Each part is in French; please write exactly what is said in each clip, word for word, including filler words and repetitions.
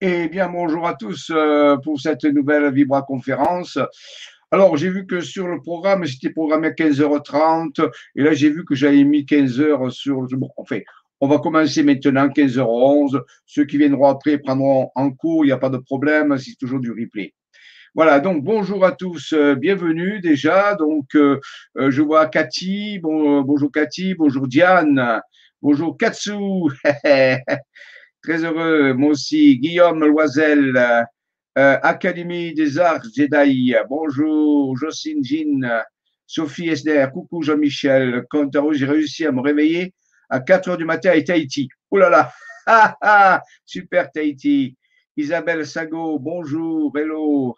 Eh bien, bonjour à tous euh, pour cette nouvelle Vibra-conférence. Alors, j'ai vu que sur le programme, c'était programmé à quinze heures trente. Et là, j'ai vu que j'avais mis quinze heures sur le... Bon, enfin, on va commencer maintenant, quinze heures onze. Ceux qui viendront après prendront en cours, il n'y a pas de problème, c'est toujours du replay. Voilà, donc bonjour à tous, euh, bienvenue déjà. Donc, euh, euh, je vois Cathy, bon, euh, bonjour Cathy, bonjour Diane, bonjour Katsu. Très heureux, moi aussi. Guillaume Loisel, euh, euh, Académie des Arts Jedi. Bonjour, Jocelyne Jean, Sophie Esder. Coucou Jean-Michel. Contaro, j'ai réussi à me réveiller à quatre heures du matin à Tahiti. Oh là là, ah, ah, super Tahiti. Isabelle Sago, bonjour, hello.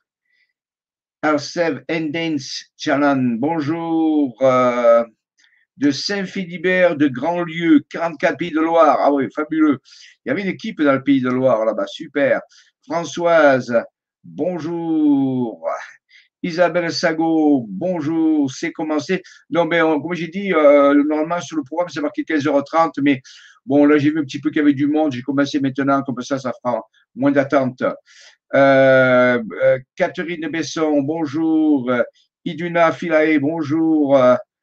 Arsev Endens Chalan, bonjour. Euh, de Saint-Philibert de Grandlieu, quarante-quatre Pays de Loire. Ah oui, fabuleux. Il y avait une équipe dans le Pays de Loire là-bas, super. Françoise, bonjour. Isabelle Sago, bonjour. C'est commencé. Non, mais on- comme j'ai dit, euh, normalement sur le programme, c'est marqué quinze heures trente, mais bon, là, j'ai vu un petit peu qu'il y avait du monde. J'ai commencé maintenant, comme ça, ça fera moins d'attente. Euh, euh, Catherine Besson, bonjour. Iduna Philae, bonjour.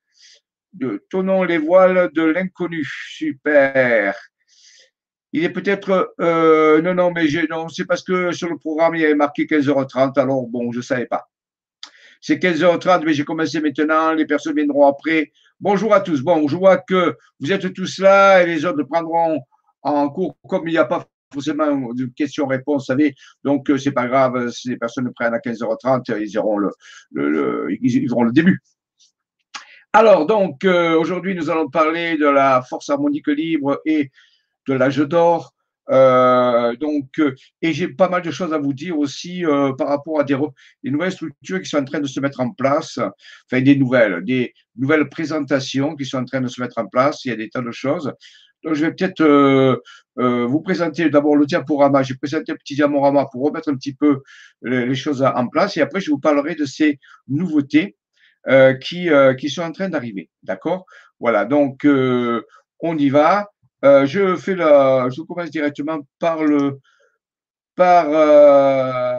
De Tonnons les voiles de l'inconnu. Super. Il est peut-être. Euh, non, non, mais j'ai, non, c'est parce que sur le programme, il y avait marqué quinze heures trente. Alors, bon, je ne savais pas. C'est quinze heures trente, mais j'ai commencé maintenant. Les personnes viendront après. Bonjour à tous. Bon, je vois que vous êtes tous là et les autres prendront en cours, comme il n'y a pas forcément de questions-réponses, vous savez. Donc, euh, c'est pas grave. Si les personnes prennent à quinze heures trente, ils auront le, le, le ils auront le début. Alors, donc, euh, aujourd'hui, nous allons parler de la force harmonique libre et de l'âge d'or. Euh, donc, euh, et j'ai pas mal de choses à vous dire aussi euh, par rapport à des, des nouvelles structures qui sont en train de se mettre en place, enfin des nouvelles, des nouvelles présentations qui sont en train de se mettre en place. Il y a des tas de choses. Donc, je vais peut-être euh, euh, vous présenter d'abord le diaporama. J'ai présenté un petit diaporama pour remettre un petit peu les, les choses en place, et après, je vous parlerai de ces nouveautés euh, qui, euh, qui sont en train d'arriver. D'accord? Voilà, donc euh, on y va. Euh, je fais la, je commence directement par le, par euh,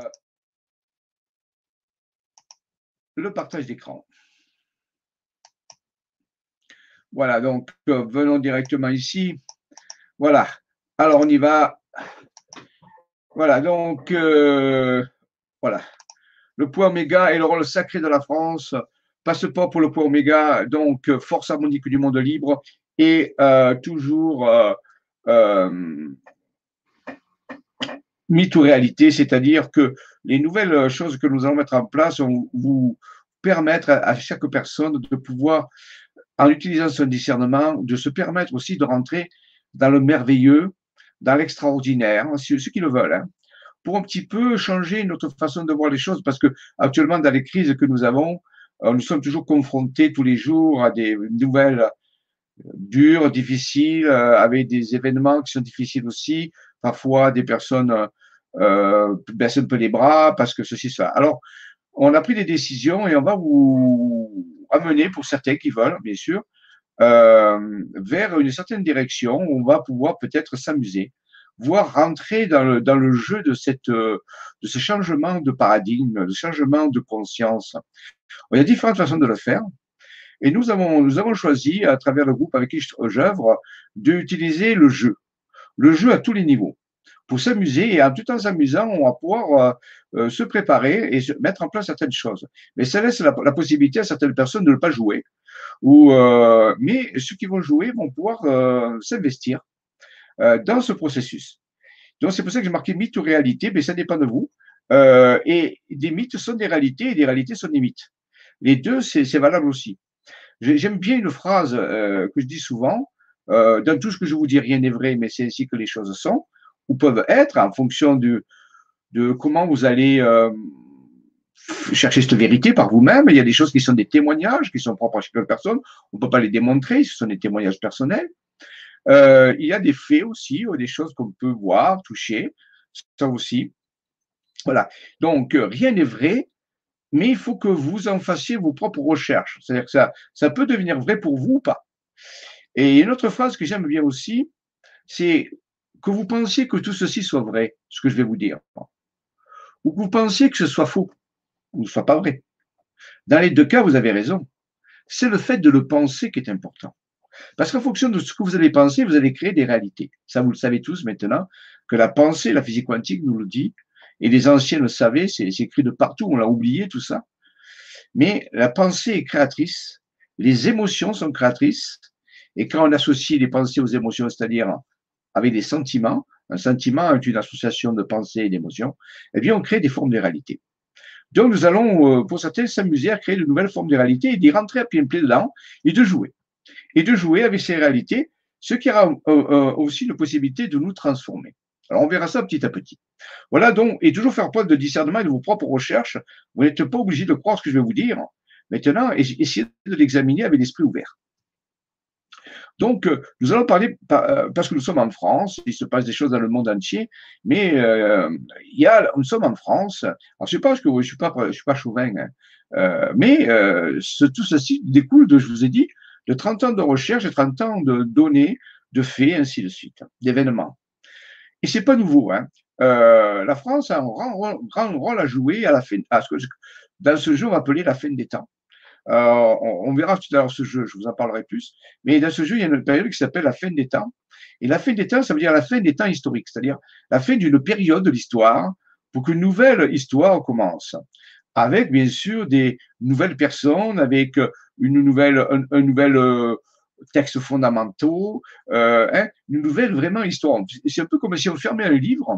le partage d'écran. Voilà, donc euh, venons directement ici. Voilà. Alors on y va. Voilà, donc euh, voilà. Le poids oméga et le rôle sacré de la France. Passeport pour le poids oméga, donc force harmonique du monde libre et euh, toujours euh, euh, mythe ou réalité, c'est-à-dire que les nouvelles choses que nous allons mettre en place vont vous permettre à chaque personne de pouvoir, en utilisant son discernement, de se permettre aussi de rentrer dans le merveilleux, dans l'extraordinaire, ceux qui le veulent, hein, pour un petit peu changer notre façon de voir les choses, parce que actuellement, dans les crises que nous avons, nous sommes toujours confrontés tous les jours à des nouvelles dures, difficiles, avec des événements qui sont difficiles aussi, parfois des personnes euh, baissent un peu les bras parce que ceci, ça. Alors, on a pris des décisions et on va vous amener, pour certains qui veulent, bien sûr, euh, vers une certaine direction où on va pouvoir peut-être s'amuser, voire rentrer dans le, dans le jeu de, cette, de ce changement de paradigme, de changement de conscience. Il y a différentes façons de le faire. Et nous avons, nous avons choisi, à travers le groupe avec qui j'œuvre, d'utiliser le jeu. Le jeu à tous les niveaux. Pour s'amuser, et en tout en s'amusant, on va pouvoir euh, se préparer et se mettre en place certaines choses. Mais ça laisse la, la possibilité à certaines personnes de ne pas jouer. Ou, euh, mais ceux qui vont jouer vont pouvoir euh, s'investir euh, dans ce processus. Donc c'est pour ça que j'ai marqué mythe ou réalité, mais ça dépend de vous. Euh, et des mythes sont des réalités et des réalités sont des mythes. Les deux, c'est valable aussi. J'aime bien une phrase euh, que je dis souvent, euh, dans tout ce que je vous dis, rien n'est vrai, mais c'est ainsi que les choses sont, ou peuvent être, en fonction de, de comment vous allez euh, chercher cette vérité par vous-même. Il y a des choses qui sont des témoignages, qui sont propres à chaque personne, on ne peut pas les démontrer, ce sont des témoignages personnels. Euh, il y a des faits aussi, des choses qu'on peut voir, toucher, ça aussi. Voilà. Donc, rien n'est vrai, mais il faut que vous en fassiez vos propres recherches. C'est-à-dire que ça, ça peut devenir vrai pour vous ou pas. Et une autre phrase que j'aime bien aussi, c'est que vous pensiez que tout ceci soit vrai, ce que je vais vous dire, ou que vous pensiez que ce soit faux, ou que ce soit pas vrai. Dans les deux cas, vous avez raison. C'est le fait de le penser qui est important. Parce qu'en fonction de ce que vous allez penser, vous allez créer des réalités. Ça, vous le savez tous maintenant, que la pensée, la physique quantique nous le dit, et les anciens le savaient, c'est écrit de partout, on l'a oublié tout ça. Mais la pensée est créatrice, les émotions sont créatrices, et quand on associe les pensées aux émotions, c'est-à-dire avec des sentiments, un sentiment est une association de pensée et d'émotions, eh bien on crée des formes de réalité. Donc nous allons, pour certains, s'amuser à créer de nouvelles formes de réalité et d'y rentrer à plein pied dedans et de jouer. Et de jouer avec ces réalités, ce qui aura aussi la possibilité de nous transformer. Alors on verra ça petit à petit. Voilà donc, et toujours faire preuve de discernement et de vos propres recherches. Vous n'êtes pas obligé de croire ce que je vais vous dire. Maintenant, essayez de l'examiner avec l'esprit ouvert. Donc, nous allons parler, parce que nous sommes en France, il se passe des choses dans le monde entier, mais euh, il y a, nous sommes en France, alors je ne sais pas, je ne suis pas, je suis pas chauvin, hein, euh, mais euh, ce, tout ceci découle de, je vous ai dit, de trente ans de recherche, de trente ans de données, de faits, ainsi de suite, d'événements. Et c'est pas nouveau, hein. Euh, la France a un grand, grand rôle à jouer à la fin, à ce que, dans ce jeu appelé la fin des temps. Euh, on, on verra tout à l'heure ce jeu, je vous en parlerai plus. Mais dans ce jeu, il y a une période qui s'appelle la fin des temps. Et la fin des temps, ça veut dire la fin des temps historiques, c'est-à-dire la fin d'une période de l'histoire pour qu'une nouvelle histoire commence. Avec, bien sûr, des nouvelles personnes, avec une nouvelle, un, un nouvel euh, texte fondamentaux, euh, hein, une nouvelle vraiment histoire. C'est un peu comme si on fermait un livre,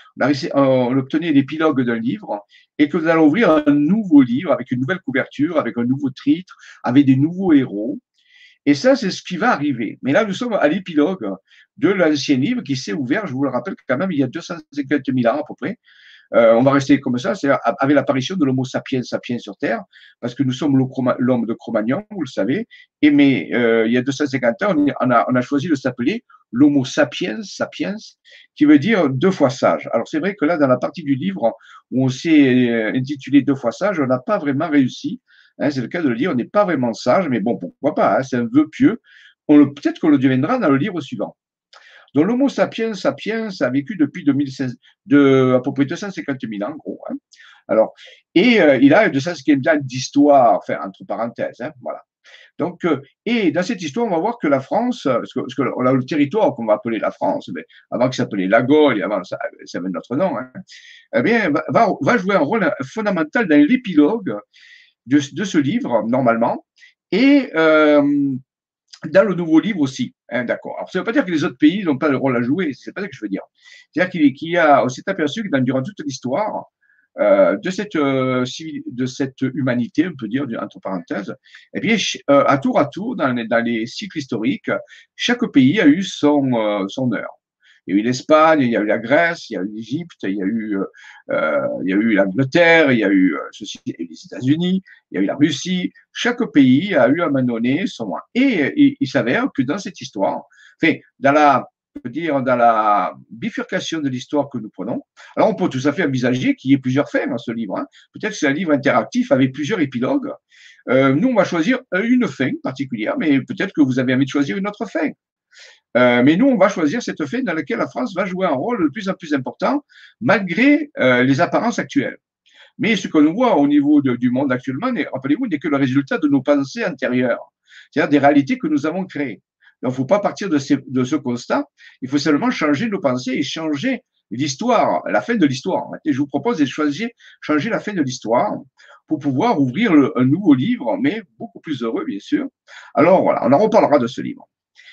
on obtenait l'épilogue d'un livre et que nous allons ouvrir un nouveau livre avec une nouvelle couverture, avec un nouveau titre, avec des nouveaux héros. Et ça, c'est ce qui va arriver. Mais là, nous sommes à l'épilogue de l'ancien livre qui s'est ouvert, je vous le rappelle quand même, il y a deux cent cinquante mille ans à peu près. Euh, on va rester comme ça, c'est avec l'apparition de l'homo sapiens sapiens sur Terre, parce que nous sommes l'homme de Cro-Magnon, vous le savez. Et mais euh, il y a deux cent cinquante ans, on a, on a choisi de s'appeler l'homo sapiens sapiens, qui veut dire deux fois sage. Alors c'est vrai que là, dans la partie du livre où on s'est intitulé deux fois sage, on n'a pas vraiment réussi. Hein, c'est le cas de le dire, on n'est pas vraiment sage, mais bon, pourquoi pas, hein, c'est un vœu pieux. Peut-être qu'on le deviendra dans le livre suivant. Donc l'Homo sapiens sapiens a vécu depuis deux mille seize, de, à peu près deux cent cinquante mille ans, en gros. Hein. Alors, et euh, il a deux cent cinquante ans d'histoire, enfin, entre parenthèses, hein, voilà. Donc, euh, et dans cette histoire, on va voir que la France, parce que, parce que on a le territoire qu'on va appeler la France, mais avant qu'il s'appelait la Gaule, et avant ça, ça avait notre nom, hein, eh bien, va, va jouer un rôle fondamental dans l'épilogue de, de ce livre, normalement, et euh, dans le nouveau livre aussi, hein, d'accord. Alors, ça ne veut pas dire que les autres pays n'ont pas de rôle à jouer, c'est pas ça que je veux dire. C'est-à-dire qu'il qu y a, on s'est aperçu que dans, durant toute l'histoire euh, de cette euh, de cette humanité, on peut dire entre parenthèses, eh bien, euh, à tour à tour, dans les, dans les cycles historiques, chaque pays a eu son euh, son heure. Il y a eu l'Espagne, il y a eu la Grèce, il y a eu l'Égypte, il y a eu, euh, il y a eu l'Angleterre, il y a eu euh, ceci, les États-Unis, il y a eu la Russie. Chaque pays a eu à un moment donné son mois. Et, et il s'avère que dans cette histoire, enfin, dans la, on peut dire, dans la bifurcation de l'histoire que nous prenons, alors on peut tout à fait envisager qu'il y ait plusieurs fins dans ce livre. Hein. Peut-être que c'est un livre interactif avec plusieurs épilogues. Euh, nous, on va choisir une fin particulière, mais peut-être que vous avez envie de choisir une autre fin. Euh, mais nous, on va choisir cette fin dans laquelle la France va jouer un rôle de plus en plus important, malgré euh, les apparences actuelles. Mais ce que nous voit au niveau de, du monde actuellement, rappelez-vous, n'est que le résultat de nos pensées antérieures, c'est-à-dire des réalités que nous avons créées. Donc, il ne faut pas partir de, ces, de ce constat, il faut seulement changer nos pensées et changer l'histoire, la fin de l'histoire. Et je vous propose de choisir, changer la fin de l'histoire pour pouvoir ouvrir le, un nouveau livre, mais beaucoup plus heureux, bien sûr. Alors voilà, on en reparlera de ce livre.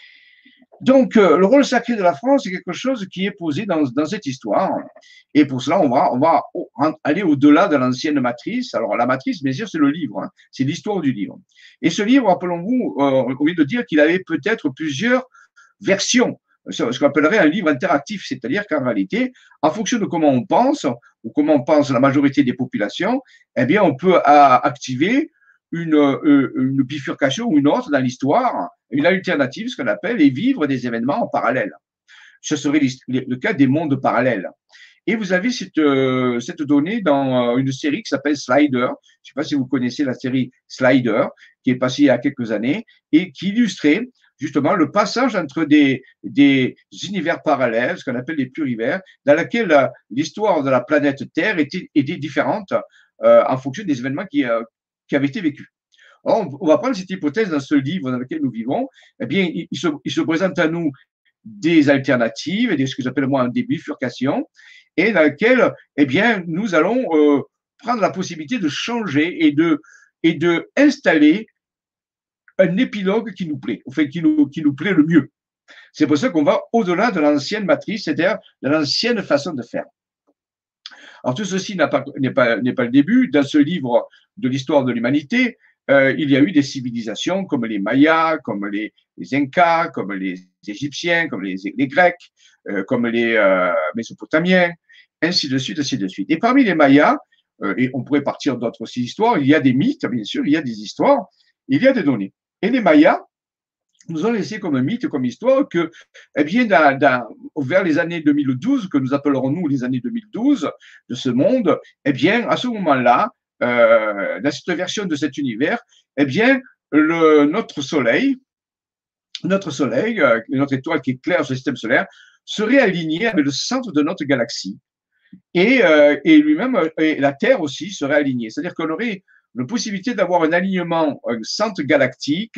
Donc, euh, le rôle sacré de la France, c'est quelque chose qui est posé dans, dans cette histoire. Et pour cela, on va, on va aller au-delà de l'ancienne matrice. Alors, la matrice, bien sûr, c'est le livre. Hein, c'est l'histoire du livre. Et ce livre, rappelons-vous, euh, on vient de dire qu'il avait peut-être plusieurs versions. Ce qu'on appellerait un livre interactif, c'est-à-dire qu'en réalité, en fonction de comment on pense, ou comment on pense la majorité des populations, eh bien, on peut activer une, une bifurcation ou une autre dans l'histoire, une alternative, ce qu'on appelle, et vivre des événements en parallèle. Ce serait le cas des mondes parallèles. Et vous avez cette, cette donnée dans une série qui s'appelle Slider. Je ne sais pas si vous connaissez la série Slider, qui est passée il y a quelques années, et qui illustrait justement le passage entre des, des univers parallèles, ce qu'on appelle les plurivers, dans lesquels euh, l'histoire de la planète Terre était, était différente euh, en fonction des événements qui, euh, qui avaient été vécus. Alors, on, on va prendre cette hypothèse dans ce livre dans lequel nous vivons. Eh bien, il, il, se, il se présente à nous des alternatives, des, ce que j'appelle moi des bifurcations, et dans lesquelles, eh bien, nous allons euh, prendre la possibilité de changer et de, et de installer un épilogue qui nous plaît, enfin, qui nous, qui nous plaît le mieux. C'est pour ça qu'on va au-delà de l'ancienne matrice, c'est-à-dire de l'ancienne façon de faire. Alors, tout ceci n'est pas, n'est pas, n'est pas le début. Dans ce livre de l'histoire de l'humanité, euh, il y a eu des civilisations comme les Mayas, comme les, les Incas, comme les Égyptiens, comme les, les Grecs, euh, comme les euh, Mésopotamiens, ainsi de suite, ainsi de suite. Et parmi les Mayas, euh, et on pourrait partir d'autres aussi histoires, il y a des mythes, bien sûr, il y a des histoires, il y a des données. Et les Mayas nous ont laissé comme mythe, comme histoire, que, eh bien, dans, dans, vers les années deux mille douze, que nous appellerons nous les années deux mille douze de ce monde, eh bien, à ce moment-là, euh, dans cette version de cet univers, eh bien, le, notre Soleil, notre Soleil, euh, notre étoile qui éclaire ce système solaire, serait aligné avec le centre de notre galaxie. Et, euh, et lui-même, et la Terre aussi serait alignée. C'est-à-dire qu'on aurait la possibilité d'avoir un alignement, un centre galactique,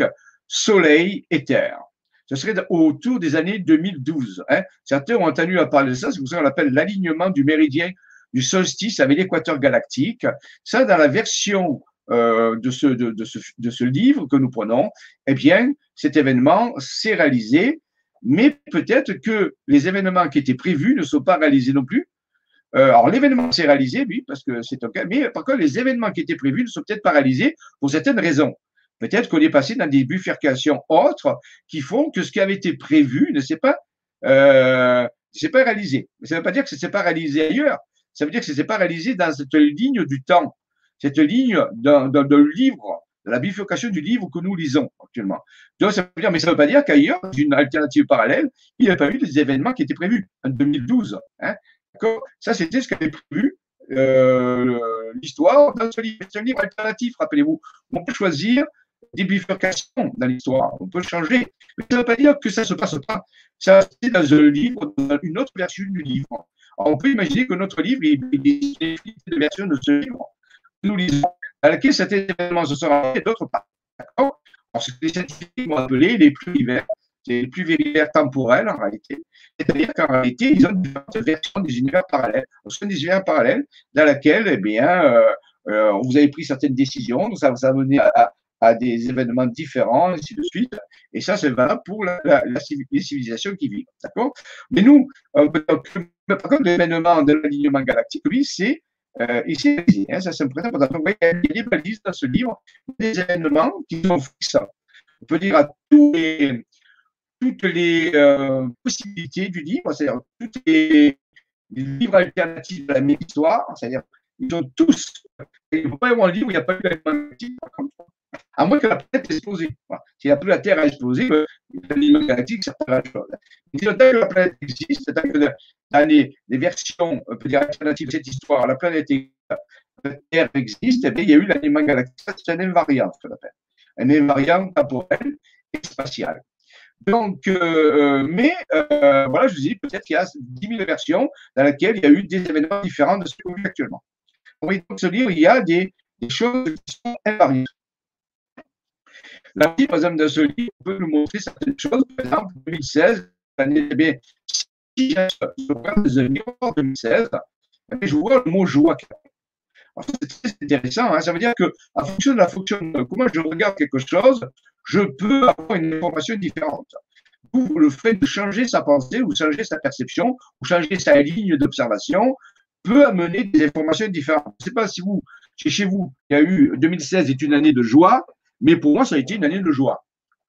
Soleil et Terre. Ce serait autour des années deux mille douze. Hein. Certains ont entendu à parler de ça, c'est pour ça qu'on l'appelle l'alignement du méridien du solstice avec l'équateur galactique. Ça, dans la version euh, de, ce, de, de, ce, de ce livre que nous prenons, eh bien, cet événement s'est réalisé, mais peut-être que les événements qui étaient prévus ne sont pas réalisés non plus. Euh, alors, l'événement s'est réalisé, oui, parce que c'est OK, mais par contre, les événements qui étaient prévus ne sont peut-être pas réalisés pour certaines raisons. Peut-être qu'on est passé dans des bifurcations autres qui font que ce qui avait été prévu ne s'est pas, euh, pas réalisé. Ça ne veut pas dire que ce ne s'est pas réalisé ailleurs. Ça veut dire que ce ne s'est pas réalisé dans cette ligne du temps, cette ligne d'un, d'un, d'un livre, de la bifurcation du livre que nous lisons actuellement. Donc, ça veut dire, mais ça ne veut pas dire qu'ailleurs, dans une alternative parallèle, il n'y a pas eu des événements qui étaient prévus en deux mille douze. Hein. D'accord ? Ça, c'était ce qu'avait prévu euh, l'histoire dans ce livre. C'est un livre alternatif, rappelez-vous. On peut choisir des bifurcations dans l'histoire. On peut changer. Mais ça ne veut pas dire que ça ne se passe pas. Ça, c'est dans un livre, dans une autre version du livre. Alors, on peut imaginer que notre livre, il est une version de ce livre que nous lisons, dans laquelle cet événement se sera fait et d'autres pas. D'accord ? Alors, ce que les scientifiques vont appeler les plurivers, c'est les plurivers temporels en réalité. C'est-à-dire qu'en réalité, ils ont différentes versions des univers parallèles. Ce sont des univers parallèles dans lesquels, eh bien, euh, euh, vous avez pris certaines décisions, donc ça vous a mené à, à à des événements différents, et ainsi de suite. Et ça, c'est valable pour la, la, la, les civilisations qui vivent. D'accord ? Mais nous, euh, par contre, l'événement de l'alignement galactique, lui, c'est euh, ici, hein, ça c'est important. Vous voyez, il y a des balises dans ce livre, des événements qui sont fixes. On peut dire à tous les, toutes les euh, possibilités du livre, c'est-à-dire toutes les, les livres alternatifs de la même histoire, c'est-à-dire ils ont tous. Il ne faut pas y avoir un livre où il n'y a pas eu d'événement galactique, par contre. À moins que la planète ait explosé. Voilà. Si la, la Terre a explosé, l'alignement galactique, ça fera la chose. Mais tant que la planète existe, tant que dans les, les versions on peut dire, alternatives de cette histoire, la planète et la Terre existent, eh bien, il y a eu l'alignement galactique. C'est un invariant, ce qu'on appelle. Un invariant temporel et spatial. Donc, euh, mais euh, voilà, je vous dis, peut-être qu'il y a dix mille versions dans lesquelles il y a eu des événements différents de ce qu'on vit actuellement. Oui, dans ce livre, il y a des, des choses qui sont invariantes. Là, par exemple, dans ce livre, on peut nous montrer certaines choses. Par exemple, deux mille seize, l'année, eh bien, si je prends des miroir deux mille seize, je vois le mot joie. C'est très intéressant. Hein. Ça veut dire qu'en fonction de la fonction, comment je regarde quelque chose, je peux avoir une information différente. Ou le fait de changer sa pensée, ou changer sa perception, ou changer sa ligne d'observation, peut amener des informations différentes. Je ne sais pas si vous, chez vous, il y a eu deux mille seize est une année de joie, mais pour moi, ça a été une année de joie.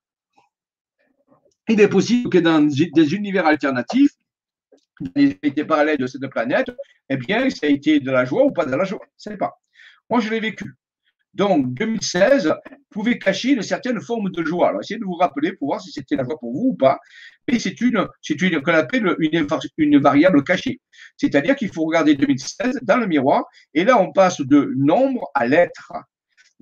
Il est possible que dans des univers alternatifs, dans les réalités parallèles de cette planète, eh bien, ça a été de la joie ou pas de la joie. Je ne sais pas. Moi, je l'ai vécu. Donc, deux mille seize pouvait cacher une certaine forme de joie. Alors, essayez de vous rappeler pour voir si c'était la joie pour vous ou pas. Mais c'est une, c'est une, qu'on appelle une, une variable cachée. C'est-à-dire qu'il faut regarder deux mille seize dans le miroir, et là, on passe de nombre à lettre.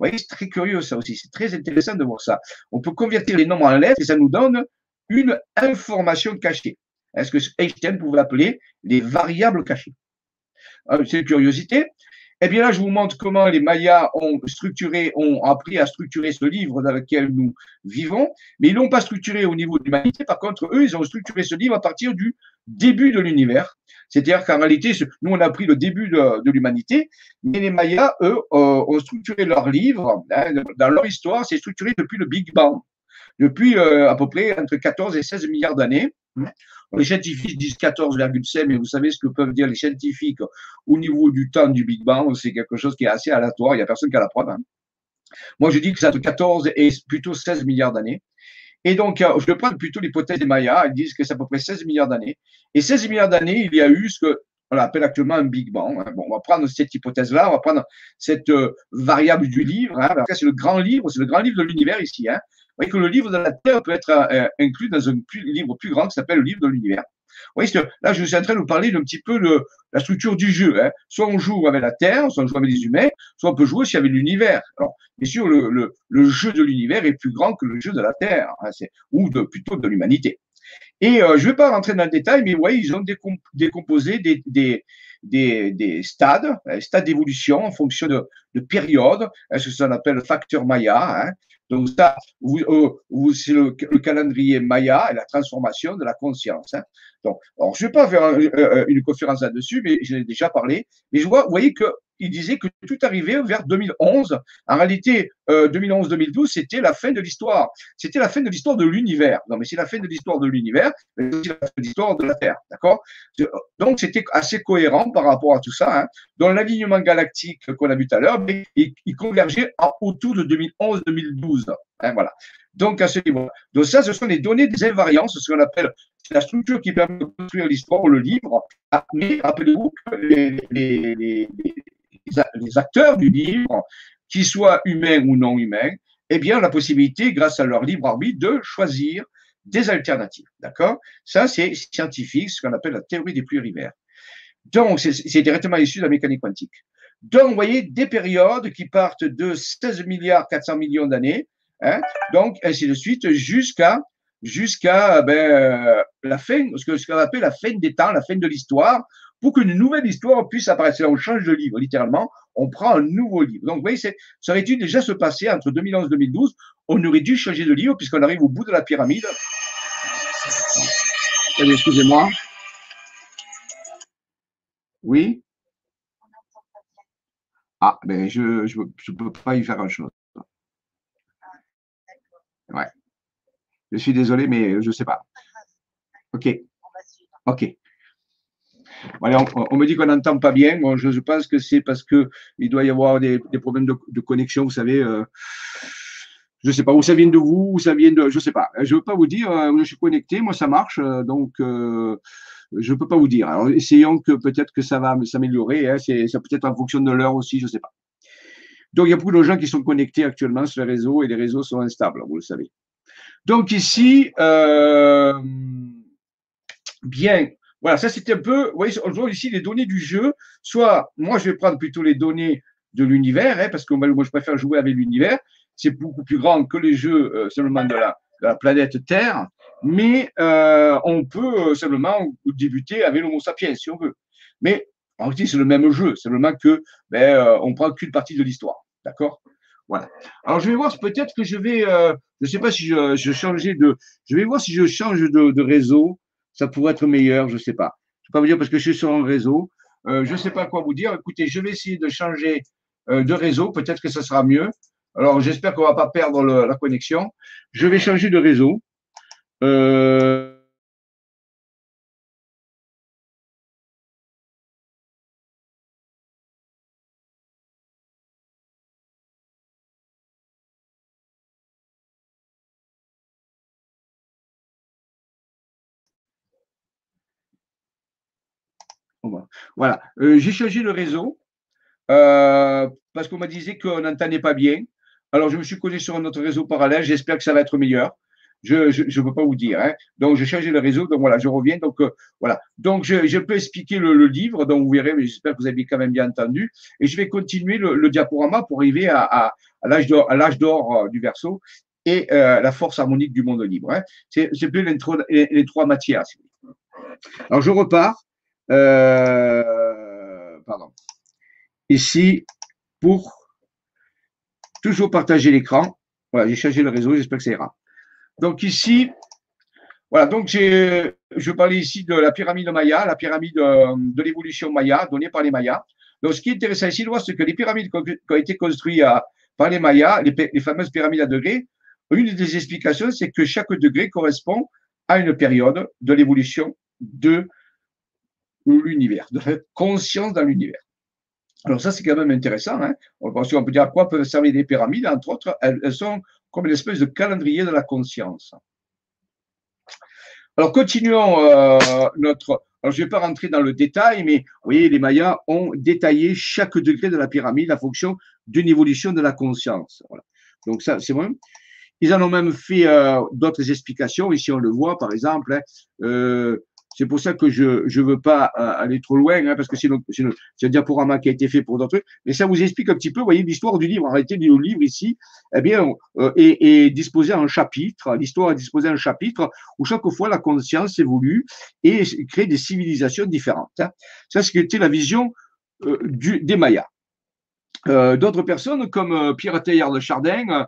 voyez, c'est très curieux ça aussi, c'est très intéressant de voir ça. On peut convertir les nombres en lettres et ça nous donne une information cachée. Est-ce que Einstein pouvait appeler les variables cachées? C'est une curiosité. Eh bien là, je vous montre comment les Mayas ont structuré, ont appris à structurer ce livre dans lequel nous vivons, mais ils l'ont pas structuré au niveau de l'humanité. Par contre, eux, ils ont structuré ce livre à partir du début de l'univers. C'est-à-dire qu'en réalité, nous, on a pris le début de, de l'humanité, mais les Mayas, eux, euh, ont structuré leur livre, hein, dans leur histoire, c'est structuré depuis le Big Bang, depuis euh, à peu près entre quatorze et seize milliards d'années. Les scientifiques disent quatorze virgule cinq, mais vous savez ce que peuvent dire les scientifiques au niveau du temps du Big Bang, c'est quelque chose qui est assez aléatoire, il n'y a personne qui a la preuve. Hein. Moi, je dis que c'est entre quatorze et plutôt seize milliards d'années. Et donc, je vais prendre plutôt l'hypothèse des Mayas, ils disent que c'est à peu près seize milliards d'années. Et seize milliards d'années, il y a eu ce qu'on appelle actuellement un Big Bang. Bon, on va prendre cette hypothèse-là, on va prendre cette euh, variable du livre. Hein. C'est le grand livre, c'est le grand livre de l'univers ici. Hein. Vous voyez que le livre de la Terre peut être euh, inclus dans un plus, livre plus grand qui s'appelle le livre de l'univers. Vous voyez, là, je suis en train de vous parler d'un petit peu de la structure du jeu. Hein. Soit on joue avec la Terre, soit on joue avec les humains, soit on peut jouer aussi avec l'univers. Alors, bien sûr, le, le, le jeu de l'univers est plus grand que le jeu de la Terre, hein, ou de, plutôt de l'humanité. Et euh, je ne vais pas rentrer dans le détail, mais vous voyez, ils ont décomp décomposé des, des, des, des stades, des stades d'évolution en fonction de, de périodes. C'est ce qu'on appelle le facteur Maya. Hein. Donc ça, vous, euh, vous, c'est le, le calendrier Maya et la transformation de la conscience. Hein. Donc, alors, je ne vais pas faire un, euh, une conférence là-dessus, mais j'en ai déjà parlé. Mais je vois, vous voyez que il disait que tout arrivait vers deux mille onze. En réalité, euh, deux mille onze deux mille douze, c'était la fin de l'histoire. C'était la fin de l'histoire de l'univers. Non, mais c'est la fin de l'histoire de l'univers, mais c'est aussi la fin de l'histoire de la Terre. D'accord? Donc, c'était assez cohérent par rapport à tout ça. Hein. Dans l'alignement galactique qu'on a vu tout à l'heure, mais il, il convergeait en, autour de deux mille onze deux mille douze. Hein, voilà. Donc, à ce niveau-là. Donc, ça, ce sont les données des invariances, ce qu'on appelle la structure qui permet de construire l'histoire ou le livre. Mais rappelez-vous que les, les, les, les acteurs du livre, qu'ils soient humains ou non humains, eh bien, la possibilité, grâce à leur libre arbitre, de choisir des alternatives. D'accord? Ça, c'est scientifique, ce qu'on appelle la théorie des plurivers. Donc, c'est directement issu de la mécanique quantique. Donc, vous voyez, des périodes qui partent de seize milliards quatre cents millions d'années, hein, donc, ainsi de suite, jusqu'à jusqu'à ben, la fin, ce qu'on ce appelle la fin des temps, la fin de l'histoire, pour qu'une nouvelle histoire puisse apparaître. Là, on change de livre, littéralement, on prend un nouveau livre. Donc, vous voyez, ça aurait dû déjà se passer entre deux mille onze et deux mille douze. On aurait dû changer de livre puisqu'on arrive au bout de la pyramide. Excusez-moi. Oui. Ah, ben je ne je, je peux pas y faire grand-chose. Ouais. Je suis désolé, mais je ne sais pas. Ok. Ok. Allez, on, on me dit qu'on n'entend pas bien. Bon, je, je pense que c'est parce qu'il doit y avoir des, des problèmes de, de, connexion, vous savez. Euh, je ne sais pas où ça vient de vous, où ça vient de. Je ne sais pas. Je ne veux pas vous dire, euh, je suis connecté, moi ça marche, euh, donc euh, je ne peux pas vous dire. Alors essayons que peut-être que ça va s'améliorer. Hein, ça peut-être en fonction de l'heure aussi, je ne sais pas. Donc il y a beaucoup de gens qui sont connectés actuellement sur les réseaux et les réseaux sont instables, vous le savez. Donc ici, euh, bien. Voilà, ça c'était un peu, vous voyez, on voit ici les données du jeu. Soit, moi je vais prendre plutôt les données de l'univers, hein, parce que moi je préfère jouer avec l'univers. C'est beaucoup plus grand que les jeux euh, seulement de la, de la planète Terre, mais euh, on peut euh, simplement débuter avec l'Homo sapiens si on veut. Mais en réalité, c'est le même jeu, simplement que ben, euh, on prend qu'une partie de l'histoire, d'accord? Voilà. Alors je vais voir peut-être que je vais, euh, je ne sais pas si je, je changeais de, je vais voir si je change de, de réseau. Ça pourrait être meilleur, je ne sais pas. Je ne peux pas vous dire parce que je suis sur un réseau. Euh, je ne sais pas quoi vous dire. Écoutez, je vais essayer de changer euh, de réseau. Peut-être que ça sera mieux. Alors, j'espère qu'on ne va pas perdre le, la connexion. Je vais changer de réseau. Euh, Voilà. Euh, j'ai changé de réseau euh, parce qu'on m'a dit qu'on n'entendait pas bien. Alors, je me suis connecté sur un autre réseau parallèle. J'espère que ça va être meilleur. je ne peux pas vous dire. Hein. Donc, j'ai changé le réseau. Donc, voilà, je reviens. Donc, euh, voilà. Donc, je, je peux expliquer le, le livre. Donc, vous verrez, mais j'espère que vous avez quand même bien entendu. Et je vais continuer le, le diaporama pour arriver à, à, à l'âge d'or, à l'âge d'or euh, du Verseau et euh, la force harmonique du monde libre. Hein. C'est, c'est plus les, les trois matières. Alors, je repars. Euh, pardon. Ici, pour toujours partager l'écran. Voilà, j'ai changé le réseau, j'espère que ça ira. Donc ici, voilà, donc j'ai, je parlais ici de la pyramide Maya, la pyramide de, de l'évolution Maya donnée par les Mayas. Donc ce qui est intéressant ici de voir, c'est que les pyramides qui ont été construites à, par les Mayas, les, les fameuses pyramides à degrés, une des explications, c'est que chaque degré correspond à une période de l'évolution de l'univers, de la conscience dans l'univers. Alors ça, c'est quand même intéressant. Hein. On peut dire à quoi peuvent servir les pyramides. Entre autres, elles, elles sont comme une espèce de calendrier de la conscience. Alors, continuons euh, notre... Alors, je ne vais pas rentrer dans le détail, mais vous voyez, les Mayas ont détaillé chaque degré de la pyramide en fonction d'une évolution de la conscience. Voilà. Donc, ça, c'est bon. Ils en ont même fait euh, d'autres explications. Ici, on le voit, par exemple. Hein, euh, c'est pour ça que je ne veux pas euh, aller trop loin, hein, parce que c'est un diaporama qui a été fait pour d'autres trucs. Mais ça vous explique un petit peu, vous voyez, l'histoire du livre. En réalité, le livre ici, eh bien, euh, est, est disposé en chapitres. L'histoire est disposée en chapitres où chaque fois la conscience évolue et crée des civilisations différentes. Hein. Ça, ce qui était la vision euh, du, des Mayas. Euh, d'autres personnes, comme euh, Pierre Teilhard de Chardin, euh,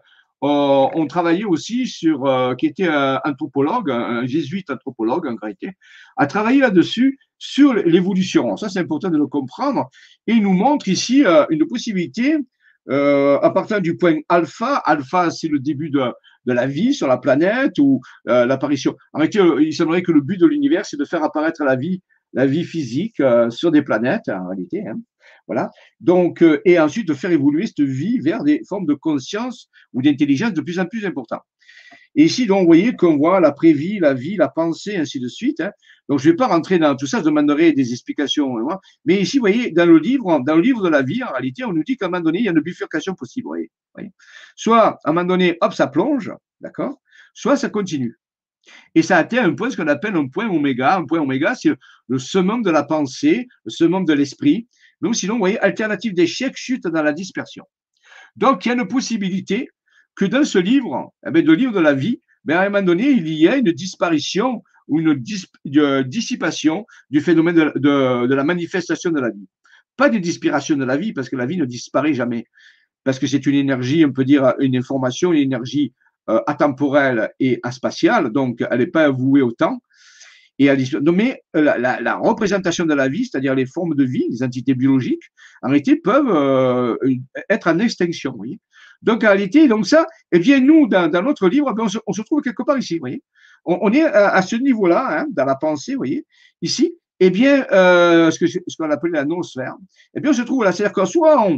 ont travaillé aussi sur, euh, qui était un anthropologue, un jésuite anthropologue en réalité, a travaillé là-dessus sur l'évolution. Ça, c'est important de le comprendre. Et il nous montre ici euh, une possibilité euh, à partir du point alpha. Alpha, c'est le début de, de la vie sur la planète ou euh, l'apparition. En réalité, il semblerait que le but de l'univers, c'est de faire apparaître la vie, la vie physique euh, sur des planètes, en réalité. Hein. Voilà. Donc, euh, et ensuite de faire évoluer cette vie vers des formes de conscience ou d'intelligence de plus en plus importantes. Et ici, donc, vous voyez qu'on voit la prévie, la vie, la pensée, ainsi de suite. Hein. Donc, je ne vais pas rentrer dans tout ça, je demanderai des explications. Hein. Mais ici, vous voyez, dans le livre, dans le livre de la vie, en réalité, on nous dit qu'à un moment donné, il y a une bifurcation possible. Vous voyez, vous voyez. Soit, à un moment donné, hop, ça plonge, d'accord, soit ça continue. Et ça atteint un point, ce qu'on appelle un point oméga. Un point oméga, c'est le summum de la pensée, le summum de l'esprit. Donc, sinon, vous voyez, alternative d'échec, chute dans la dispersion. Donc, il y a une possibilité que dans ce livre, eh bien, le livre de la vie, bien, à un moment donné, il y a une disparition ou une dis de dissipation du phénomène de, de, de la manifestation de la vie. Pas de disparition de la vie, parce que la vie ne disparaît jamais. Parce que c'est une énergie, on peut dire, une information, une énergie euh, atemporelle et aspatiale, donc elle n'est pas vouée au temps. Et à mais la, la, la représentation de la vie, c'est-à-dire les formes de vie, les entités biologiques, en réalité peuvent euh, être en extinction. Vous voyez. Donc en réalité, donc ça, eh bien nous, dans, dans notre livre, on se, on se trouve quelque part ici. Vous voyez. On, on est à, à ce niveau-là, hein, dans la pensée, vous voyez, ici. Eh bien, euh, ce que ce qu'on appelle la noosphère, eh bien on se trouve là, c'est-à-dire que soit on,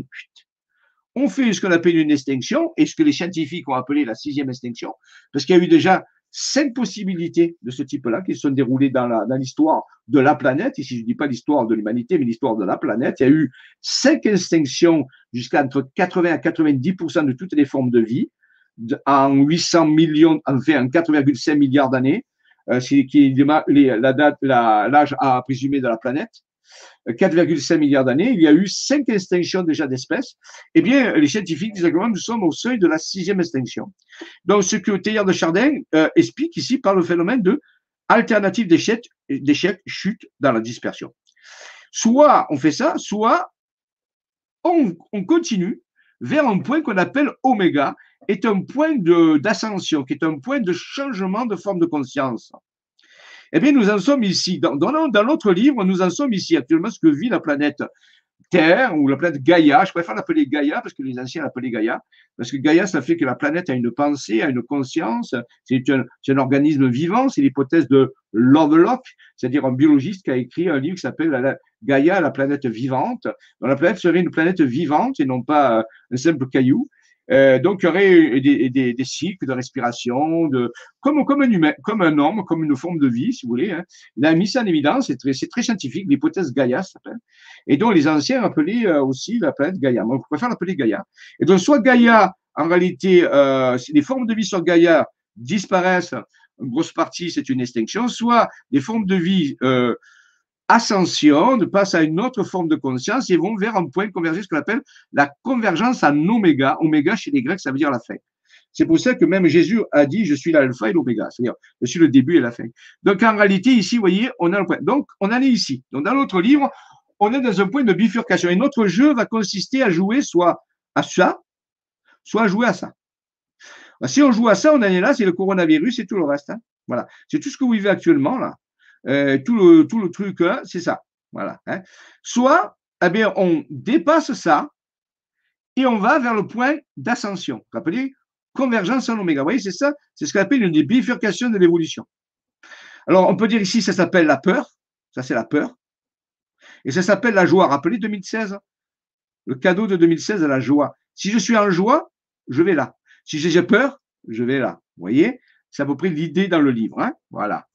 on fait ce qu'on appelle une extinction, et ce que les scientifiques ont appelé la sixième extinction, parce qu'il y a eu déjà cinq possibilités de ce type-là qui se sont déroulées dans la, dans l'histoire de la planète. Ici, je ne dis pas l'histoire de l'humanité, mais l'histoire de la planète. Il y a eu cinq extinctions jusqu'à entre quatre-vingts à quatre-vingt-dix pour cent de toutes les formes de vie en huit cents millions, enfin en quatre virgule cinq milliards d'années, euh, qui est la date, la, l'âge à présumer de la planète. quatre virgule cinq milliards d'années, il y a eu cinq extinctions déjà d'espèces. Eh bien, les scientifiques disent que nous sommes au seuil de la sixième extinction. Donc, ce que Teilhard de Chardin euh, explique ici par le phénomène de alternative d'échec, d'échec, chute dans la dispersion. Soit on fait ça, soit on, on continue vers un point qu'on appelle oméga, est un point d'ascension, qui est un point de changement de forme de conscience. Eh bien, nous en sommes ici. Dans, dans, dans notre livre, nous en sommes ici actuellement ce que vit la planète Terre ou la planète Gaïa. Je préfère l'appeler Gaïa parce que les anciens l'appelaient Gaïa. Parce que Gaïa, ça fait que la planète a une pensée, a une conscience. C'est un, un organisme vivant. C'est l'hypothèse de Lovelock, c'est-à-dire un biologiste qui a écrit un livre qui s'appelle Gaïa, la planète vivante. Donc, la planète serait une planète vivante et non pas un simple caillou. Euh, donc, il y aurait des, des, des cycles de respiration, de, comme, comme un humain, comme un homme, comme une forme de vie, si vous voulez. Hein. Il a mis ça en évidence, c'est très, c'est très scientifique, l'hypothèse Gaïa s'appelle. Et donc, les anciens appelaient euh, aussi la planète Gaïa. Moi, je préfère l'appeler Gaïa. Et donc, soit Gaïa, en réalité, euh, les formes de vie sur Gaïa disparaissent, une grosse partie, c'est une extinction, soit des formes de vie euh, ascensionnent, passent à une autre forme de conscience et vont vers un point de convergence, ce qu'on appelle la convergence en oméga. Oméga, chez les Grecs, ça veut dire la fin. C'est pour ça que même Jésus a dit, je suis l'alpha et l'oméga, c'est-à-dire, je suis le début et la fin. Donc, en réalité, ici, vous voyez, on a le point. Donc, on en est ici. Donc, dans l'autre livre, on est dans un point de bifurcation. Et notre jeu va consister à jouer soit à ça, soit à jouer à ça. Si on joue à ça, on en est là, c'est le coronavirus et tout le reste. Hein. Voilà. C'est tout ce que vous vivez actuellement, là. Euh, tout, le, tout le truc, hein, c'est ça. Voilà. Hein. Soit, eh bien, on dépasse ça et on va vers le point d'ascension. Vous rappelez, convergence en oméga. Vous voyez, c'est ça, c'est ce qu'on appelle une des bifurcations de l'évolution. Alors, on peut dire ici, ça s'appelle la peur. Ça, c'est la peur. Et ça s'appelle la joie. Rappelez deux mille seize. Le cadeau de deux mille seize, la joie. Si je suis en joie, je vais là. Si j'ai peur, je vais là. Vous voyez, c'est à peu près l'idée dans le livre. Hein, voilà.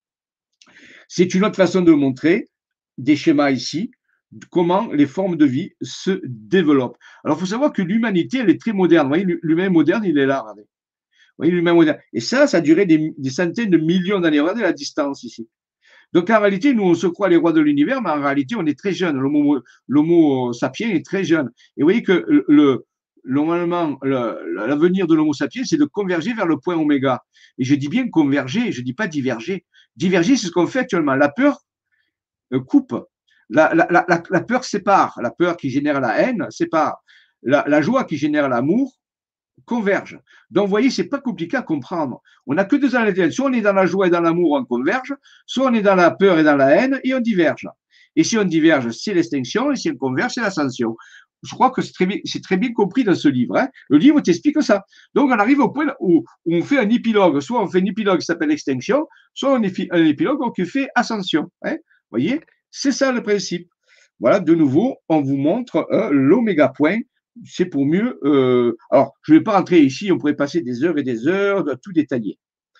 C'est une autre façon de montrer des schémas ici, comment les formes de vie se développent. Alors, il faut savoir que l'humanité, elle est très moderne. Vous voyez, l'humain moderne, il est là. Regardez. Vous voyez, l'humain moderne. Et ça, ça a duré des, des centaines de millions d'années. Regardez la distance ici. Donc, en réalité, nous, on se croit les rois de l'univers, mais en réalité, on est très jeune. L'homo sapiens est très jeune. Et vous voyez que le, normalement, l'avenir de l'homo sapiens, c'est de converger vers le point oméga. Et je dis bien converger, je ne dis pas diverger. Diverger, c'est ce qu'on fait actuellement. La peur coupe. La, la, la, la peur sépare. La peur qui génère la haine sépare. La, la joie qui génère l'amour converge. Donc, vous voyez, c'est pas compliqué à comprendre. On n'a que deux alternatives. Soit on est dans la joie et dans l'amour, on converge, soit on est dans la peur et dans la haine et on diverge. Et si on diverge, c'est l'extinction, et si on converge, c'est l'ascension. Je crois que c'est très bien, c'est très bien compris dans ce livre. Hein. Le livre t'explique ça. Donc, on arrive au point où, où on fait un épilogue. Soit on fait un épilogue qui s'appelle extinction, soit on fait un épilogue qui fait ascension. Hein. Vous voyez, c'est ça le principe. Voilà, de nouveau, on vous montre euh, l'oméga point. C'est pour mieux. Euh, alors, je ne vais pas rentrer ici, on pourrait passer des heures et des heures de tout détailler.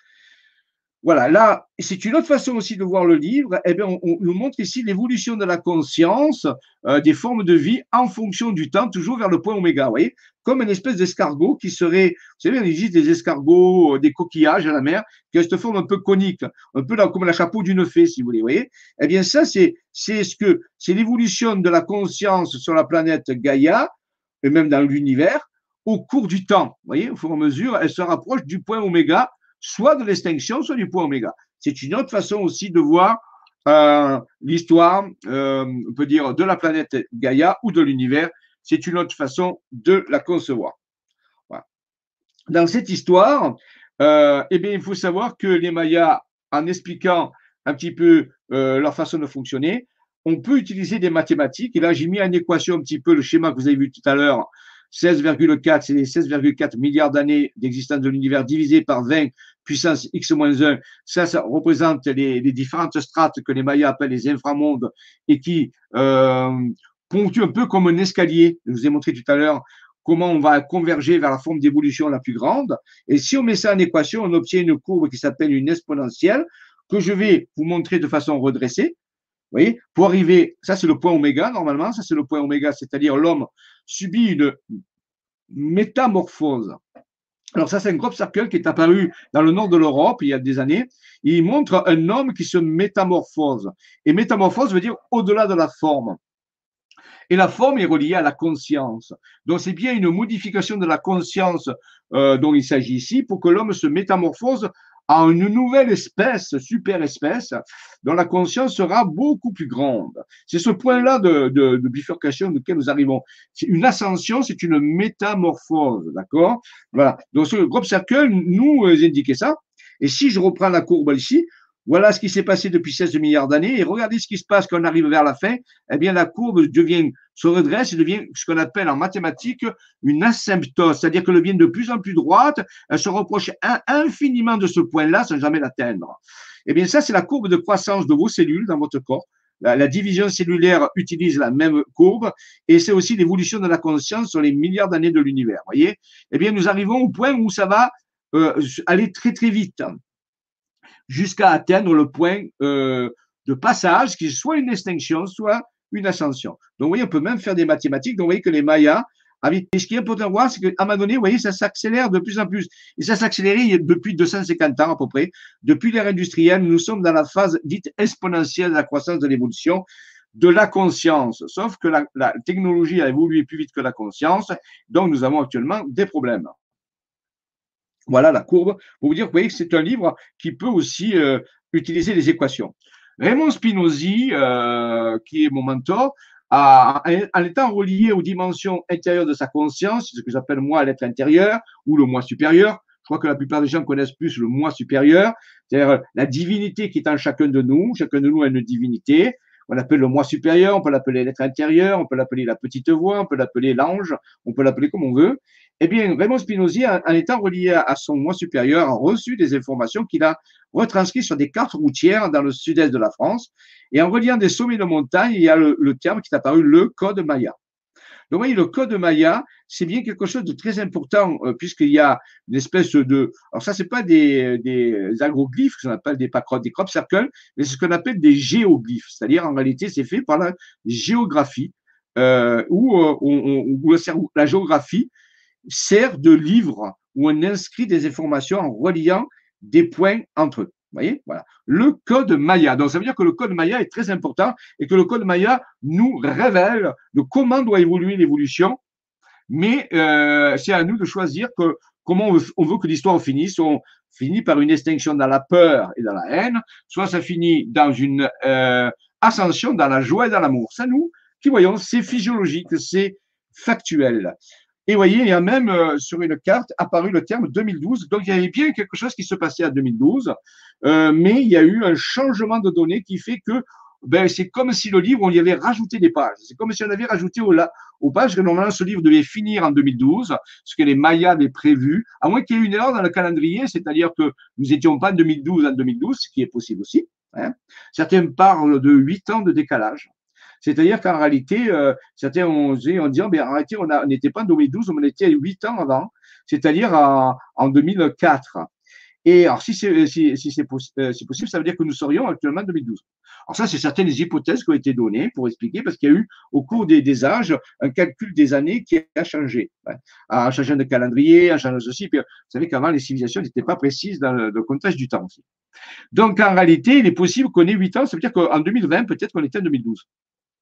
Voilà, là, c'est une autre façon aussi de voir le livre. Eh bien, on, on nous montre ici l'évolution de la conscience, euh, des formes de vie en fonction du temps, toujours vers le point oméga. Vous voyez, comme une espèce d'escargot qui serait, vous savez, il existe des escargots, des coquillages à la mer, qui ont cette forme un peu conique, un peu là, comme la chapeau d'une fée, si vous voulez. Vous voyez, eh bien, ça, c'est, c'est ce que, c'est l'évolution de la conscience sur la planète Gaïa, et même dans l'univers, au cours du temps. Vous voyez, au fur et à mesure, elle se rapproche du point oméga, soit de l'extinction, soit du point oméga. C'est une autre façon aussi de voir euh, l'histoire, euh, on peut dire, de la planète Gaïa ou de l'univers. C'est une autre façon de la concevoir. Voilà. Dans cette histoire, euh, eh bien, il faut savoir que les Mayas, en expliquant un petit peu euh, leur façon de fonctionner, on peut utiliser des mathématiques. Et là, j'ai mis en équation un petit peu le schéma que vous avez vu tout à l'heure. seize virgule quatre, c'est les seize virgule quatre milliards d'années d'existence de l'univers divisé par vingt puissance x moins un. Ça, ça représente les, les différentes strates que les Mayas appellent les inframondes et qui euh, ponctuent un peu comme un escalier. Je vous ai montré tout à l'heure comment on va converger vers la forme d'évolution la plus grande. Et si on met ça en équation, on obtient une courbe qui s'appelle une exponentielle que je vais vous montrer de façon redressée. Vous voyez, pour arriver, ça c'est le point oméga normalement, ça c'est le point oméga, c'est-à-dire l'homme subit une métamorphose. Alors ça c'est un crop circle qui est apparu dans le nord de l'Europe il y a des années. Il montre un homme qui se métamorphose. Et métamorphose veut dire au-delà de la forme. Et la forme est reliée à la conscience. Donc c'est bien une modification de la conscience euh, dont il s'agit ici pour que l'homme se métamorphose à une nouvelle espèce, super espèce, dont la conscience sera beaucoup plus grande. C'est ce point-là de, de, de bifurcation duquel nous arrivons. C'est une ascension, c'est une métamorphose, d'accord? Voilà. Donc, ce groupe cercle nous indiquait ça. Et si je reprends la courbe ici, voilà ce qui s'est passé depuis seize milliards d'années. Et regardez ce qui se passe quand on arrive vers la fin. Eh bien, la courbe devient, se redresse et devient ce qu'on appelle en mathématiques une asymptose. C'est-à-dire qu'elle devient de plus en plus droite. Elle se rapproche infiniment de ce point-là sans jamais l'atteindre. Eh bien, ça, c'est la courbe de croissance de vos cellules dans votre corps. La, la division cellulaire utilise la même courbe et c'est aussi l'évolution de la conscience sur les milliards d'années de l'univers. Voyez? Eh bien, nous arrivons au point où ça va euh, aller très, très vite, jusqu'à atteindre le point euh, de passage, qui est soit une extinction, soit une ascension. Donc, vous voyez, on peut même faire des mathématiques. Donc, vous voyez que les Mayas Et ce qui est important de voir, c'est qu'à un moment donné, vous voyez, ça s'accélère de plus en plus. Et ça s'accélère depuis deux cent cinquante ans à peu près. Depuis l'ère industrielle, nous sommes dans la phase dite exponentielle de la croissance de l'évolution de la conscience. Sauf que la, la technologie a évolué plus vite que la conscience. Donc, nous avons actuellement des problèmes. Voilà la courbe pour vous dire, vous voyez que c'est un livre qui peut aussi euh, utiliser les équations. Raymond Spinozzi, euh, qui est mon mentor, a, en étant relié aux dimensions intérieures de sa conscience, ce que j'appelle moi l'être intérieur ou le moi supérieur, je crois que la plupart des gens connaissent plus le moi supérieur, c'est-à-dire la divinité qui est en chacun de nous, chacun de nous a une divinité, on l'appelle le moi supérieur, on peut l'appeler l'être intérieur, on peut l'appeler la petite voix, on peut l'appeler l'ange, on peut l'appeler comme on veut. Eh bien, Raymond Spinozzi, en étant relié à son moi supérieur, a reçu des informations qu'il a retranscrites sur des cartes routières dans le sud-est de la France. Et en reliant des sommets de montagne, il y a le, le terme qui est apparu, le code Maya. Donc, vous voyez, le code Maya, c'est bien quelque chose de très important, euh, puisqu'il y a une espèce de… Alors, ça, c'est pas des, des agroglyphes, qu'on appelle des, des crop circles, mais c'est ce qu'on appelle des géoglyphes. C'est-à-dire, en réalité, c'est fait par la géographie, euh, où, euh, on, on, où la géographie sert de livre où on inscrit des informations en reliant des points entre eux. Vous voyez, voilà. Le code Maya. Donc, ça veut dire que le code Maya est très important et que le code Maya nous révèle de comment doit évoluer l'évolution. Mais euh, c'est à nous de choisir que, comment on veut, on veut que l'histoire finisse. On finit par une extinction dans la peur et dans la haine, soit ça finit dans une euh, ascension dans la joie et dans l'amour. C'est nous qui voyons, c'est physiologique, c'est factuel. Et vous voyez, il y a même euh, sur une carte apparu le terme deux mille douze. Donc, il y avait bien quelque chose qui se passait en deux mille douze, euh, mais il y a eu un changement de données qui fait que ben, c'est comme si le livre, on y avait rajouté des pages. C'est comme si on avait rajouté aux, aux pages que normalement ce livre devait finir en deux mille douze, ce que les Mayas avaient prévu, à moins qu'il y ait une erreur dans le calendrier, c'est-à-dire que nous n'étions pas en deux mille douze en deux mille douze, ce qui est possible aussi. Hein. Certains parlent de huit ans de décalage. C'est-à-dire qu'en réalité, euh, certains ont dit, on dit, oh, en réalité, on n'était pas en deux mille douze, on était à huit ans avant, c'est-à-dire en, en deux mille quatre. Et alors, si c'est si, si c'est possi euh, possible, ça veut dire que nous serions actuellement en deux mille douze. Alors ça, c'est certaines hypothèses qui ont été données pour expliquer, parce qu'il y a eu, au cours des, des âges, un calcul des années qui a changé. Ouais. En changeant de calendrier, en changeant ceci. Puis, vous savez qu'avant, les civilisations n'étaient pas précises dans le, le contexte du temps aussi. Donc, en réalité, il est possible qu'on ait huit ans, ça veut dire qu'en deux mille vingt, peut-être qu'on était en deux mille douze.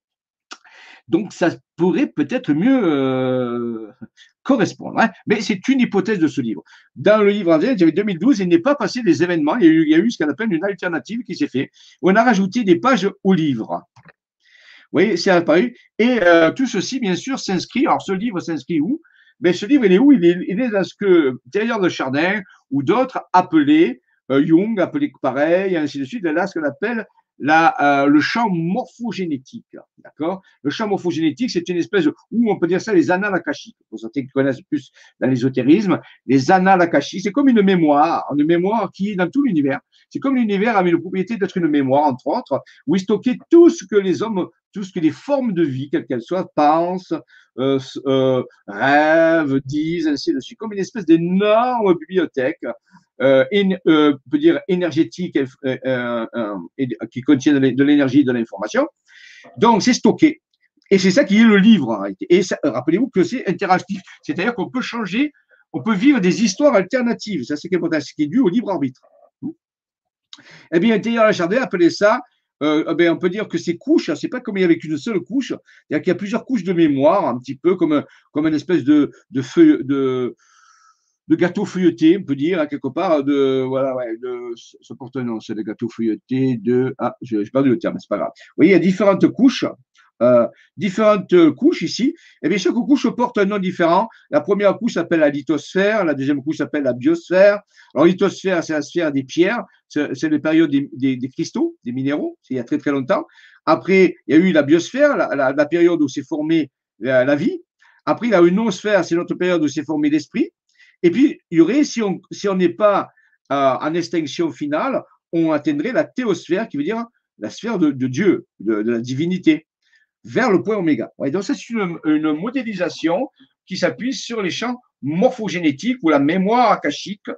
Donc, ça pourrait peut-être mieux euh, correspondre. Hein. Mais c'est une hypothèse de ce livre. Dans le livre ancien, il y avait deux mille douze, il n'est pas passé des événements. Il y a eu, il y a eu ce qu'on appelle une alternative qui s'est fait. On a rajouté des pages au livre. Vous voyez, c'est apparu. Et euh, tout ceci, bien sûr, s'inscrit. Alors, ce livre s'inscrit où? Mais ce livre, il est où? Il est, il est dans ce que Teilhard de Chardin ou d'autres appelaient, euh, Jung appelait pareil, et ainsi de suite. Et là, ce qu'on appelle La, euh, le champ morphogénétique, d'accord? Le champ morphogénétique, c'est une espèce de, où on peut dire ça, les annales akashiques. Pour certains qui connaissent plus dans l'ésotérisme, les annales akashiques, c'est comme une mémoire, une mémoire qui est dans tout l'univers. C'est comme l'univers avait la propriété d'être une mémoire, entre autres, où il stockait tout ce que les hommes, tout ce que les formes de vie, quelles qu'elles soient, pensent, euh, euh, rêvent, disent, ainsi de suite, comme une espèce d'énorme bibliothèque. Euh, in, euh, peut dire énergétique euh, euh, euh, qui contient de l'énergie et de l'information. Donc, c'est stocké. Et c'est ça qui est le livre, en réalité. Et rappelez-vous que c'est interactif. C'est-à-dire qu'on peut changer, on peut vivre des histoires alternatives. Ça, c'est ce qui est dû au libre arbitre. Eh bien, Teilhard de Chardin appelait ça, euh, eh bien, on peut dire que ces couches, c'est pas comme il y avait qu'une seule couche, c'est-à-dire qu'il y a plusieurs couches de mémoire, un petit peu comme, comme une espèce de, de feuille, de, de gâteau feuilleté, on peut dire, quelque part, de, voilà, ouais, de, ce porte-nom, c'est le gâteau feuilleté de, ah, j'ai perdu le terme, c'est pas grave. Vous voyez, il y a différentes couches, euh, différentes couches ici, et bien chaque couche porte un nom différent. La première couche s'appelle la lithosphère, la deuxième couche s'appelle la biosphère. Alors, lithosphère, c'est la sphère des pierres, c'est les périodes des, des, des cristaux, des minéraux, c'est il y a très très longtemps. Après, il y a eu la biosphère, la, la, la période où s'est formée la, la vie. Après, il y a une noosphère, c'est notre période où s'est formé l'esprit. Et puis, il y aurait, si on si on n'est pas euh, en extinction finale, on atteindrait la théosphère, qui veut dire la sphère de, de Dieu, de, de la divinité, vers le point oméga. Ouais, donc, ça, c'est une, une modélisation qui s'appuie sur les champs morphogénétiques ou la mémoire akashique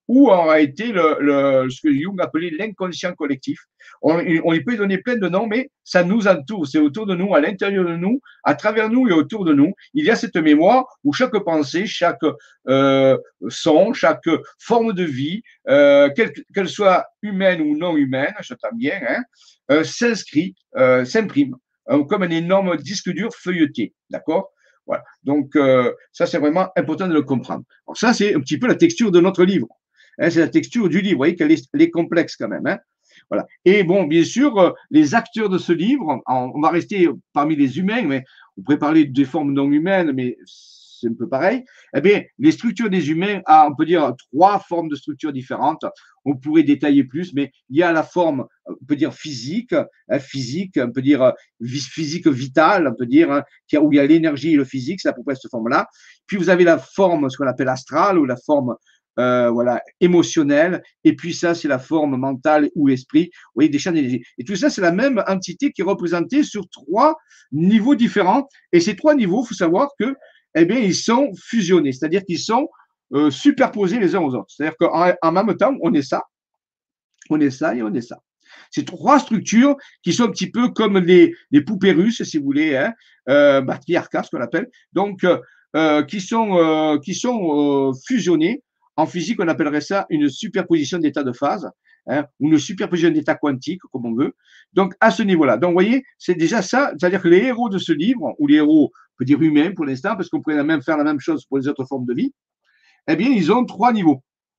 ou en réalité le, le, ce que Jung appelait l'inconscient collectif. On, on y peut donner plein de noms, mais ça nous entoure, c'est autour de nous, à l'intérieur de nous, à travers nous et autour de nous. Il y a cette mémoire où chaque pensée, chaque euh, son, chaque forme de vie, euh, qu'elle, qu'elle soit humaine ou non humaine, je t'aime bien, hein, euh, s'inscrit, euh, s'imprime, euh, comme un énorme disque dur feuilleté, d'accord? Voilà. Donc, euh, ça, c'est vraiment important de le comprendre. Alors, ça, c'est un petit peu la texture de notre livre. Hein, c'est la texture du livre. Vous voyez qu'elle est, elle est complexe quand même. Hein. Voilà. Et bon, bien sûr, euh, les acteurs de ce livre, on va rester parmi les humains, mais on pourrait parler des formes non humaines, mais c'est un peu pareil. Eh bien, les structures des humains, ah, on peut dire trois formes de structures différentes. On pourrait détailler plus, mais il y a la forme, on peut dire physique, hein, physique, on peut dire physique vitale, on peut dire, hein, où il y a l'énergie et le physique, c'est à peu près cette forme-là. Puis vous avez la forme, ce qu'on appelle astrale, ou la forme euh, voilà, émotionnelle, et puis ça, c'est la forme mentale ou esprit. Vous voyez, des champs d'énergie. Et tout ça, c'est la même entité qui est représentée sur trois niveaux différents. Et ces trois niveaux, il faut savoir que, eh bien, ils sont fusionnés, c'est-à-dire qu'ils sont euh, superposés les uns aux autres. C'est-à-dire qu'en en même temps, on est ça, on est ça et on est ça. C'est trois structures qui sont un petit peu comme les, les poupées russes, si vous voulez, hein, euh, matriarcat, ce qu'on appelle, donc euh, qui sont, euh, qui sont euh, fusionnées. En physique, on appellerait ça une superposition d'états de phase, hein, ou une superposition d'états quantiques, comme on veut. Donc, à ce niveau-là. Donc, vous voyez, c'est déjà ça, c'est-à-dire que les héros de ce livre, ou les héros, on peut dire humains pour l'instant, parce qu'on pourrait même faire la même chose pour les autres formes de vie, eh bien, ils ont trois niveaux.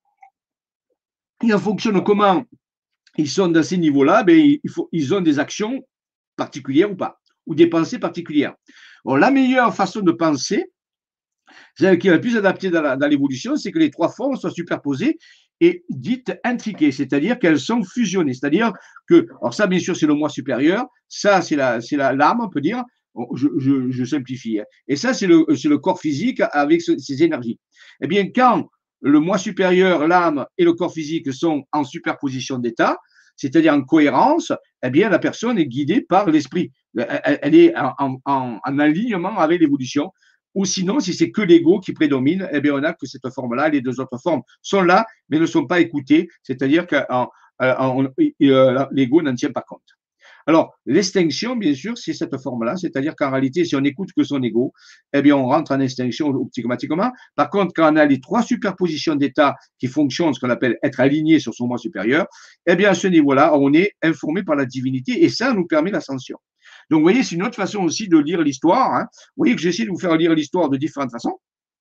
Et en fonction de comment ils sont dans ces niveaux-là, ben, il faut, ils ont des actions particulières ou pas, ou des pensées particulières. Bon, la meilleure façon de penser, celle qui est la plus adaptée dans, dans l'évolution, c'est que les trois formes soient superposées et dites intriquées, c'est-à-dire qu'elles sont fusionnées. C'est-à-dire que, alors ça, bien sûr, c'est le moi supérieur, ça, c'est la, c'est la, l'âme, on peut dire, je, je, je simplifie, hein. Et ça, c'est le, c'est le corps physique avec ce, ses énergies. Eh bien, quand le moi supérieur, l'âme et le corps physique sont en superposition d'état, c'est-à-dire en cohérence, eh bien, la personne est guidée par l'esprit. Elle, elle est en, en, en alignement avec l'évolution. Ou sinon, si c'est que l'ego qui prédomine, eh bien, on a que cette forme-là. Les deux autres formes sont là, mais ne sont pas écoutées. C'est-à-dire que l'ego n'en tient pas compte. Alors, l'extinction, bien sûr, c'est cette forme-là, c'est-à-dire qu'en réalité, si on n'écoute que son ego, eh bien, on rentre en extinction automatiquement. Par contre, quand on a les trois superpositions d'états qui fonctionnent, ce qu'on appelle être aligné sur son moi supérieur, eh bien, à ce niveau-là, on est informé par la divinité et ça nous permet l'ascension. Donc, vous voyez, c'est une autre façon aussi de lire l'histoire. Hein. Vous voyez que j'essaie de vous faire lire l'histoire de différentes façons.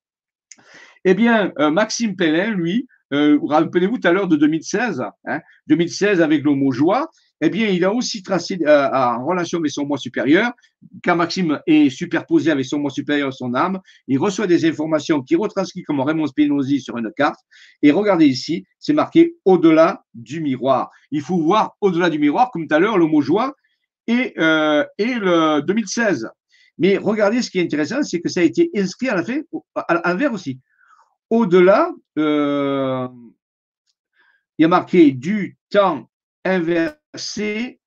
Eh bien, euh, Maxime Pellin, lui, euh, rappelez-vous tout à l'heure de deux mille seize, hein, deux mille seize avec le mot joie, eh bien, il a aussi tracé euh, en relation avec son moi supérieur, quand Maxime est superposé avec son moi supérieur, son âme, il reçoit des informations qui retranscrit comme Raymond Spinozzi sur une carte. Et regardez ici, c'est marqué au-delà du miroir. Il faut voir au-delà du miroir, comme tout à l'heure, le mot joie et, euh, et le deux mille seize. Mais regardez, ce qui est intéressant, c'est que ça a été inscrit à la fin, à l'envers aussi. Au-delà, euh, il y a marqué du temps inversé.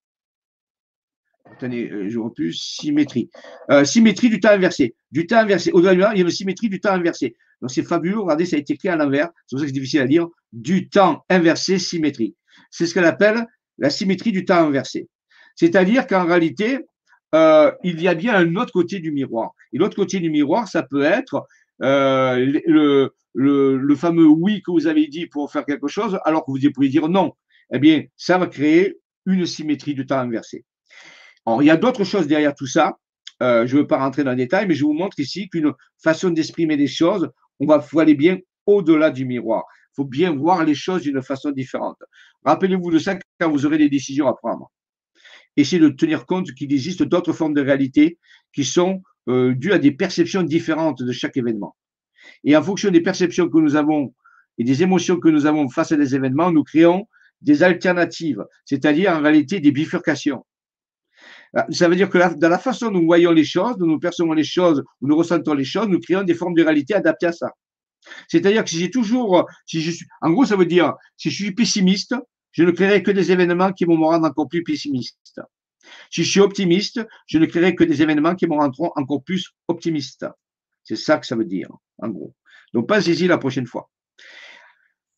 Attendez, je vois plus. Symétrie. Euh, symétrie du temps inversé. Du temps inversé. Au-delà du il y a une symétrie du temps inversé. Donc c'est fabuleux. Regardez, ça a été écrit à l'envers. C'est pour ça que c'est difficile à lire. Du temps inversé, symétrie. C'est ce qu'on appelle la symétrie du temps inversé. C'est-à-dire qu'en réalité, euh, il y a bien un autre côté du miroir. Et l'autre côté du miroir, ça peut être euh, le, le, le fameux oui que vous avez dit pour faire quelque chose, alors que vous pouvez dire non. Eh bien, ça va créer une symétrie du temps inversé. Alors, il y a d'autres choses derrière tout ça. Euh, je ne veux pas rentrer dans le détail, mais je vous montre ici qu'une façon d'exprimer les choses, on va faut aller bien au-delà du miroir. Il faut bien voir les choses d'une façon différente. Rappelez-vous de ça quand vous aurez des décisions à prendre. Essayez de tenir compte qu'il existe d'autres formes de réalité qui sont euh, dues à des perceptions différentes de chaque événement. Et en fonction des perceptions que nous avons et des émotions que nous avons face à des événements, nous créons des alternatives, c'est-à-dire en réalité des bifurcations. Ça veut dire que la, dans la façon dont nous voyons les choses, dont nous percevons les choses, où nous ressentons les choses, nous créons des formes de réalité adaptées à ça. C'est-à-dire que si j'ai toujours, si je suis, en gros, ça veut dire, si je suis pessimiste, je ne créerai que des événements qui vont me rendre encore plus pessimiste. Si je suis optimiste, je ne créerai que des événements qui me rendront encore plus optimiste. C'est ça que ça veut dire, en gros. Donc, pensez-y la prochaine fois.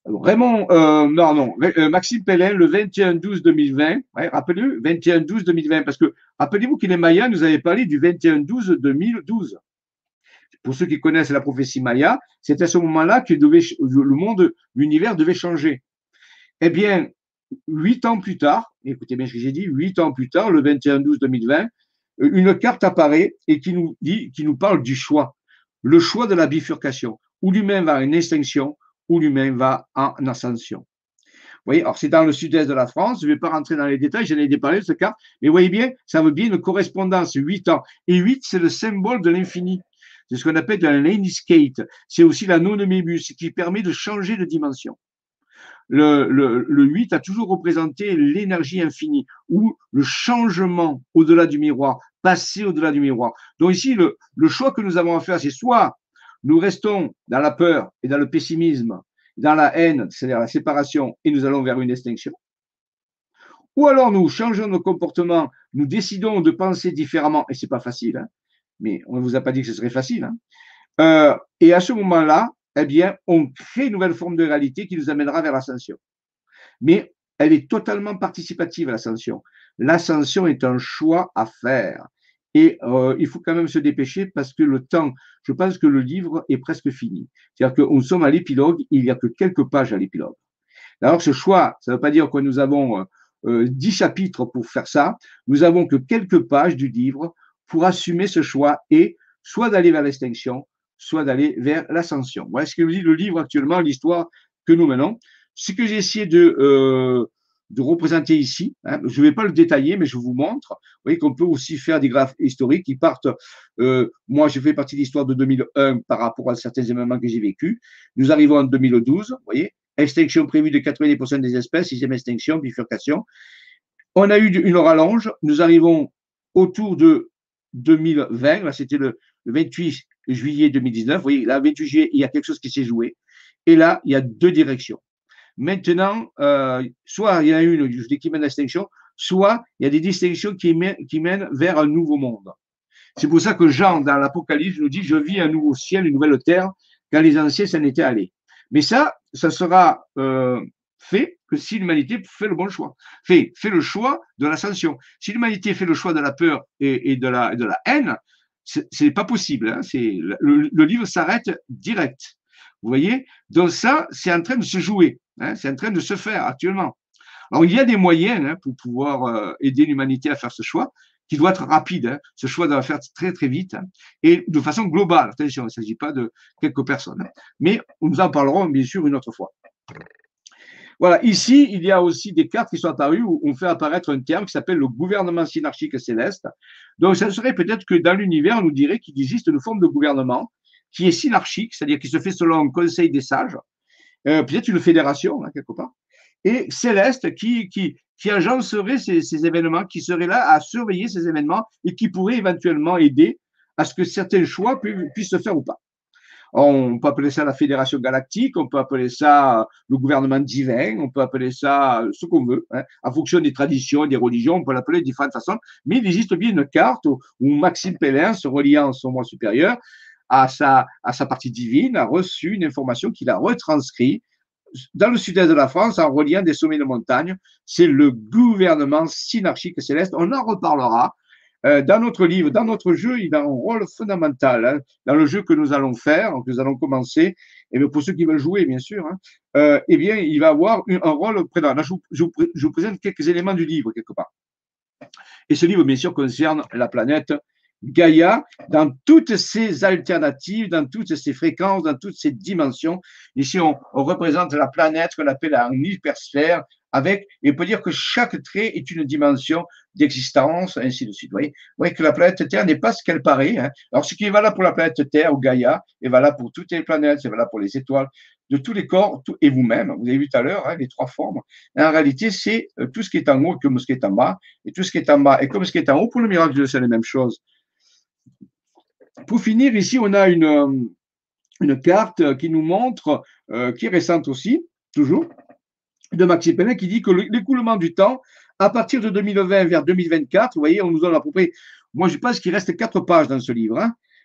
Raymond, euh, non, non, euh, Maxime Pellin, le vingt et un douze deux mille vingt, ouais, rappelez-le, vingt et un douze deux mille vingt, parce que rappelez-vous qu'il est Maya nous avait parlé du vingt et un douze deux mille douze. Pour ceux qui connaissent la prophétie Maya, c'est à ce moment-là que devait, le monde, l'univers devait changer. Eh bien, huit ans plus tard, écoutez bien ce que j'ai dit, huit ans plus tard, le vingt et un douze deux mille vingt, une carte apparaît et qui nous dit, qui nous parle du choix. Le choix de la bifurcation, où l'humain va en extinction, où l'humain va en ascension. Vous voyez, alors c'est dans le sud-est de la France, je ne vais pas rentrer dans les détails, j'en ai parlé de ce cas, mais vous voyez bien, ça veut bien une correspondance, huit ans. Et huit, c'est le symbole de l'infini. C'est ce qu'on appelle un landscape. C'est aussi la non-mébus qui permet de changer de dimension. Le, le, le huit a toujours représenté l'énergie infinie ou le changement au-delà du miroir, passer au-delà du miroir. Donc ici, le, le choix que nous avons à faire, c'est soit nous restons dans la peur et dans le pessimisme, dans la haine, c'est-à-dire la séparation, et nous allons vers une extinction. Ou alors nous changeons nos comportements, nous décidons de penser différemment, et c'est pas facile, hein, mais on ne vous a pas dit que ce serait facile. Hein. Euh, et à ce moment-là, eh bien, on crée une nouvelle forme de réalité qui nous amènera vers l'ascension. Mais elle est totalement participative, l'ascension. L'ascension est un choix à faire. Et euh, il faut quand même se dépêcher parce que le temps, je pense que le livre est presque fini. C'est-à-dire que nous sommes à l'épilogue, il n'y a que quelques pages à l'épilogue. Alors ce choix, ça ne veut pas dire que nous avons euh, dix chapitres pour faire ça. Nous avons que quelques pages du livre pour assumer ce choix et soit d'aller vers l'extinction, soit d'aller vers l'ascension. Voilà ce que nous dit le livre actuellement, l'histoire que nous menons. Ce que j'ai essayé de, euh, de représenter ici, hein, je ne vais pas le détailler, mais je vous montre. Vous voyez qu'on peut aussi faire des graphes historiques qui partent. Euh, moi, je fais partie de l'histoire de deux mille un par rapport à certains événements que j'ai vécus. Nous arrivons en deux mille douze, vous voyez, extinction prévue de quatre-vingt-dix pour cent des espèces, sixième extinction, bifurcation. On a eu une rallonge. Nous arrivons autour de deux mille vingt. Là, c'était le, le vingt-huit juillet deux mille dix-neuf. Vous voyez, là, vingt-huit juillet, il y a quelque chose qui s'est joué. Et là, il y a deux directions. Maintenant, euh, soit il y en a une, je dis, qui mène à l'extinction, soit il y a des distinctions qui mènent, qui mènent vers un nouveau monde. C'est pour ça que Jean, dans l'Apocalypse, nous dit, je vis un nouveau ciel, une nouvelle terre, quand les anciens s'en étaient allés. Mais ça, ça sera euh, fait que si l'humanité fait le bon choix, fait, fait le choix de l'ascension. Si l'humanité fait le choix de la peur et, et de, la, de la haine, c'est pas possible. Hein, le, le livre s'arrête direct. Vous voyez? Donc ça, c'est en train de se jouer. Hein, c'est en train de se faire actuellement. Alors, il y a des moyens hein, pour pouvoir euh, aider l'humanité à faire ce choix, qui doit être rapide. Hein. Ce choix doit faire très, très vite hein, et de façon globale. Attention, il ne s'agit pas de quelques personnes. Hein. Mais nous en parlerons, bien sûr, une autre fois. Voilà, ici, il y a aussi des cartes qui sont apparues où on fait apparaître un terme qui s'appelle le gouvernement synarchique céleste. Donc, ça serait peut-être que dans l'univers, on nous dirait qu'il existe une forme de gouvernement qui est synarchique, c'est-à-dire qui se fait selon un conseil des sages, euh, peut-être une fédération, hein, quelque part, et céleste qui, qui, qui agencerait ces, ces événements, qui serait là à surveiller ces événements et qui pourrait éventuellement aider à ce que certains choix puissent se faire ou pas. On peut appeler ça la fédération galactique, on peut appeler ça le gouvernement divin, on peut appeler ça ce qu'on veut, hein, en fonction des traditions, des religions, on peut l'appeler de différentes façons, mais il existe bien une carte où, où Maxime Pellin, se reliant à son moi supérieur, à sa, à sa partie divine, a reçu une information qu'il a retranscrite dans le sud-est de la France en reliant des sommets de montagne. C'est le gouvernement synarchique céleste. On en reparlera. Euh, dans notre livre, dans notre jeu, il a un rôle fondamental. Hein, dans le jeu que nous allons faire, que nous allons commencer, et bien pour ceux qui veulent jouer, bien sûr, hein, euh, eh bien, il va avoir un, un rôle prédominant. Là, je vous, je, vous, je vous présente quelques éléments du livre, quelque part. Et ce livre, bien sûr, concerne la planète Gaïa dans toutes ses alternatives, dans toutes ses fréquences, dans toutes ses dimensions. Ici, on, on représente la planète qu'on appelle une hypersphère avec, et on peut dire que chaque trait est une dimension d'existence, ainsi de suite. Vous voyez, vous voyez que la planète Terre n'est pas ce qu'elle paraît. Hein. Alors, ce qui est valable pour la planète Terre ou Gaïa est valable pour toutes les planètes, c'est valable pour les étoiles, de tous les corps, tout, et vous-même, vous avez vu tout à l'heure, hein, les trois formes. Et en réalité, c'est euh, tout ce qui est en haut comme ce qui est en bas, et tout ce qui est en bas et comme ce qui est en haut. Pour le miracle, c'est la même chose. Pour finir, ici, on a une, une carte qui nous montre, euh, qui est récente aussi, toujours, de Maxime Pellin, qui dit que l'écoulement du temps, à partir de deux mille vingt vers deux mille vingt-quatre, vous voyez, on nous donne à peu près, moi je pense qu'il reste quatre pages dans ce livre, hein,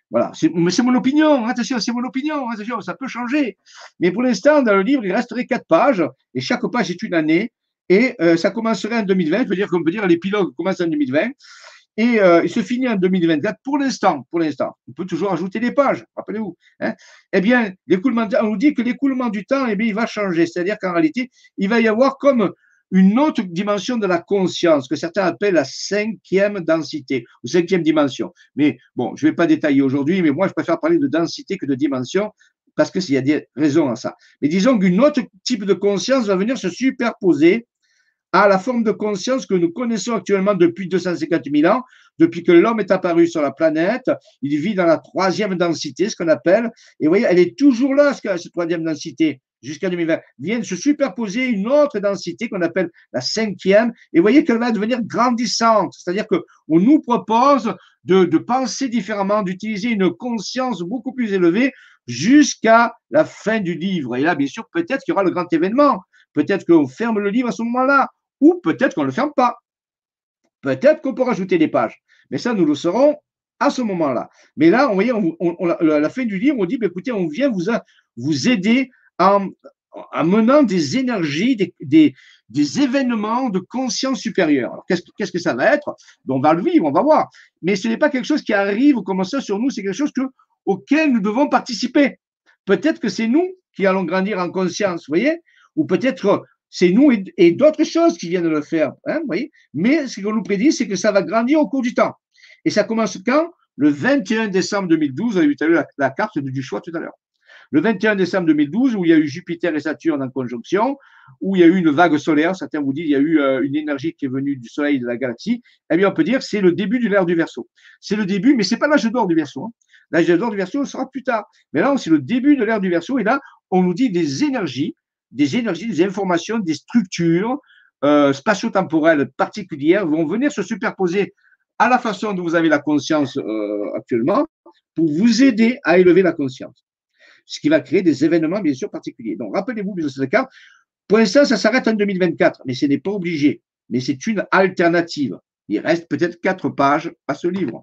Voilà, mais c'est mon opinion, attention, c'est mon opinion, attention, ça peut changer. Mais pour l'instant, dans le livre, il resterait quatre pages, et chaque page est une année, et euh, ça commencerait en deux mille vingt, je veux dire qu'on peut dire l'épilogue commence en deux mille vingt, et euh, il se finit en deux mille vingt-quatre pour l'instant, pour l'instant. On peut toujours ajouter des pages, rappelez-vous. Hein. Eh bien, l'écoulement, on nous dit que l'écoulement du temps, eh bien, il va changer, c'est-à-dire qu'en réalité, il va y avoir comme une autre dimension de la conscience que certains appellent la cinquième densité ou cinquième dimension. Mais bon, je ne vais pas détailler aujourd'hui, mais moi, je préfère parler de densité que de dimension parce qu'il y a des raisons à ça. Mais disons qu'une autre type de conscience va venir se superposer à la forme de conscience que nous connaissons actuellement depuis deux cent cinquante mille ans, depuis que l'homme est apparu sur la planète. Il vit dans la troisième densité, ce qu'on appelle, et vous voyez, elle est toujours là, cette troisième densité, jusqu'à deux mille vingt. Vient de se superposer une autre densité qu'on appelle la cinquième, et vous voyez qu'elle va devenir grandissante, c'est-à-dire qu'on nous propose de, de penser différemment, d'utiliser une conscience beaucoup plus élevée jusqu'à la fin du livre. Et là, bien sûr, peut-être qu'il y aura le grand événement, peut-être qu'on ferme le livre à ce moment-là, ou peut-être qu'on ne le ferme pas. Peut-être qu'on peut rajouter des pages. Mais ça, nous le saurons à ce moment-là. Mais là, on, voyez, on, on, on, à la fin du livre, on dit, bah, écoutez, on vient vous, a, vous aider en, en menant des énergies, des, des, des événements de conscience supérieure. Alors, qu'est-ce, qu'est-ce que ça va être? On va le vivre, on va voir. Mais ce n'est pas quelque chose qui arrive comme ça sur nous, c'est quelque chose que, auquel nous devons participer. Peut-être que c'est nous qui allons grandir en conscience, vous voyez? Ou peut-être c'est nous et, et d'autres choses qui viennent de le faire. Hein, vous voyez. Mais ce qu'on nous prédit, c'est que ça va grandir au cours du temps. Et ça commence quand? Le vingt et un décembre deux mille douze, vous avez vu tout à l'heure la, la carte du choix tout à l'heure. Le vingt et un décembre deux mille douze, où il y a eu Jupiter et Saturne en conjonction, où il y a eu une vague solaire, certains vous disent il y a eu euh, une énergie qui est venue du Soleil et de la galaxie, eh bien on peut dire que c'est le début de l'ère du Verseau. C'est le début, mais ce n'est pas l'âge d'or du Verseau. Hein. L'âge d'or du Verseau sera plus tard. Mais là, c'est le début de l'ère du Verseau, et là, on nous dit des énergies, des énergies, des informations, des structures euh, spatio-temporelles particulières vont venir se superposer à la façon dont vous avez la conscience euh, actuellement pour vous aider à élever la conscience. Ce qui va créer des événements, bien sûr, particuliers. Donc, rappelez-vous, bien sûr, cas. Pour l'instant, ça s'arrête en deux mille vingt-quatre, mais ce n'est pas obligé. Mais c'est une alternative. Il reste peut-être quatre pages à ce livre.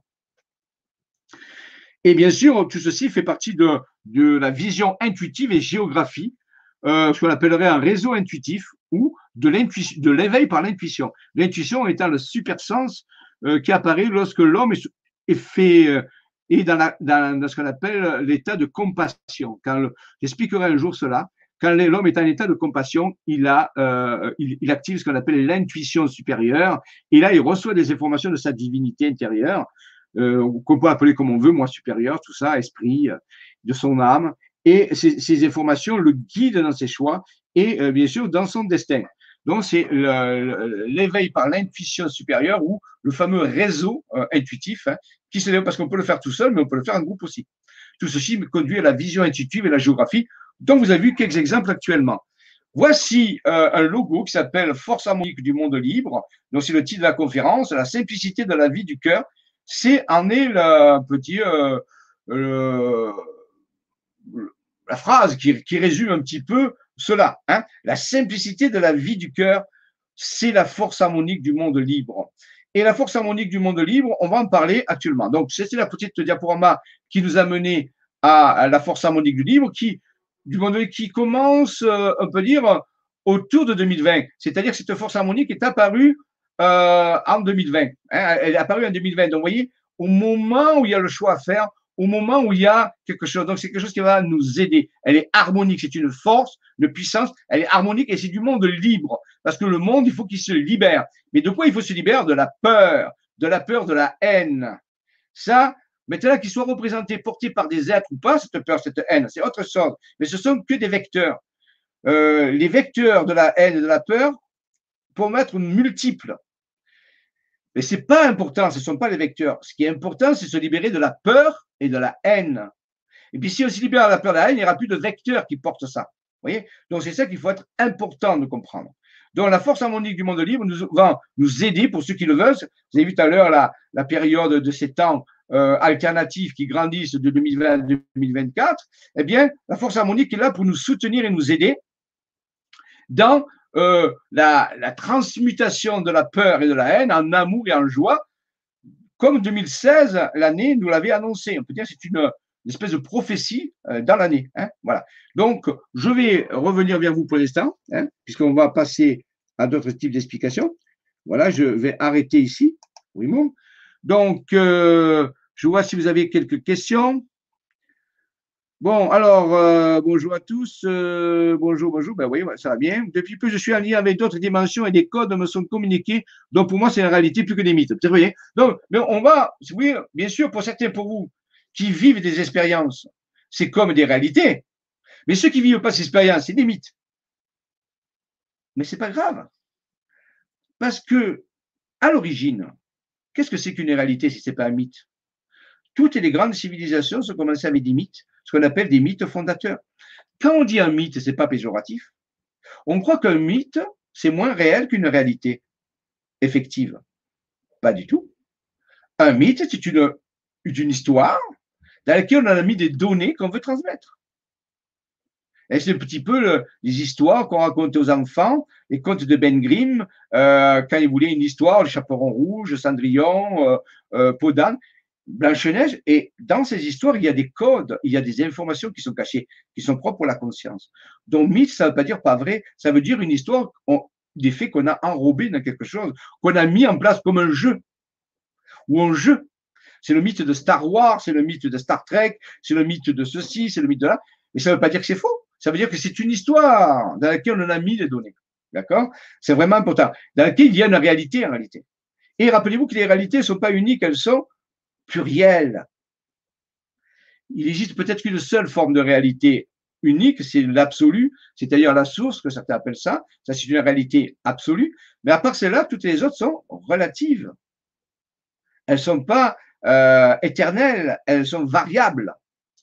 Et bien sûr, tout ceci fait partie de, de la vision intuitive et géographie, euh, ce qu'on appellerait un réseau intuitif ou de l'éveil par l'intuition. L'intuition étant le super sens euh, qui apparaît lorsque l'homme est, est fait euh, est dans, la, dans, dans ce qu'on appelle l'état de compassion. Quand j'expliquerai un jour cela. Quand l'homme est en état de compassion, il, a, euh, il, il active ce qu'on appelle l'intuition supérieure. Et là, il reçoit des informations de sa divinité intérieure, euh, qu'on peut appeler comme on veut, moi supérieur, tout ça, esprit, euh, de son âme. Et ces, ces informations le guident dans ses choix et euh, bien sûr dans son destin. Donc, c'est l'éveil par l'intuition supérieure ou le fameux réseau euh, intuitif hein, qui se développe parce qu'on peut le faire tout seul, mais on peut le faire en groupe aussi. Tout ceci me conduit à la vision intuitive et la géographie, dont vous avez vu quelques exemples actuellement. Voici euh, un logo qui s'appelle Force harmonique du monde libre. Donc, c'est le titre de la conférence, la simplicité de la vie du cœur. C'est en est le petit euh, euh, la phrase qui, qui résume un petit peu cela. Hein. La simplicité de la vie du cœur, c'est la force harmonique du monde libre. Et la force harmonique du monde libre, on va en parler actuellement. Donc, c'était la petite diaporama qui nous a mené à, à la force harmonique du livre, qui, du monde libre, qui commence, euh, on peut dire, autour de deux mille vingt. C'est-à-dire que cette force harmonique est apparue euh, en deux mille vingt. Hein, elle est apparue en deux mille vingt. Donc, vous voyez, au moment où il y a le choix à faire, au moment où il y a quelque chose. Donc, c'est quelque chose qui va nous aider. Elle est harmonique. C'est une force, une puissance. Elle est harmonique et c'est du monde libre. Parce que le monde, il faut qu'il se libère. Mais de quoi il faut se libérer? De la peur. De la peur, de la haine. Ça, maintenant qu'il soit représenté, porté par des êtres ou pas, cette peur, cette haine, c'est autre chose. Mais ce sont que des vecteurs. Euh, les vecteurs de la haine et de la peur peuvent être multiples. Mais ce n'est pas important, ce ne sont pas les vecteurs. Ce qui est important, c'est se libérer de la peur et de la haine. Et puis, si on se libère de la peur et de la haine, il n'y aura plus de vecteurs qui portent ça. Vous voyez? Donc, c'est ça qu'il faut être important de comprendre. Donc, la force harmonique du monde libre nous, va nous aider, pour ceux qui le veulent. Vous avez vu tout à l'heure la, la période de ces temps euh, alternatifs qui grandissent de deux mille vingt à deux mille vingt-quatre. Eh bien, la force harmonique est là pour nous soutenir et nous aider dans Euh, la, la transmutation de la peur et de la haine en amour et en joie, comme deux mille seize, l'année nous l'avait annoncé. On peut dire que c'est une, une espèce de prophétie euh, dans l'année. Hein, voilà. Donc, je vais revenir vers vous pour l'instant, hein, puisqu'on va passer à d'autres types d'explications. Voilà, je vais arrêter ici. Oui, bon. Donc, euh, je vois si vous avez quelques questions. Bon, alors, euh, bonjour à tous. Euh, bonjour, bonjour. Ben oui, ça va bien. Depuis peu, je suis en lien avec d'autres dimensions et des codes me sont communiqués. Donc, pour moi, c'est en réalité plus que des mythes. Vous voyez? Donc, mais on va, oui, bien sûr, pour certains, pour vous, qui vivent des expériences, c'est comme des réalités. Mais ceux qui ne vivent pas ces expériences, c'est des mythes. Mais ce n'est pas grave. Parce que, à l'origine, qu'est-ce que c'est qu'une réalité si ce n'est pas un mythe? Toutes les grandes civilisations sont commencées avec des mythes, ce qu'on appelle des mythes fondateurs. Quand on dit un mythe, ce n'est pas péjoratif. On croit qu'un mythe, c'est moins réel qu'une réalité effective. Pas du tout. Un mythe, c'est une, une histoire dans laquelle on a mis des données qu'on veut transmettre. Et c'est un petit peu le, les histoires qu'on raconte aux enfants, les contes de Ben Grimm, euh, quand ils voulaient une histoire, le chaperon rouge, Cendrillon, euh, euh, Peau d'âne, Blanche-Neige. Et dans ces histoires, il y a des codes, il y a des informations qui sont cachées, qui sont propres à la conscience. Donc, mythe, ça ne veut pas dire pas vrai, ça veut dire une histoire, on, des faits qu'on a enrobés dans quelque chose, qu'on a mis en place comme un jeu, ou un jeu. C'est le mythe de Star Wars, c'est le mythe de Star Trek, c'est le mythe de ceci, c'est le mythe de là. Mais ça ne veut pas dire que c'est faux. Ça veut dire que c'est une histoire dans laquelle on a mis les données. D'accord? C'est vraiment important. Dans laquelle il y a une réalité en réalité. Et rappelez-vous que les réalités ne sont pas uniques, elles sont plurielles. Il existe peut-être qu'une seule forme de réalité unique, c'est l'absolu, c'est-à-dire la source, que certains appellent ça. Ça, c'est une réalité absolue. Mais à part celle-là, toutes les autres sont relatives. Elles ne sont pas euh, éternelles, elles sont variables.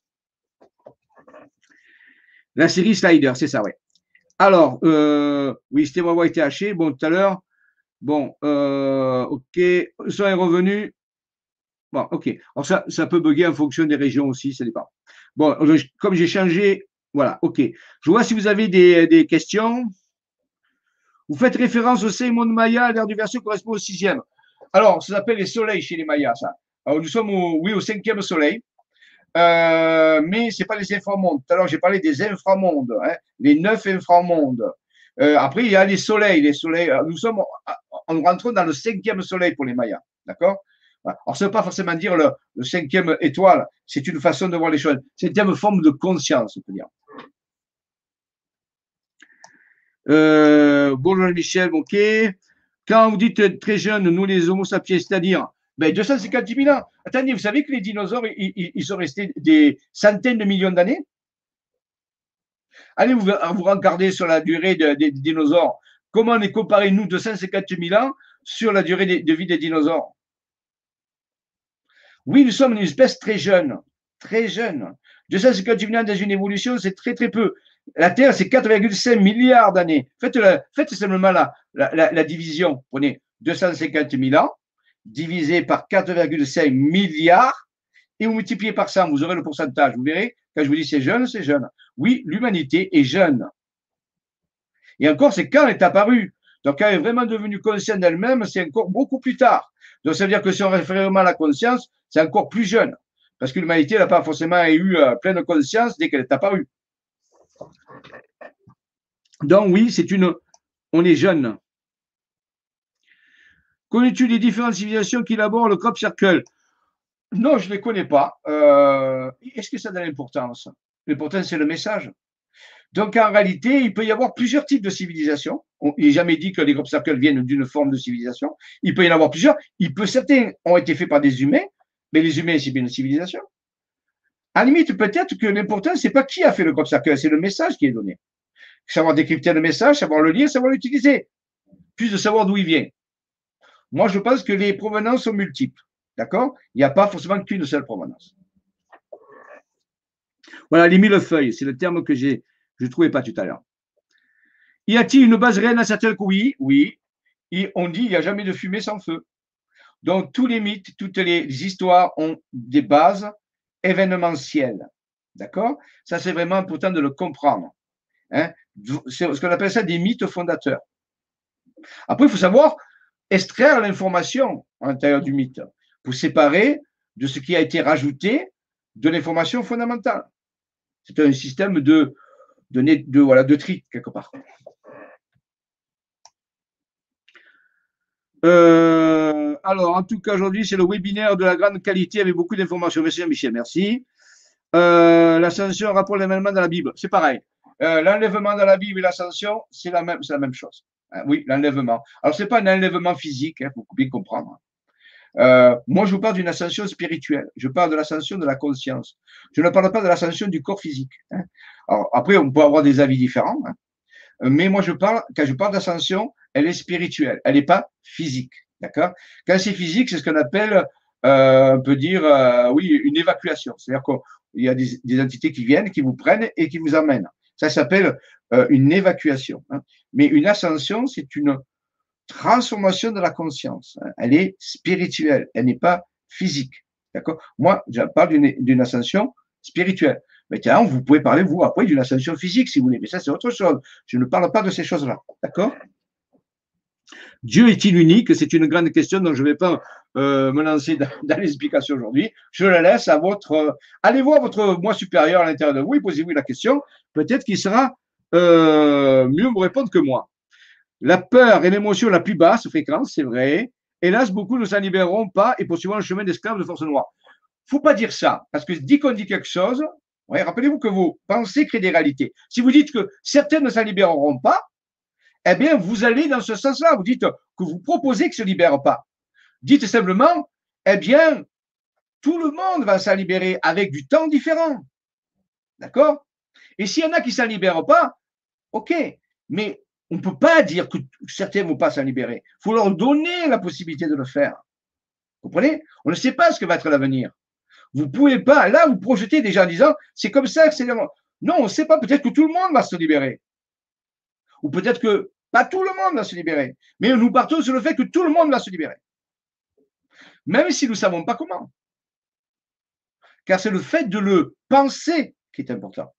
La série Slider, c'est ça, oui. Alors, euh, oui, c'était moi été haché. Bon, tout à l'heure. Bon, euh, ok. Le son est revenu. Bon, ok. Alors, ça, ça peut bugger en fonction des régions aussi, ça dépend. Bon, comme j'ai changé, voilà, ok. Je vois si vous avez des, des questions. Vous faites référence au cinq mondes Maya, l'ère du verso correspond au sixième. Alors, ça s'appelle les soleils chez les Mayas, ça. Alors, nous sommes, au, oui, au cinquième soleil. Euh, mais ce n'est pas les inframondes. Tout à l'heure, j'ai parlé des inframondes, hein, les neuf inframondes. Euh, après, il y a les soleils. Les soleils. Nous sommes, en rentrant dans le cinquième soleil pour les Mayas. D'accord? Alors, ça ne veut pas forcément dire le, le cinquième étoile. C'est une façon de voir les choses. C'est une forme de conscience, on peut dire. Euh, bonjour Michel, ok. Quand vous dites très jeune, nous les homo sapiens, c'est-à-dire ben, deux cent cinquante mille ans. Attendez, vous savez que les dinosaures, ils, ils sont restés des centaines de millions d'années? Allez vous, vous regarder sur la durée des de, de dinosaures. Comment on est comparé, nous, deux cent cinquante mille ans, sur la durée de, de vie des dinosaures? Oui, nous sommes une espèce très jeune. Très jeune. deux cent cinquante mille ans dans une évolution, c'est très, très peu. La Terre, c'est quatre virgule cinq milliards d'années. Faites, la, faites simplement la, la, la, la division. Prenez deux cent cinquante mille ans, divisé par quatre virgule cinq milliards, et vous multipliez par cent, vous aurez le pourcentage. Vous verrez, quand je vous dis c'est jeune, c'est jeune. Oui, l'humanité est jeune. Et encore, c'est quand elle est apparue. Donc, quand elle est vraiment devenue consciente d'elle-même, c'est encore beaucoup plus tard. Donc, ça veut dire que si on réfère vraiment à la conscience, c'est encore plus jeune. Parce que l'humanité n'a pas forcément eu euh, pleine conscience dès qu'elle est apparue. Donc, oui, c'est une. On est jeune. Connais-tu les différentes civilisations qui élaborent le crop circle? Non, je ne les connais pas. Euh, Est-ce que ça a de l'importance? L'important, c'est le message. Donc, en réalité, il peut y avoir plusieurs types de civilisations. Il n'est jamais dit que les crop circles viennent d'une forme de civilisation. Il peut y en avoir plusieurs. Il peut, certains ont été faits par des humains, mais les humains, c'est bien une civilisation. À la limite, peut-être que l'important, ce n'est pas qui a fait le crop circle, c'est le message qui est donné. Savoir décrypter le message, savoir le lire, savoir l'utiliser, plus de savoir d'où il vient. Moi, je pense que les provenances sont multiples. D'accord? Il n'y a pas forcément qu'une seule provenance. Voilà, les millefeuilles, c'est le terme que j'ai, je ne trouvais pas tout à l'heure. Y a-t-il une base réelle à certains? Oui, oui. Et on dit qu'il n'y a jamais de fumée sans feu. Donc, tous les mythes, toutes les histoires ont des bases événementielles. D'accord? Ça, c'est vraiment important de le comprendre. Hein? C'est ce qu'on appelle ça des mythes fondateurs. Après, il faut savoir extraire l'information à l'intérieur du mythe. pour séparer de ce qui a été rajouté de l'information fondamentale. C'est un système de, de, de, voilà, de tri, quelque part. Euh, alors, en tout cas, aujourd'hui, c'est le webinaire de la grande qualité avec beaucoup d'informations. Monsieur Michel, merci. Euh, l'ascension, rapport l'événement dans la Bible, c'est pareil. Euh, l'enlèvement dans la Bible et l'ascension, c'est la même, c'est la même chose. Hein, oui, l'enlèvement. Alors, c'est pas un enlèvement physique, hein, pour bien comprendre. Euh, moi, je vous parle d'une ascension spirituelle. Je parle de l'ascension de la conscience. Je ne parle pas de l'ascension du corps physique. Hein. Alors, après, on peut avoir des avis différents. Hein. Mais moi, je parle, quand je parle d'ascension, elle est spirituelle. Elle n'est pas physique. D'accord? Quand c'est physique, c'est ce qu'on appelle, euh, on peut dire, euh, oui, une évacuation. C'est-à-dire qu'il y a des, des entités qui viennent, qui vous prennent et qui vous amènent. Ça s'appelle euh, une évacuation. Hein. Mais une ascension, c'est une transformation de la conscience. Hein. Elle est spirituelle. Elle n'est pas physique. D'accord? Moi, je parle d'une, d'une ascension spirituelle. Maintenant, vous pouvez parler, vous, après, d'une ascension physique, si vous voulez. Mais ça, c'est autre chose. Je ne parle pas de ces choses-là. D'accord? Dieu est-il unique? C'est une grande question dont je ne vais pas euh, me lancer dans, dans l'explication aujourd'hui. Je la laisse à votre… Euh, allez voir votre moi supérieur à l'intérieur de vous et posez-vous la question. Peut-être qu'il sera euh, mieux vous répondre que moi. La peur est l'émotion la plus basse fréquence, c'est vrai. Hélas, beaucoup ne s'en libéreront pas et poursuivront le chemin d'esclaves de force noire. Faut pas dire ça, parce que dès qu'on dit quelque chose, ouais, rappelez-vous que vos pensées créent des réalités. Si vous dites que certains ne s'en libéreront pas, eh bien, vous allez dans ce sens-là. Vous dites que vous proposez qu'ils ne se libèrent pas. Dites simplement, eh bien, tout le monde va s'en libérer avec du temps différent. D'accord? Et s'il y en a qui ne s'en libèrent pas, ok, mais on ne peut pas dire que certains ne vont pas s'en libérer. Il faut leur donner la possibilité de le faire. Vous comprenez? On ne sait pas ce que va être l'avenir. Vous ne pouvez pas, là, vous projetez déjà en disant, c'est comme ça que c'est. Non, on ne sait pas, peut-être que tout le monde va se libérer. Ou peut-être que pas tout le monde va se libérer. Mais nous partons sur le fait que tout le monde va se libérer. Même si nous ne savons pas comment. Car c'est le fait de le penser qui est important.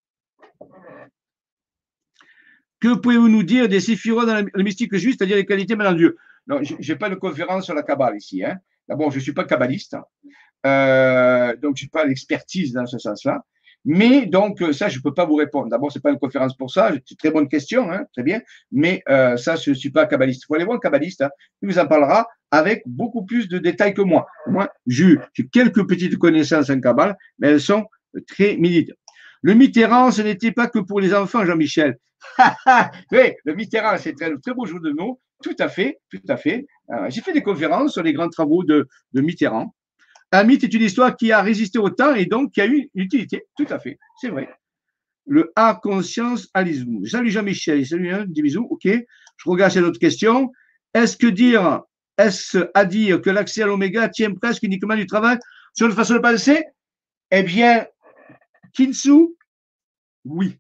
Que pouvez-vous nous dire des séphirotes dans le mystique juif, c'est-à-dire les qualités mêlant Dieu? Non, je n'ai pas de conférence sur la Kabbale ici. Hein. D'abord, je ne suis pas kabbaliste, euh, donc je n'ai pas l'expertise dans ce sens-là. Mais donc, ça, je ne peux pas vous répondre. D'abord, ce n'est pas une conférence pour ça. C'est une très bonne question, hein, très bien. Mais euh, ça, je ne suis pas kabbaliste. Il faut aller voir un kabbaliste. Hein, il vous en parlera avec beaucoup plus de détails que moi. Moi, j'ai quelques petites connaissances en Kabbale, mais elles sont très militantes. Le Mitterrand, ce n'était pas que pour les enfants, Jean-Michel. Oui, le Mitterrand, c'est un très beau jeu de mots. Tout à fait, tout à fait. Euh, j'ai fait des conférences sur les grands travaux de, de Mitterrand. Un mythe est une histoire qui a résisté au temps et donc qui a eu une utilité. Tout à fait, c'est vrai. Le A conscience alisme. Salut Jean-Michel, salut, hein, des bisous, ok. Je regarde cette autre question. Est-ce que dire, est-ce à dire que l'accès à l'oméga tient presque uniquement du travail sur une façon de penser? Eh bien, Kinsu, oui.